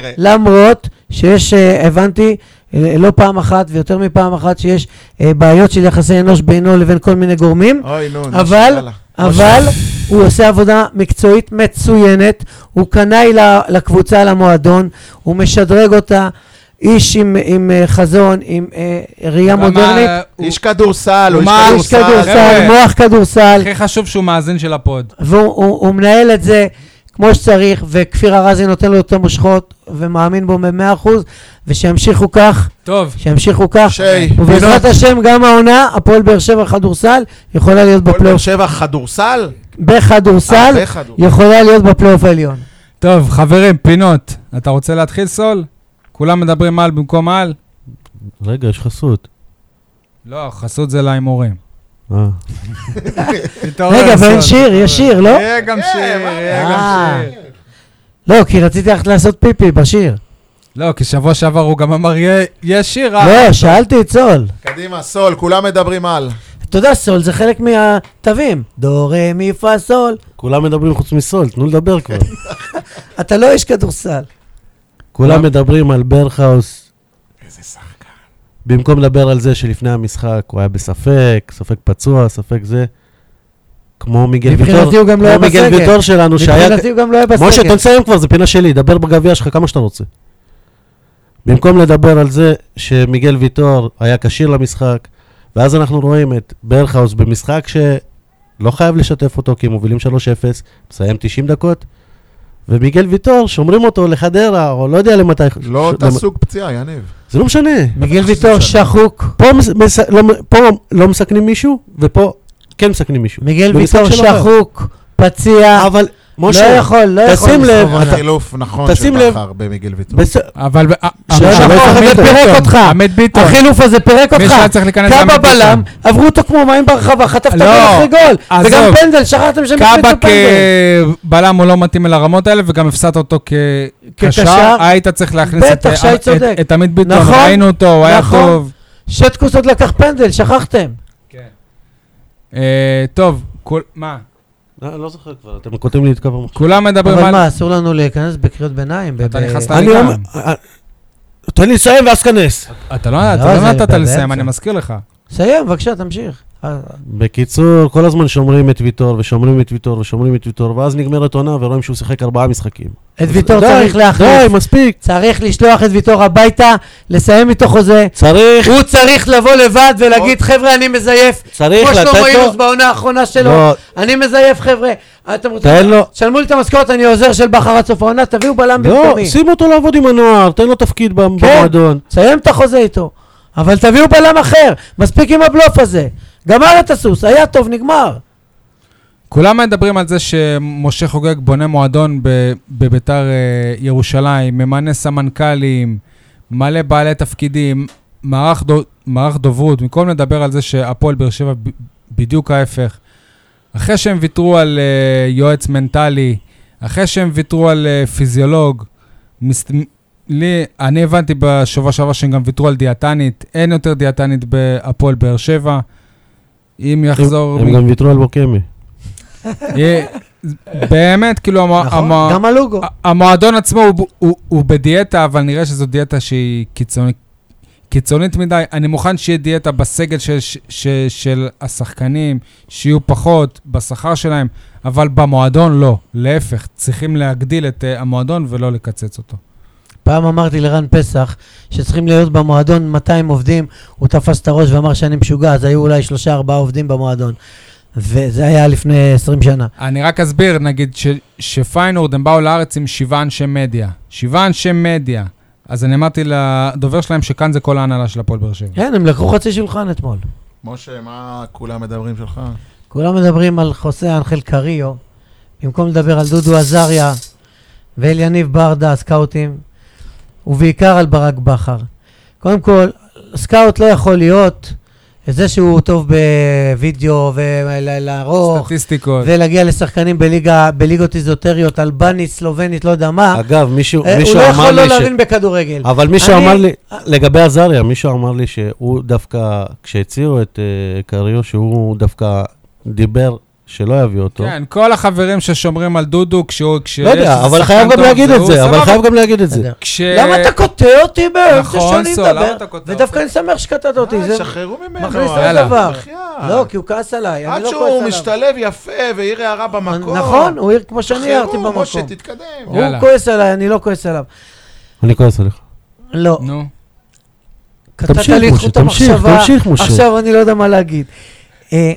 למרות שיש, הבנתי, לא פעם אחת ויותר מפעם אחת שיש בעיות של יחסי אנוש בינו לבין כל מיני גורמים, אבל, אבל הוא עושה עבודה מקצועית מצוינת, הוא קנאי לקבוצה, למועדון, הוא משדרג אותה, איש עם, עם חזון, עם ראייה מודרנית. איש כדורסל, הוא איש כדורסל, מוח כדורסל. הכי חשוב שהוא מאזין של הפוד. והוא מנהל את זה כמו שצריך, וכפיר הרזי נותן לו יותר מושכות, ומאמין בו ב-מאה אחוז, ושימשיכו כך. טוב. שימשיכו כך. ובעזרת השם גם העונה, הפועל באר שבע חדורסל, יכולה להיות בפלייאוף. הפועל באר שבע חדורסל? בכדורסל, יכולה להיות בפלייאוף העליון. טוב, חברים, פינות. אתה רוצה להתחיל, סול? כולם מדברים על במקום על? רגע, יש חסות. לא, חסות זה להימורים. אה. רגע, ואין שיר, יש שיר, לא? יהיה גם שיר, יהיה גם שיר. לא, כי רציתי לך לעשות פיפי בשיר. לא, כי שבוע שעבר הוא גם אמר, יש שיר. לא, שאלתי את סול. קדימה, סול, כולם מדברים על. אתה יודע, סול זה חלק מהתווים. דו, רה, מי, פה, סול. כולם מדברים חוץ מסול, תנו לדבר כבר. אתה לא איש כדורסל. כולם מדברים על ברכהאוס. איזה שחקן. במקום לדבר על זה שלפני המשחק הוא היה בספק, ספק פצוע, ספק זה. כמו מיגל ויטור. מבחינתי הוא גם לא היה בסגל. כמו מיגל ויטור שלנו שהיה... מבחינתי הוא גם לא היה בסגל. משה, תנסיים כבר, זה פינה שלי, דבר בגביע שלך כמה שאתה רוצה. במקום לדבר על זה שמיגל ויטור היה קשיר למשחק, ואז אנחנו רואים את ברכהאוס במשחק שלא חייב לשתף אותו, כי הם מובילים שלוש אפס, מסיים תשעים דקות, ומיגל ויטור שומרים אותו לחדרה, או לא יודע למתי... לא תעסוק פציעה, יניב. זה לא משנה. מיגל ויטור שחוק. פה לא מסכנים מישהו, ופה כן מסכנים מישהו. מיגל ויטור שחוק, פציע. אבל... לא יכול, לא יכול. תשים לב, החילוף נכון שבחר במיגל ויטור. אבל... עמית פירק אותך. עמית ביטון. החילוף הזה פירק אותך. קאבה בלם, עברו אותו כמו מים ברחבה, חטפת גול אחרי גול. וגם פנדל, שכחתם שהם הקפיצו פנדל. קאבה כבלם הוא לא מתאים אל הרמות האלה, וגם הפסדת אותו כקשר. היית צריך להכניס את עמית ביטון. ראינו אותו, הוא היה טוב. שטקוס עוד לקח פנדל, שכחתם. טוב, מה? לא זוכר כבר, אתם כותבים לי את קו המחשב. כולם מדברים על... אבל מה, אסור לנו להיכנס בקריאות ביניים? אתה נכנסת לי גם. תן לי לסיים ואז כנס. אתה לא נתת לסיים, אני מזכיר לך. סיים, בבקשה, תמשיך. בקיצור, כל הזמן שומרים את ויטור, ושומרים את ויטור, ושומרים את ויטור, ואז נגמרת עונה, ורואים שהוא שיחק ארבעה משחקים. את ויטור צריך להחליף. די, מספיק. צריך לשלוח את ויטור הביתה, לסיים איתו חוזה. צריך. הוא צריך לבוא לבד ולהגיד, חבר'ה, אני מזייף. צריך לתת לו. כמו שלמה אילוז בעונה האחרונה שלו. אני מזייף, חבר'ה. אתם רוצים? שלמו לי את המשכורת, אני עוזר של בחר עד סוף העונה, תביאו בלם במקומי. לא, שימו אותו לעבוד עם הנוער, תן לו תפקיד במועדון. סיים את החוזה איתו. אבל תביאו בלם אחר, מספיק עם הבלוף הזה. גמר את הסוס, היה טוב, נגמר. כולם מדברים על זה שמשה חוגג בונה מועדון בביתר ירושלים, ממנה סמנכ"לים, מלא בעלי תפקידים, מערך, דו, מערך דוברות, במקום לדבר על זה שהפועל באר שבע בדיוק ההפך. אחרי שהם ויתרו על uh, יועץ מנטלי, אחרי שהם ויתרו על uh, פיזיולוג, מס, לי, אני הבנתי בשבוע שעבר שהם גם ויתרו על דיאטנית, אין יותר דיאטנית בהפועל באר שבע. אם יחזור... הם גם ויתרו על בוקמי. באמת, כאילו, גם הלוגו. המועדון עצמו הוא בדיאטה, אבל נראה שזו דיאטה שהיא קיצונית מדי. אני מוכן שיהיה דיאטה בסגל של השחקנים, שיהיו פחות בשכר שלהם, אבל במועדון לא. להפך, צריכים להגדיל את המועדון ולא לקצץ אותו. פעם אמרתי לרן פסח שצריכים להיות במועדון מאתיים עובדים, הוא תפס את הראש ואמר שאני משוגע, אז היו אולי שלושה ארבעה עובדים במועדון. וזה היה לפני עשרים שנה. אני רק אסביר, נגיד, שפיינורד הם באו לארץ עם שבעה אנשי מדיה. שבעה אנשי מדיה. אז אני אמרתי לדובר שלהם שכאן זה כל ההנהלה של הפועל באר שבע. כן, הם לקחו חצי שולחן אתמול. משה, מה כולם מדברים שלך? כולם מדברים על חוסה אנחל קריו, במקום לדבר על דודו עזריה ואליניב ברדה, הסקאוטים, ובעיקר על ברק בכר. קודם כל, סקאוט לא יכול להיות זה שהוא טוב בווידאו ולערוך, סטטיסטיקות, ולהגיע לשחקנים בליגה, בליגות איזוטריות, אלבנית, סלובנית, לא יודע מה. אגב, מישהו אמר לי הוא לא יכול לא להבין בכדורגל. אבל מישהו אמר לי, לגבי עזריה, מישהו אמר לי שהוא דווקא, כשהציעו את קריו, שהוא דווקא דיבר שלא יביא אותו. כן, כל החברים ששומרים על דודו, כשהוא... לא יודע, אבל חייב גם להגיד את זה, אבל חייב גם להגיד את זה. למה אתה קוטע אותי באמצע נכון, שאני סול, למה מדבר? אתה קוטע אותי? ודווקא אני שמח שקטעת אותי, זה שחררו ממנו. מכניס יאללה. עוד דבר. בחייאת. לא, כי הוא כעס עליי, אני עד לא כועס שהוא עליו. משתלב יפה והעיר הערה במקום. נכון, הוא העיר כמו שאני הערתי שחררו, במקום. משה, תתקדם. הוא יאללה. כועס עליי, אני לא כועס עליו. אני כועס עליך. לא. נו. קטעת תמשיך, לי את משה, חוט תמשיך, המחשבה, תמשיך, משה. עכשיו אני לא יודע מה להגיד. אה,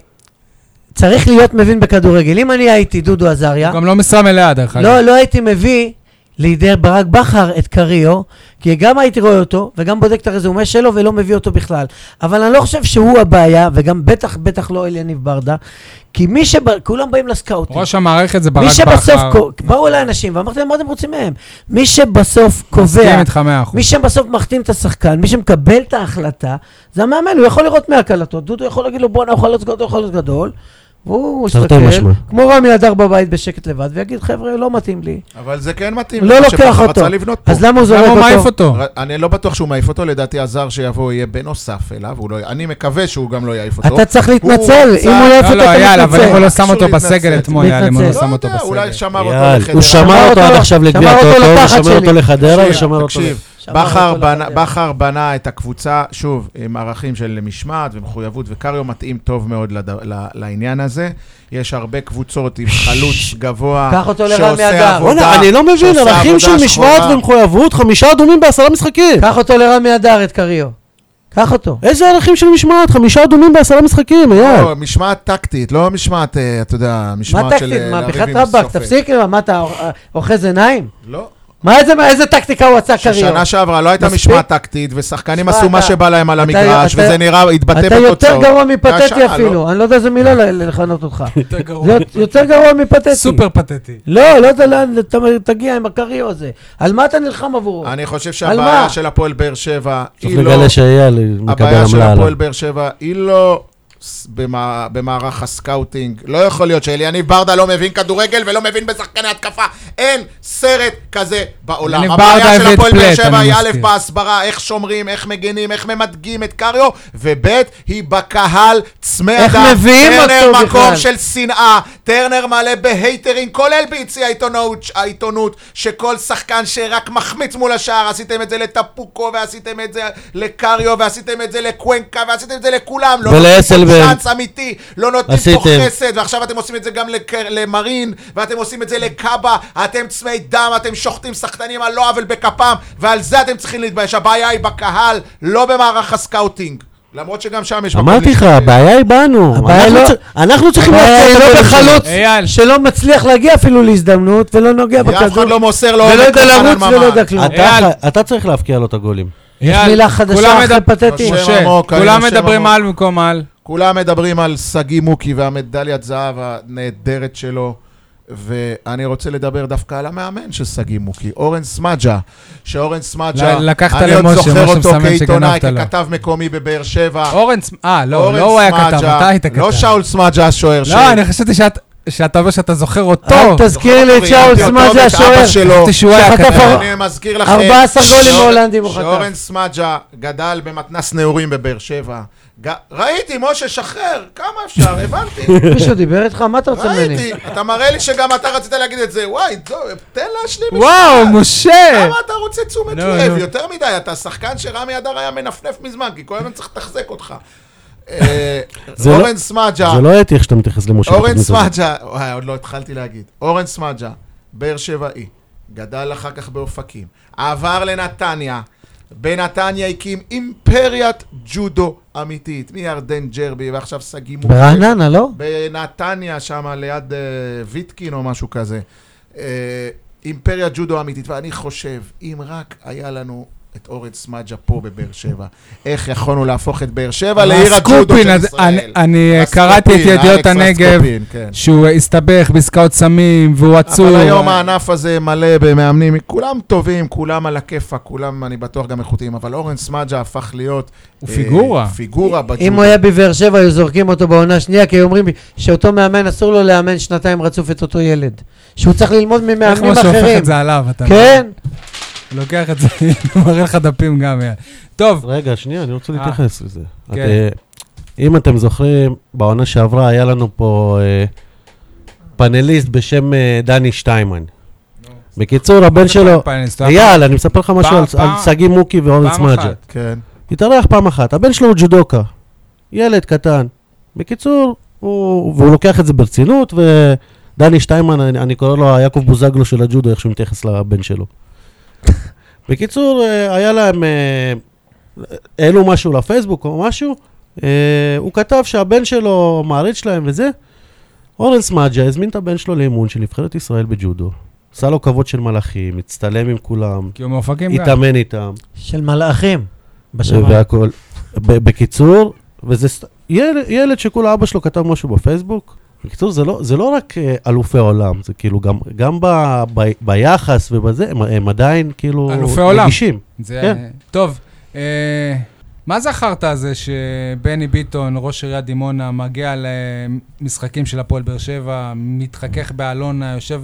צריך להיות מבין בכדורגל. אם אני הייתי דודו עזריה, גם לא משרה מלאה, דרך אגב. לא, לא הייתי מביא לידי ברק בכר את קריו, כי גם הייתי רואה אותו, וגם בודק את הרזומה שלו, ולא מביא אותו בכלל. אבל אני לא חושב שהוא הבעיה, וגם בטח, בטח לא אליניב ברדה, כי מי שבא, כולם באים לסקאוטים. ראש המערכת זה ברק מי בכר. שבסוף, באו אליי אנשים, ואמרתי להם, מה אתם רוצים מהם? מי שבסוף קובע, מסכים איתך מאה אחוז. מי שבסוף מחתים את השחקן, מי שמקבל את ההחלטה, זה המאמן, הוא יכול לראות מהקלטות, דודו יכול להגיד לו, בוא נאכל להיות גדול, יכול להיות גדול, והוא תרתי מסתכל, משמע. כמו רמי אדר בבית בשקט לבד, ויגיד, חבר'ה, לא מתאים לי. אבל זה כן מתאים. לא מה לוקח שבכר אותו. רצה לבנות פה. אז למה הוא זורק למה הוא מעיף אותו? אותו? אני לא בטוח שהוא מעיף אותו, לדעתי הזר שיבוא יהיה בנוסף אליו, הוא לא- אני מקווה שהוא גם לא יעיף אותו. אתה צריך הוא להתנצל, רצה- אם הוא יעיף לא, אותו, לא, אתה יאללה, אבל אם הוא מתנצל. לא שם אותו אסור בסגל להתנצל. אתמול, יאללה, אם הוא לא להתנצל. שם לא אותו יודע, אולי בסגל. שמר אותו יאללה, לחדר. הוא שמר אותו עד עכשיו לגביע שמר אותו הטוטו, הוא לפחד שמר אותו שלי. לחדרה תקשיב, ושמר אותו... תקשיב, שמר בכר אותו בנה- לחדרה. בכר בנה את הקבוצה, שוב, עם ערכים של משמעת ומחויבות, וקריו מתאים טוב מאוד לד- ל- לעניין הזה. יש הרבה קבוצות עם חלוץ גבוה, קח אותו לרמי שעושה אדר. עבודה, וואלה, אני לא מבין, שעושה ערכים של עבודה משמעת שחורה. ומחויבות, חמישה אדומים בעשרה משחקים. קח אותו לרמי אדר, את קריו. קח אותו. איזה ערכים של משמעת? חמישה אדומים בעשרה משחקים, אייל. לא, משמעת טקטית, לא משמעת, אה, אתה יודע, מה משמעת של טקטית? אה, מה, לריב בחיית עם רבאק, סופר. תפסיק, מה אתה אוחז עיניים? לא. מה איזה, איזה טקטיקה הוא עשה קריו? ששנה שעברה לא הייתה מספיק. משמעת טקטית, ושחקנים שמע, עשו מה אתה- שבא להם על אתה- המגרש, אתה- וזה נראה, התבטא אתה בתוצאות. יותר גרוע מפתטי והשנה, אפילו, לא. אני לא יודע איזה מילה ל- לכנות אותך. יותר גרוע. זה יותר גרוע מפתטי. סופר פתטי. לא, לא יודע לאן אתה תגיע עם הקריו הזה. על מה אתה נלחם עבורו? אני חושב על שהבעיה מה? של הפועל באר שבע, צריך היא לא... לגלה שאייל מקבל הבעיה של עמלה עליו. הפועל באר שבע היא לא ס- במע- במערך הסקאוטינג. לא יכול להיות שאליניב ברדה לא מבין כדורגל ולא מבין בשחקני התקפה. אין סרט כזה בעולם. אליניב הבעיה ברדה של הביא את הפועל באר פלט, שבע אני היא א' מזכיר. בהסברה, איך שומרים, איך מגנים, איך ממדגים את קריו, וב' היא בקהל צמא איך אדם. מביאים טרנר אותו מקום בכלל? של שנאה, טרנר מלא בהייטרים, כולל ביציע העיתונות, העיתונות, שכל שחקן שרק מחמיץ מול השער, עשיתם את זה לטפוקו, ועשיתם את זה לקריו, ועשיתם את זה לקוונקה, ועשיתם את זה לכולם, לא נותנים ולאסלבן. פה צ'אנס אמיתי, לא נותנים פה עשיתם. חסד, ועכשיו אתם עושים את זה גם לק- למרין, ואתם עושים את זה לקאבה, אתם צמאי דם, אתם שוחטים שחקנים על לא עוול בכפם, ועל זה אתם צריכים להתבייש, הבעיה היא בקהל, לא במערך הסקאוטינג. למרות שגם שם יש... אמרתי לך, מקום להשתפר. הבעיה היא בנו. הבעיה אנחנו לא- צ- אנחנו צריכים הבעיה להציע היא את לא הגולים שלנו. בחלוץ אייל. שלא מצליח להגיע אפילו להזדמנות, ולא נוגע אף אחד בכדור, לא מוסר לו... ולא עומק יודע כמו לרוץ חנן ולא ממן. יודע כלום. אתה- אייל. אתה צריך להבקיע לו את הגולים. יש אייל, מילה כולם חדשה אחרי מדבר- פתטי. שם משה, עמוק, כולם שם מדברים עמוק. על במקום על. כולם מדברים על סגי מוקי והמדליית זהב הנהדרת שלו, ואני רוצה לדבר דווקא על המאמן של סגי מוקי, אורן סמאג'ה, שאורן סמאג'ה, ל- לקחת אני עוד למשה, זוכר משה אותו מסמן כעיתונאי, שגנבת לו. ככתב מקומי בבאר שבע. אורן, אה, לא, אורן לא הוא היה כתב, סמאג'ה, אתה היית כתב. לא שאול סמאג'ה השוער לא, אני חשבתי שאת... שאתה אומר שאתה זוכר אותו. רק תזכיר לי את שאול סמאג'ה השוער. שחטף אני מזכיר לכם. ארבעה עשר גולים מהולנדים הוא חטף. שאורן סמאג'ה גדל במתנ"ס נעורים בבאר שבע. ראיתי, משה, שחרר, כמה אפשר, הבנתי. מישהו דיבר איתך? מה אתה רוצה ממני? ראיתי, אתה מראה לי שגם אתה רצית להגיד את זה. וואי, תן להשלים משפט. וואו, משה! למה אתה רוצה תשומת לב? יותר מדי, אתה שחקן שרמי אדר היה מנפנף מזמן, כי כל הזמן צריך לתחזק אותך. אורן סמאג'ה. זה לא הייתי איך שאתה מתייחס למשה. אורן סמאג'ה, וואי, עוד לא התחלתי להגיד. אורן סמאג'ה, באר שבעי, גדל אחר כך באופקים, עבר לנתניה, בנתניה הקים אימפריית ג'ודו אמיתית, מירדן ג'רבי, ועכשיו סגי מוקד. ברעננה, לא? בנתניה, שם ליד ויטקין או משהו כזה. אימפריית ג'ודו אמיתית, ואני חושב, אם רק היה לנו את אורן סמאג'ה פה בבאר שבע, איך יכולנו להפוך את באר שבע לעיר הג'ודו של ישראל. אני קראתי את ידיעות הנגב, שהוא הסתבך בעסקאות סמים, והוא עצור. אבל היום הענף הזה מלא במאמנים, כולם טובים, כולם על הכיפה, כולם אני בטוח גם איכותיים, אבל אורן סמאג'ה הפך להיות הוא פיגורה. פיגורה בג'ודו. אם הוא היה בבאר שבע, היו זורקים אותו בעונה שנייה, כי אומרים שאותו מאמן אסור לו לאמן שנתיים רצוף את אותו ילד. שהוא צריך ללמוד ממאמנים אחרים. איך משהו הופך את זה עליו, אתה כן. לוקח את זה, הוא מראה לך דפים גם. טוב. רגע, שנייה, אני רוצה להתייחס לזה. אם אתם זוכרים, בעונה שעברה היה לנו פה פאנליסט בשם דני שטיימן. בקיצור, הבן שלו, אייל, אני מספר לך משהו על סגי מוקי ואורן סמאג'ה. כן. התארח פעם אחת, הבן שלו הוא ג'ודוקה. ילד קטן. בקיצור, והוא לוקח את זה ברצינות, ודני שטיימן, אני קורא לו יעקב בוזגלו של הג'ודו, איך שהוא מתייחס לבן שלו. בקיצור, היה להם, העלו משהו לפייסבוק או משהו, הוא כתב שהבן שלו מעריץ שלהם וזה, אורן סמאג'ה הזמין את הבן שלו לאימון של נבחרת ישראל בג'ודו, עשה לו כבוד של מלאכים, הצטלם עם כולם, התאמן איתם. של מלאכים, בשבוע. והכל. בקיצור, וזה ילד שכל אבא שלו כתב משהו בפייסבוק, בקיצור, זה לא, זה לא רק אלופי עולם, זה כאילו גם, גם ב, ב, ביחס ובזה, הם, הם עדיין כאילו רגישים. זה, כן. טוב, אה, מה זכרת הזה שבני ביטון, ראש עיריית דימונה, מגיע למשחקים של הפועל באר שבע, מתחכך באלונה, יושב,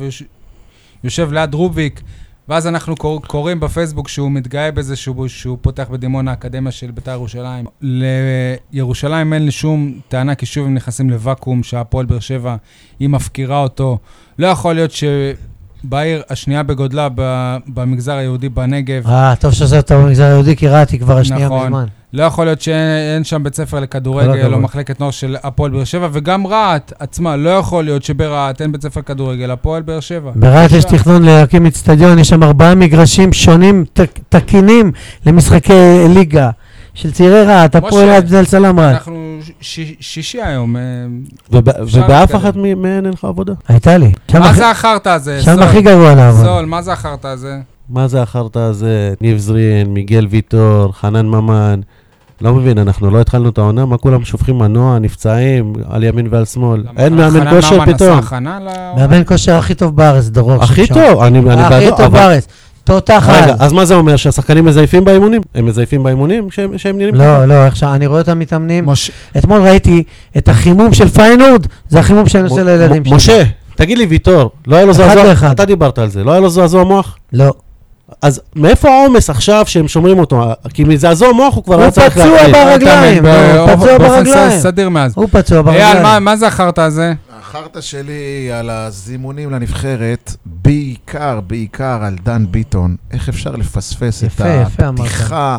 יושב ליד רוביק, ואז אנחנו קור, קוראים בפייסבוק שהוא מתגאה בזה שהוא, שהוא פותח בדימונה האקדמיה של בית"ר ירושלים. לירושלים אין לי שום טענה, כי שוב הם נכנסים לוואקום שהפועל באר שבע היא מפקירה אותו. לא יכול להיות שבעיר השנייה בגודלה במגזר היהודי בנגב. אה, טוב שזה אותו במגזר היהודי, כי ראיתי כבר השנייה נכון. מזמן. לא יכול להיות שאין שם בית ספר לכדורגל או מחלקת נוער של הפועל באר שבע, וגם רעת עצמה, לא יכול להיות שברעת אין בית ספר כדורגל, הפועל באר שבע. ברעת יש תכנון להקים אצטדיון, יש שם ארבעה מגרשים שונים, תקינים למשחקי ליגה של צעירי רעת, הפועל עד בני סלאם רעת. אנחנו שישי היום. ובאף אחת מהן אין לך עבודה? הייתה לי. מה זה החרת הזה? שם הכי גרוע לעבוד. סול, מה זה החרת הזה? מה זה החרת הזה? ניב זרין, מיגל ויטור, חנן ממן. לא מבין, אנחנו לא התחלנו את העונה, מה כולם שופכים מנוע, נפצעים, על ימין ועל שמאל. אין מאמן כושר פתאום. מאמן כושר הכי טוב בארץ, דרור. הכי טוב? הכי טוב בארץ. תותח על. אז מה זה אומר? שהשחקנים מזייפים באימונים? הם מזייפים באימונים שהם נראים? לא, לא, עכשיו אני רואה אותם מתאמנים. אתמול ראיתי את החימום של פיינורד, זה החימום שאני עושה לילדים שלי. משה, תגיד לי ויטור, לא היה לו זעזוע, אתה דיברת על זה, לא היה לו זעזוע מוח? לא. אז מאיפה העומס עכשיו שהם שומרים אותו? כי מזעזוע מוח הוא כבר לא צריך להקליט. הוא פצוע ברגליים, הוא פצוע ברגליים. סדיר מאז. הוא פצוע ברגליים. אייל, מה זה החרת הזה? החרת שלי על הזימונים לנבחרת, בעיקר, בעיקר על דן ביטון, איך אפשר לפספס את הפתיחה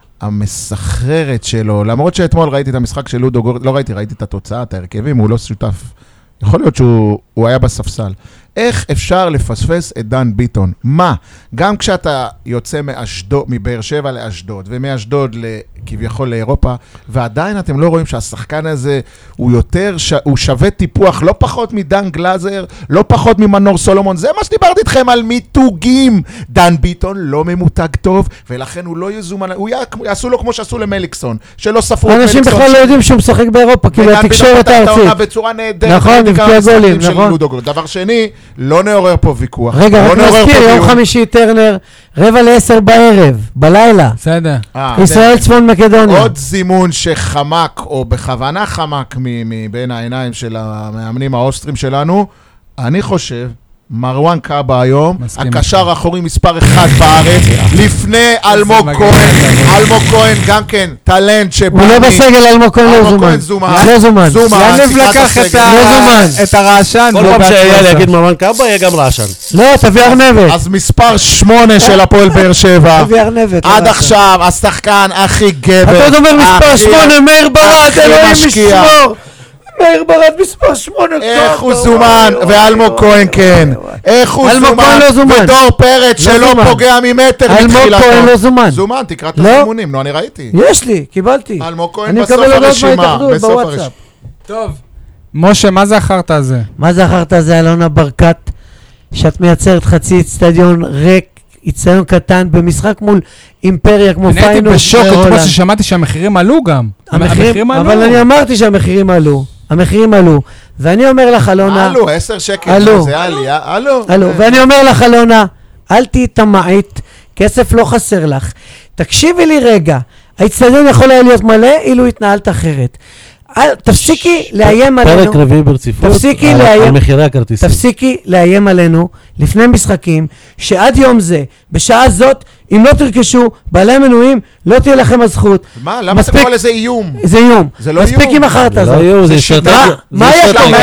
המסחררת שלו, למרות שאתמול ראיתי את המשחק של לודו גורדון, לא ראיתי, ראיתי את התוצאה, את ההרכבים, הוא לא שותף. יכול להיות שהוא היה בספסל. איך אפשר לפספס את דן ביטון? מה? גם כשאתה יוצא מאשדוד, מבאר שבע לאשדוד, ומאשדוד כביכול לאירופה, ועדיין אתם לא רואים שהשחקן הזה הוא יותר, הוא שווה טיפוח, לא פחות מדן גלזר, לא פחות ממנור סולומון, זה מה שדיברתי איתכם על מיתוגים. דן ביטון לא ממותג טוב, ולכן הוא לא יזומן, הוא יעשו לו כמו שעשו למליקסון, שלא ספרו את מליקסון. אנשים בכלל לא יודעים שהוא משחק באירופה, כאילו התקשורת הארצית. בצורה נהדרת. נכון, נבקיע גולים, נכון. דבר שני, לא נעורר פה ויכוח. רגע, רק נזכיר, יום חמישי טרנר, רבע לעשר בערב, בלילה. בסדר. ישראל צפון מקדוניה. עוד זימון שחמק, או בכוונה חמק מבין העיניים של המאמנים האוסטרים שלנו, אני חושב, מרואן קאבה היום, הקשר האחורי מספר אחד בארץ, לפני אלמוג כהן, אלמוג כהן גם כן, טלנט שבא... הוא לא בסגל, אלמוג כהן לא זומן. לא זומן. זומן. יניב לקח את הרעשן. כל פעם שיהיה להגיד מרואן קאבה, יהיה גם רעשן. לא, תביא ארנבת. אז מספר שמונה של הפועל באר שבע. תביא ארנבת. עד עכשיו, השחקן הכי גבר. אתה אומר מספר שמונה, מאיר ברד, אלוהים משמור. מאיר ברד מספר שמונה. איך הוא זומן, ואלמוג כהן כן. איך הוא זומן, ודור פרץ שלא פוגע ממטר מתחילתו. אלמוג כהן לא זומן. זומן, תקרא את הזימונים, נו אני ראיתי. יש לי, קיבלתי. אלמוג כהן בסוף הרשימה. בסוף הרשימה. טוב. משה, מה זה החרת הזה? מה זה החרת הזה, אלונה ברקת, שאת מייצרת חצי אצטדיון ריק, אצטדיון קטן, במשחק מול אימפריה כמו פיינורד. אני הייתי בשוק אתמול ששמעתי שהמחירים עלו גם. המחירים עלו. אבל אני אמרתי שהמחירים עלו. המחירים עלו. ואני אומר לך, אלונה... עלו, עשר שקל. זה עלייה, עלו. עלו. ואני אומר לך, אלונה, אל תהי תמעית, כסף לא חסר לך. תקשיבי לי רגע, האצטדיון יכול היה להיות מלא, אילו התנהלת אחרת. תפסיקי לאיים עלינו. פרק רביעי ברציפות. תפסיקי לאיים. על מחירי הכרטיסים. תפסיקי לאיים עלינו לפני משחקים, שעד יום זה, בשעה זאת, אם לא תרכשו, בעלי המנויים, לא תהיה לכם הזכות. מה? למה אתה קורא לזה איום? זה איום. זה לא איום. מספיק עם אחרת הזאת. זה לא איום, זה שיטה. מה יש לך?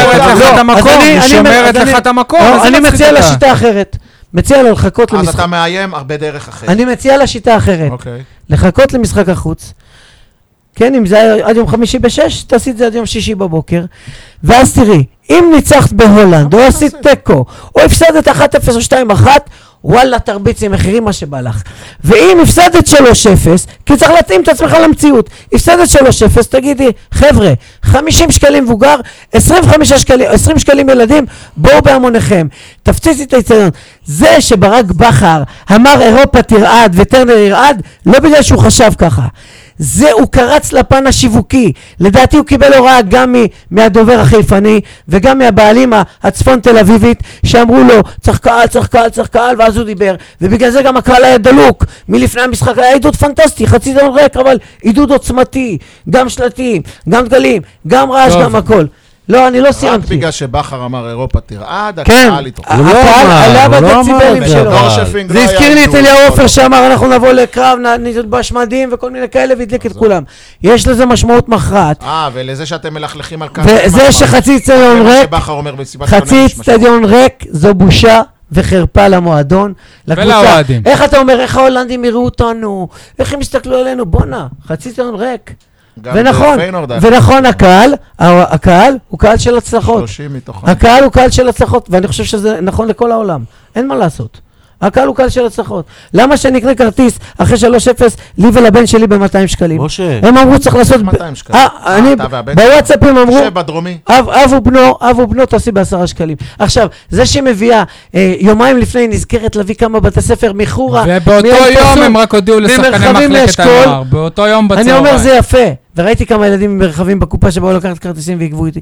היא שומרת לך את המקום. אני מציע לה שיטה אחרת. מציע לו לחכות למשחק. אז אתה מאיים הרבה דרך אחרת. אני מציע לה שיטה אחרת. לחכות למשחק החוץ. כן, אם זה היה עד יום חמישי בשש, תעשי את זה עד יום שישי בבוקר. ואז תראי, אם ניצחת בהולנד, או עשית טקו, או הפסדת אחת אפס או שתיים אחת, וואלה, תרביצי מחירים מה שבא לך. ואם הפסדת שלוש אפס, כי צריך להתאים את עצמך למציאות, הפסדת שלוש אפס, תגידי, חבר'ה, חמישים שקלים מבוגר, עשרים וחמישה שקלים, עשרים שקלים ילדים, בואו בהמוניכם, תפציצי את היציון. זה שברק בכר אמר אירופה תרעד וטרנר ירעד, לא בגלל שהוא חשב ככה. זה הוא קרץ לפן השיווקי. לדעתי הוא קיבל הוראה גם מהדובר החיפני וגם מהבעלים הצפון תל אביבית שאמרו לו צריך קהל, צריך קהל, צריך קהל, ואז הוא דיבר, ובגלל זה גם הקהל היה דלוק. מלפני המשחק היה עידוד פנטסטי, חצי דון ריק, אבל עידוד עוצמתי, גם שלטים, גם דגלים, גם רעש, גם הכל. לא, אני לא סיימתי. רק בגלל שבחר אמר אירופה תרעד, כן, הקהל עלה בדציבלים שלו. זה הזכיר לי את אליהו עופר שאמר אנחנו נבוא לקרב, נלבש מדים וכל מיני כאלה והדליק את כולם. יש לזה משמעות מכרעת. אה, ולזה שאתם מלכלכים על כך. וזה שחצי אצטדיון ריק, חצי אצטדיון ריק זו בושה וחרפה למועדון. ולאוהדים. איך אתה אומר, איך ההולנדים יראו אותנו? איך הם יסתכלו עלינו? בונה, חצי אצטדיון ריק. ונכון, ונכון, הקהל, הקהל הוא קהל של הצלחות. הקהל הוא קהל של הצלחות, ואני חושב שזה נכון לכל העולם. אין מה לעשות. הקהל הוא קהל של הצלחות. למה שנקנה כרטיס אחרי שלוש אפס לי ולבן שלי ב-מאתיים שקלים? משה. הם אמרו צריך לעשות... מאתיים שקלים. אני, בוואטסאפים אמרו... שב בדרומי. אב ובנו, אב ובנו תעשי בעשרה שקלים. עכשיו, זה שמביאה יומיים לפני נזכרת להביא כמה בתי ספר מחורה... ובאותו יום הם רק הודיעו לשחקני מחלקת הנוער. באותו יום בצהריים. אני אומר זה יפה. וראיתי כמה ילדים מרחבים בקופה שבאו לקחת כרטיסים והגבו איתי.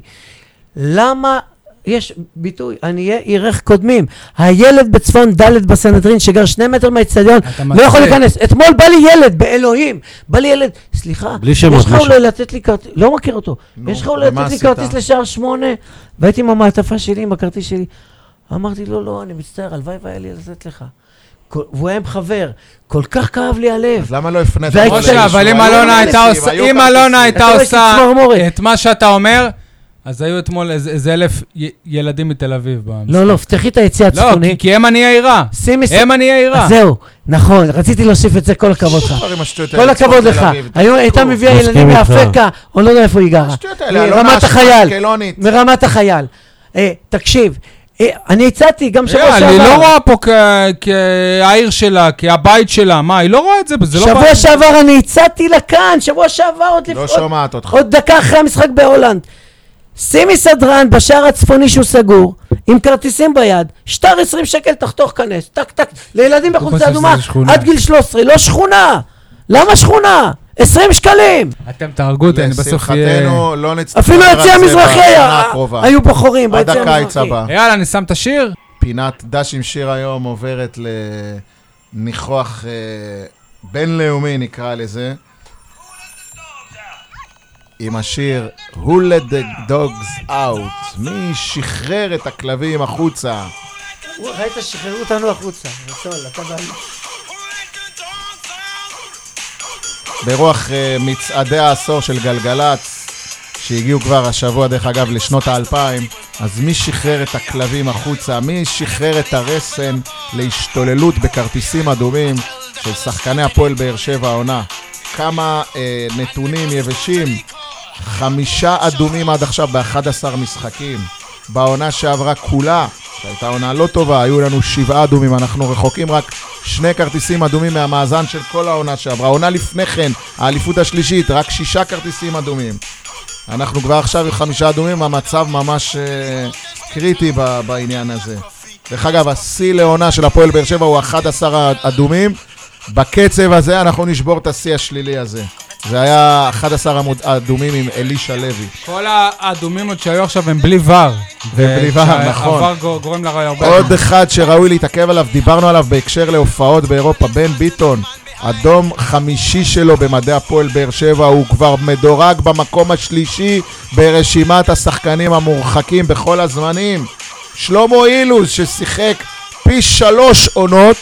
למה יש ביטוי, אני אהיה ערך קודמים. הילד בצפון ד' בסנהדרין שגר שני מטר מהאצטדיון לא יכול להיכנס. אתמול בא לי ילד, באלוהים, בא לי ילד, סליחה, יש לך אולי לתת לי כרטיס, לא מכיר אותו, יש לך אולי לתת לי כרטיס לשער שמונה, והייתי עם המעטפה שלי, עם הכרטיס שלי. אמרתי לו, לא, אני מצטער, הלוואי והיה לי לתת לך. והוא היה עם חבר, כל כך כאב לי הלב. אז למה לא הפנית? אבל אם אלונה הייתה עושה את מה שאתה אומר, אז היו אתמול איזה אלף ילדים מתל אביב. לא, לא, פתחי את היציאה הצפונית. לא, כי הם אני העירה. הם אני העירה. זהו, נכון, רציתי להוסיף את זה, כל הכבוד לך. כל הכבוד לך. הייתה מביאה ילדים מאפריקה, או לא יודע איפה היא גרה. מרמת החייל. מרמת החייל. תקשיב, אני הצעתי גם שבוע שעבר. אני לא רואה פה כהעיר שלה, כהבית שלה. מה, היא לא רואה את זה? שבוע שעבר אני הצעתי לה כאן, שבוע שעבר עוד דקה אחרי המשחק בהולנד. שימי סדרן בשער הצפוני שהוא סגור, עם כרטיסים ביד, שטר עשרים שקל תחתוך כנס, טק טק, לילדים בחולצה אדומה, עד גיל שלוש עשרה, לא שכונה. למה שכונה? עשרים שקלים. אתם תהרגו אותי, אני בסוף יהיה... אפילו יציא המזרחי היו בוחרים. עד הקיץ הבא. יאללה, אני שם את השיר. פינת דש עם שיר היום עוברת לניחוח אה, בינלאומי, נקרא לזה, עם השיר Who Let the Dogs Out, מי שחרר את הכלבים החוצה. ראית, שחררו אותנו החוצה. בסול, אתה בעלי. ברוח uh, מצעדי העשור של גלגלץ, שהגיעו כבר השבוע דרך אגב לשנות האלפיים, אז מי שחרר את הכלבים החוצה, מי שחרר את הרסן להשתוללות בכרטיסים אדומים של שחקני הפועל באר שבע העונה. כמה uh, נתונים יבשים, חמישה אדומים עד עכשיו ב-אחד עשר משחקים. בעונה שעברה כולה, שהייתה עונה לא טובה, היו לנו שבעה אדומים, אנחנו רחוקים רק שני כרטיסים אדומים מהמאזן של כל העונה שעברה. העונה לפני כן, האליפות השלישית, רק שישה כרטיסים אדומים. אנחנו כבר עכשיו עם חמישה אדומים, המצב ממש uh, קריטי ב- בעניין הזה. דרך אגב, השיא לעונה של הפועל באר שבע הוא אחד עשר אדומים. בקצב הזה אנחנו נשבור את השיא השלילי הזה. זה היה אחד עשר אדומים עם אלישה לוי. כל האדומים עוד שהיו עכשיו הם בלי ור. ובלי ור, נכון. הוור גורם לה הרבה. עוד אחד שראוי להתעכב עליו, דיברנו עליו בהקשר להופעות באירופה, בן ביטון, אדום חמישי שלו במדעי הפועל באר שבע, הוא כבר מדורג במקום השלישי ברשימת השחקנים המורחקים בכל הזמנים. שלמה אילוז ששיחק פי שלוש עונות,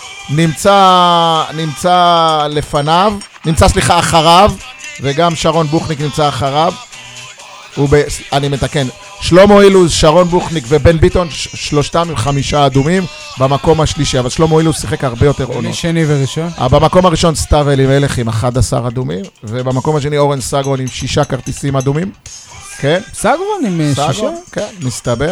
נמצא, נמצא לפניו, נמצא סליחה אחריו, וגם שרון בוכניק נמצא אחריו. וב... אני מתקן, שלמה אילוז, שרון בוכניק ובן ביטון, שלושתם עם חמישה אדומים במקום השלישי, אבל שלמה אילוז שיחק הרבה יותר עונות. מי שני וראשון? במקום הראשון סתיו אלימלך עם אחד עשר אדומים, ובמקום השני אורן סגרון עם שישה כרטיסים אדומים. כן? סגרון עם שישה? סגרון, כן, מסתבר.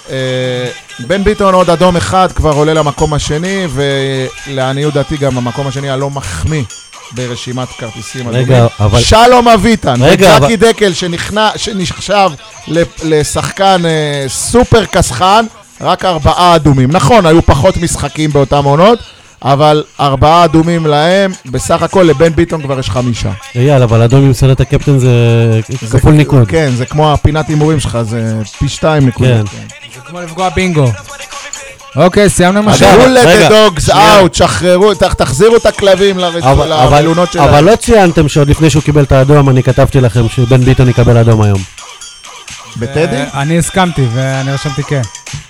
בן ביטון עוד אדום אחד כבר עולה למקום השני, ולעניות דעתי גם המקום השני הלא מחמיא ברשימת כרטיסים אדומים. רגע, אבל... שלום אביטן, רגע, וג'קי אבל... דקל שנכנע, שנחשב לשחקן אה, סופר כסחן, רק ארבעה אדומים. נכון, היו פחות משחקים באותם עונות, אבל ארבעה אדומים להם, בסך הכל לבן ביטון כבר יש חמישה. אייל, אבל אדום עם סרט הקפטן זה כפול ניקוד. כן, זה כמו הפינת הימורים שלך, זה פי שתיים ניקוד. כן. זה כמו לפגוע בינגו. אוקיי, סיימנו מה שאלה. Who let the dogs out, שחררו, תחזירו את הכלבים לרלונות שלהם. אבל לא ציינתם שעוד לפני שהוא קיבל את האדום, אני כתבתי לכם שבן ביטון יקבל אדום היום. בטדי? אני הסכמתי ואני רשמתי כן.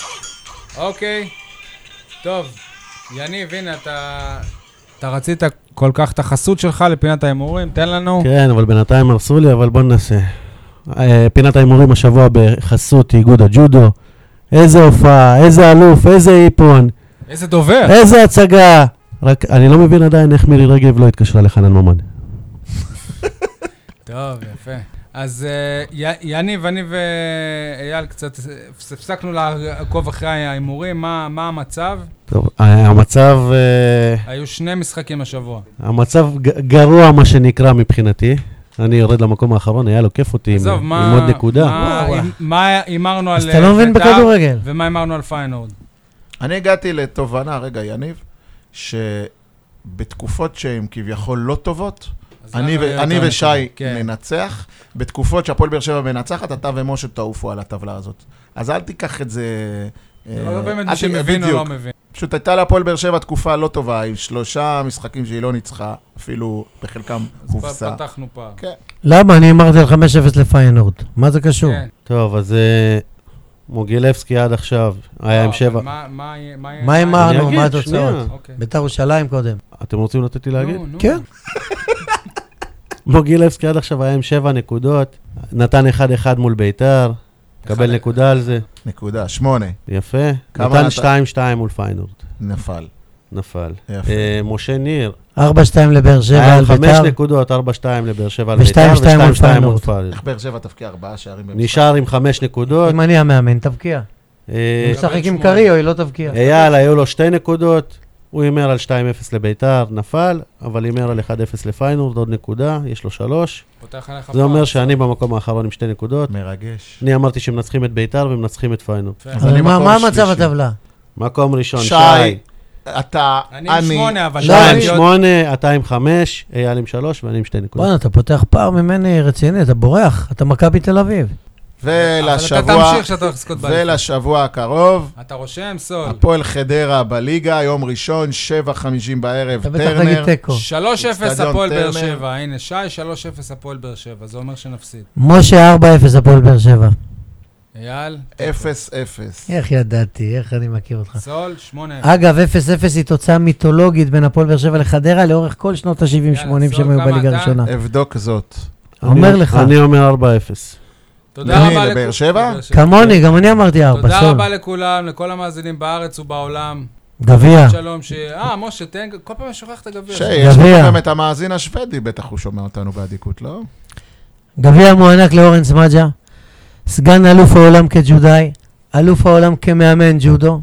אוקיי, טוב. יניב, הנה, אתה, אתה רצית כל כך את החסות שלך לפינת ההימורים, תן לנו. כן, אבל בינתיים הרסו לי, אבל בוא ננסה. פינת ההימורים השבוע בחסות איגוד הג'ודו. איזה הופעה, איזה אלוף, איזה איפון. איזה דובר. איזה הצגה. רק אני לא מבין עדיין איך מירי רגב לא התקשרה לחנן ממן. טוב, יפה. אז יניב, אני ואייל קצת הפסקנו לעקוב אחרי ההימורים, מה, מה המצב? טוב, המצב... היו שני משחקים השבוע. המצב גרוע מה שנקרא מבחינתי. אני יורד למקום האחרון, אייל עוקף אותי עם, מה, עם עוד נקודה. מה, מה אמרנו על... אז אתה לא מבין בכדורגל. ומה אמרנו על פיינורד? אני הגעתי לתובנה, רגע יניב, שבתקופות שהן כביכול לא טובות, אני, ו- אני ושי כן. מנצח, בתקופות שהפועל באר שבע מנצחת, אתה ומשה תעופו על הטבלה הזאת. אז אל תיקח את זה... זה לא באמת מי שמבין או לא מבין. פשוט הייתה להפועל באר שבע תקופה לא טובה, עם שלושה משחקים שהיא לא ניצחה, אפילו בחלקם הופסה. אז פתחנו פעם. כן. למה? אני אמרתי על חמש אפס לפיינורד. מה זה קשור? כן. טוב, אז מוגילבסקי עד עכשיו, היה עם שבע. מה אמרנו? מה התוצאות? בית"ר ירושלים קודם. אתם רוצים לתת לי להגיד? כן. מוגילבסקי עד עכשיו היה עם שבע נקודות, נתן אחד אחד מול בית"ר, קבל נקודה על זה. נקודה, שמונה. יפה. נתן שתיים שתיים מול פיינורד. נפל. נפל. משה ניר. ארבע שתיים לבאר שבע על בית"ר. חמש נקודות, ארבע שתיים לבאר שבע על בית"ר, ושתיים שתיים מול פיינורד. איך באר שבע תבקיע ארבעה שערים במשחק? נשאר עם חמש נקודות. אם אני המאמן, תבקיע. הוא משחק עם קרי או היא לא תבקיע. אייל, היו לו שתי נקודות. הוא הימר על שתיים אפס לביתר, נפל, אבל הימר על אחד אפס לפיינורד, עוד נקודה, יש לו שלוש. זה אומר שאני במקום האחרון עם שתי נקודות. מרגש. אני אמרתי שמנצחים את ביתר ומנצחים את פיינורד. אבל מה המצב הטבלה? מקום ראשון, שי. אתה, אני עם שמונה, אבל... שי עם שמונה, אתה עם חמש, אייל עם שלוש ואני עם שתי נקודות. בואו, אתה פותח פער ממני רציני, אתה בורח, אתה מכבי תל אביב. ולשבוע, אבל אתה תמשיך שאתה הולך לזכות באליפות. ולשבוע הקרוב, אתה רושם, סול. הפועל חדרה בליגה, יום ראשון, שבע חמישים בערב, אתה בטח תגיד טרנר. תיקו. שלוש אפס אצטדיון הפועל באר טרנר. שבע. הנה, שי, שלוש אפס הפועל באר שבע. זה אומר שנפסיד. משה ארבע אפס הפועל באר שבע. אייל, אפס אפס. איך ידעתי, איך אני מכיר אותך. סול, שמונה אפס. אגב, אפס אפס היא תוצאה מיתולוגית בין הפועל באר שבע לחדרה לאורך כל שנות ה-שבעים שמונים סול, שהם היו כמה בליגה אתה? הראשונה. אבדוק זאת. אומר אני- לך. אני אומר ארבע אפס. תודה למי? רבה לבאר לכ- שבע? לבאר שבע. כמוני, גם אני אמרתי ארבע, תודה סול. רבה לכולם, לכל המאזינים בארץ ובעולם. גביע. שלום, ש... אה, משה, תן, כל פעם אני שוכח את הגביע. שיש לנו גביע. גם את המאזין השוודי, בטח הוא שומע אותנו באדיקות, לא? גביע מוענק לאורנס מג'ה, סגן אלוף העולם כג'ודאי, אלוף העולם כמאמן ג'ודו.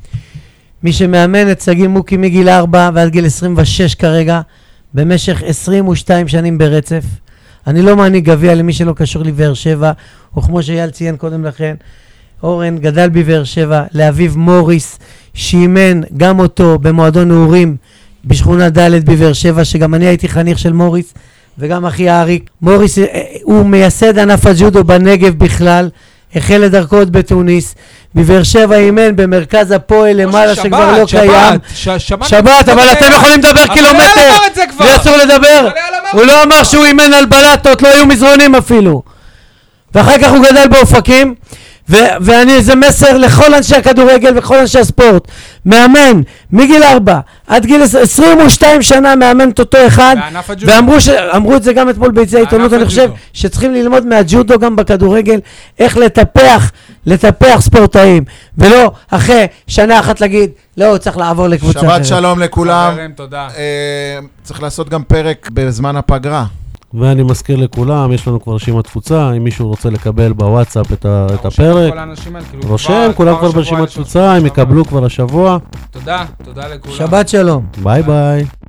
מי שמאמן את סגי מוקי מגיל ארבע ועד גיל עשרים ושש כרגע, במשך עשרים ושתיים שנים ברצף. אני לא מעניק גביע למי שלא קשור לבאר שבע, או כמו שאייל ציין קודם לכן, אורן גדל בבאר שבע, לאביו מוריס, שאימן גם אותו במועדון נעורים בשכונה ד' בבאר שבע, שגם אני הייתי חניך של מוריס, וגם אחי אריק. מוריס אה, הוא מייסד ענף הג'ודו בנגב בכלל, החל את דרכו עוד בתוניס, בבאר שבע אימן במרכז הפועל למעלה משה, שכבר לא שבת, קיים. ש- שמעתי- שבת, אבל אתם יכולים לדבר אבל קילומטר. אייל אמר את זה כבר. לי אסור לדבר. אבל אייל אמר הוא לא אמר שהוא אימן על בלטות, לא היו מזרונים אפילו. ואחר כך הוא גדל באופקים, ו- ואני איזה מסר לכל אנשי הכדורגל וכל אנשי הספורט. מאמן, מגיל ארבע, עד גיל עשרים ושתיים שנה מאמן את אותו אחד, בענף הג'ודו. ואמרו ש- אמרו את זה גם אתמול ביציע העיתונות, אני בענף חושב הג'ודו. שצריכים ללמוד מהג'ודו גם בכדורגל, איך לטפח, לטפח ספורטאים, ולא אחרי שנה אחת להגיד, לא, הוא צריך לעבור לקבוצה אחרת. שבת שלום לכולם. חברים, תודה. אה, צריך לעשות גם פרק בזמן הפגרה. ואני מזכיר לכולם, יש לנו כבר רשימת תפוצה, אם מישהו רוצה לקבל בוואטסאפ את ה- את רושם הפרק, כל האנשים האלה, כאילו, רושם, כבר- כולם כבר כבר השבוע ברשימת אנשים תפוצה, הם כבר- יקבלו כבר השבוע. תודה, תודה לכולם. שבת שלום. ביי ביי.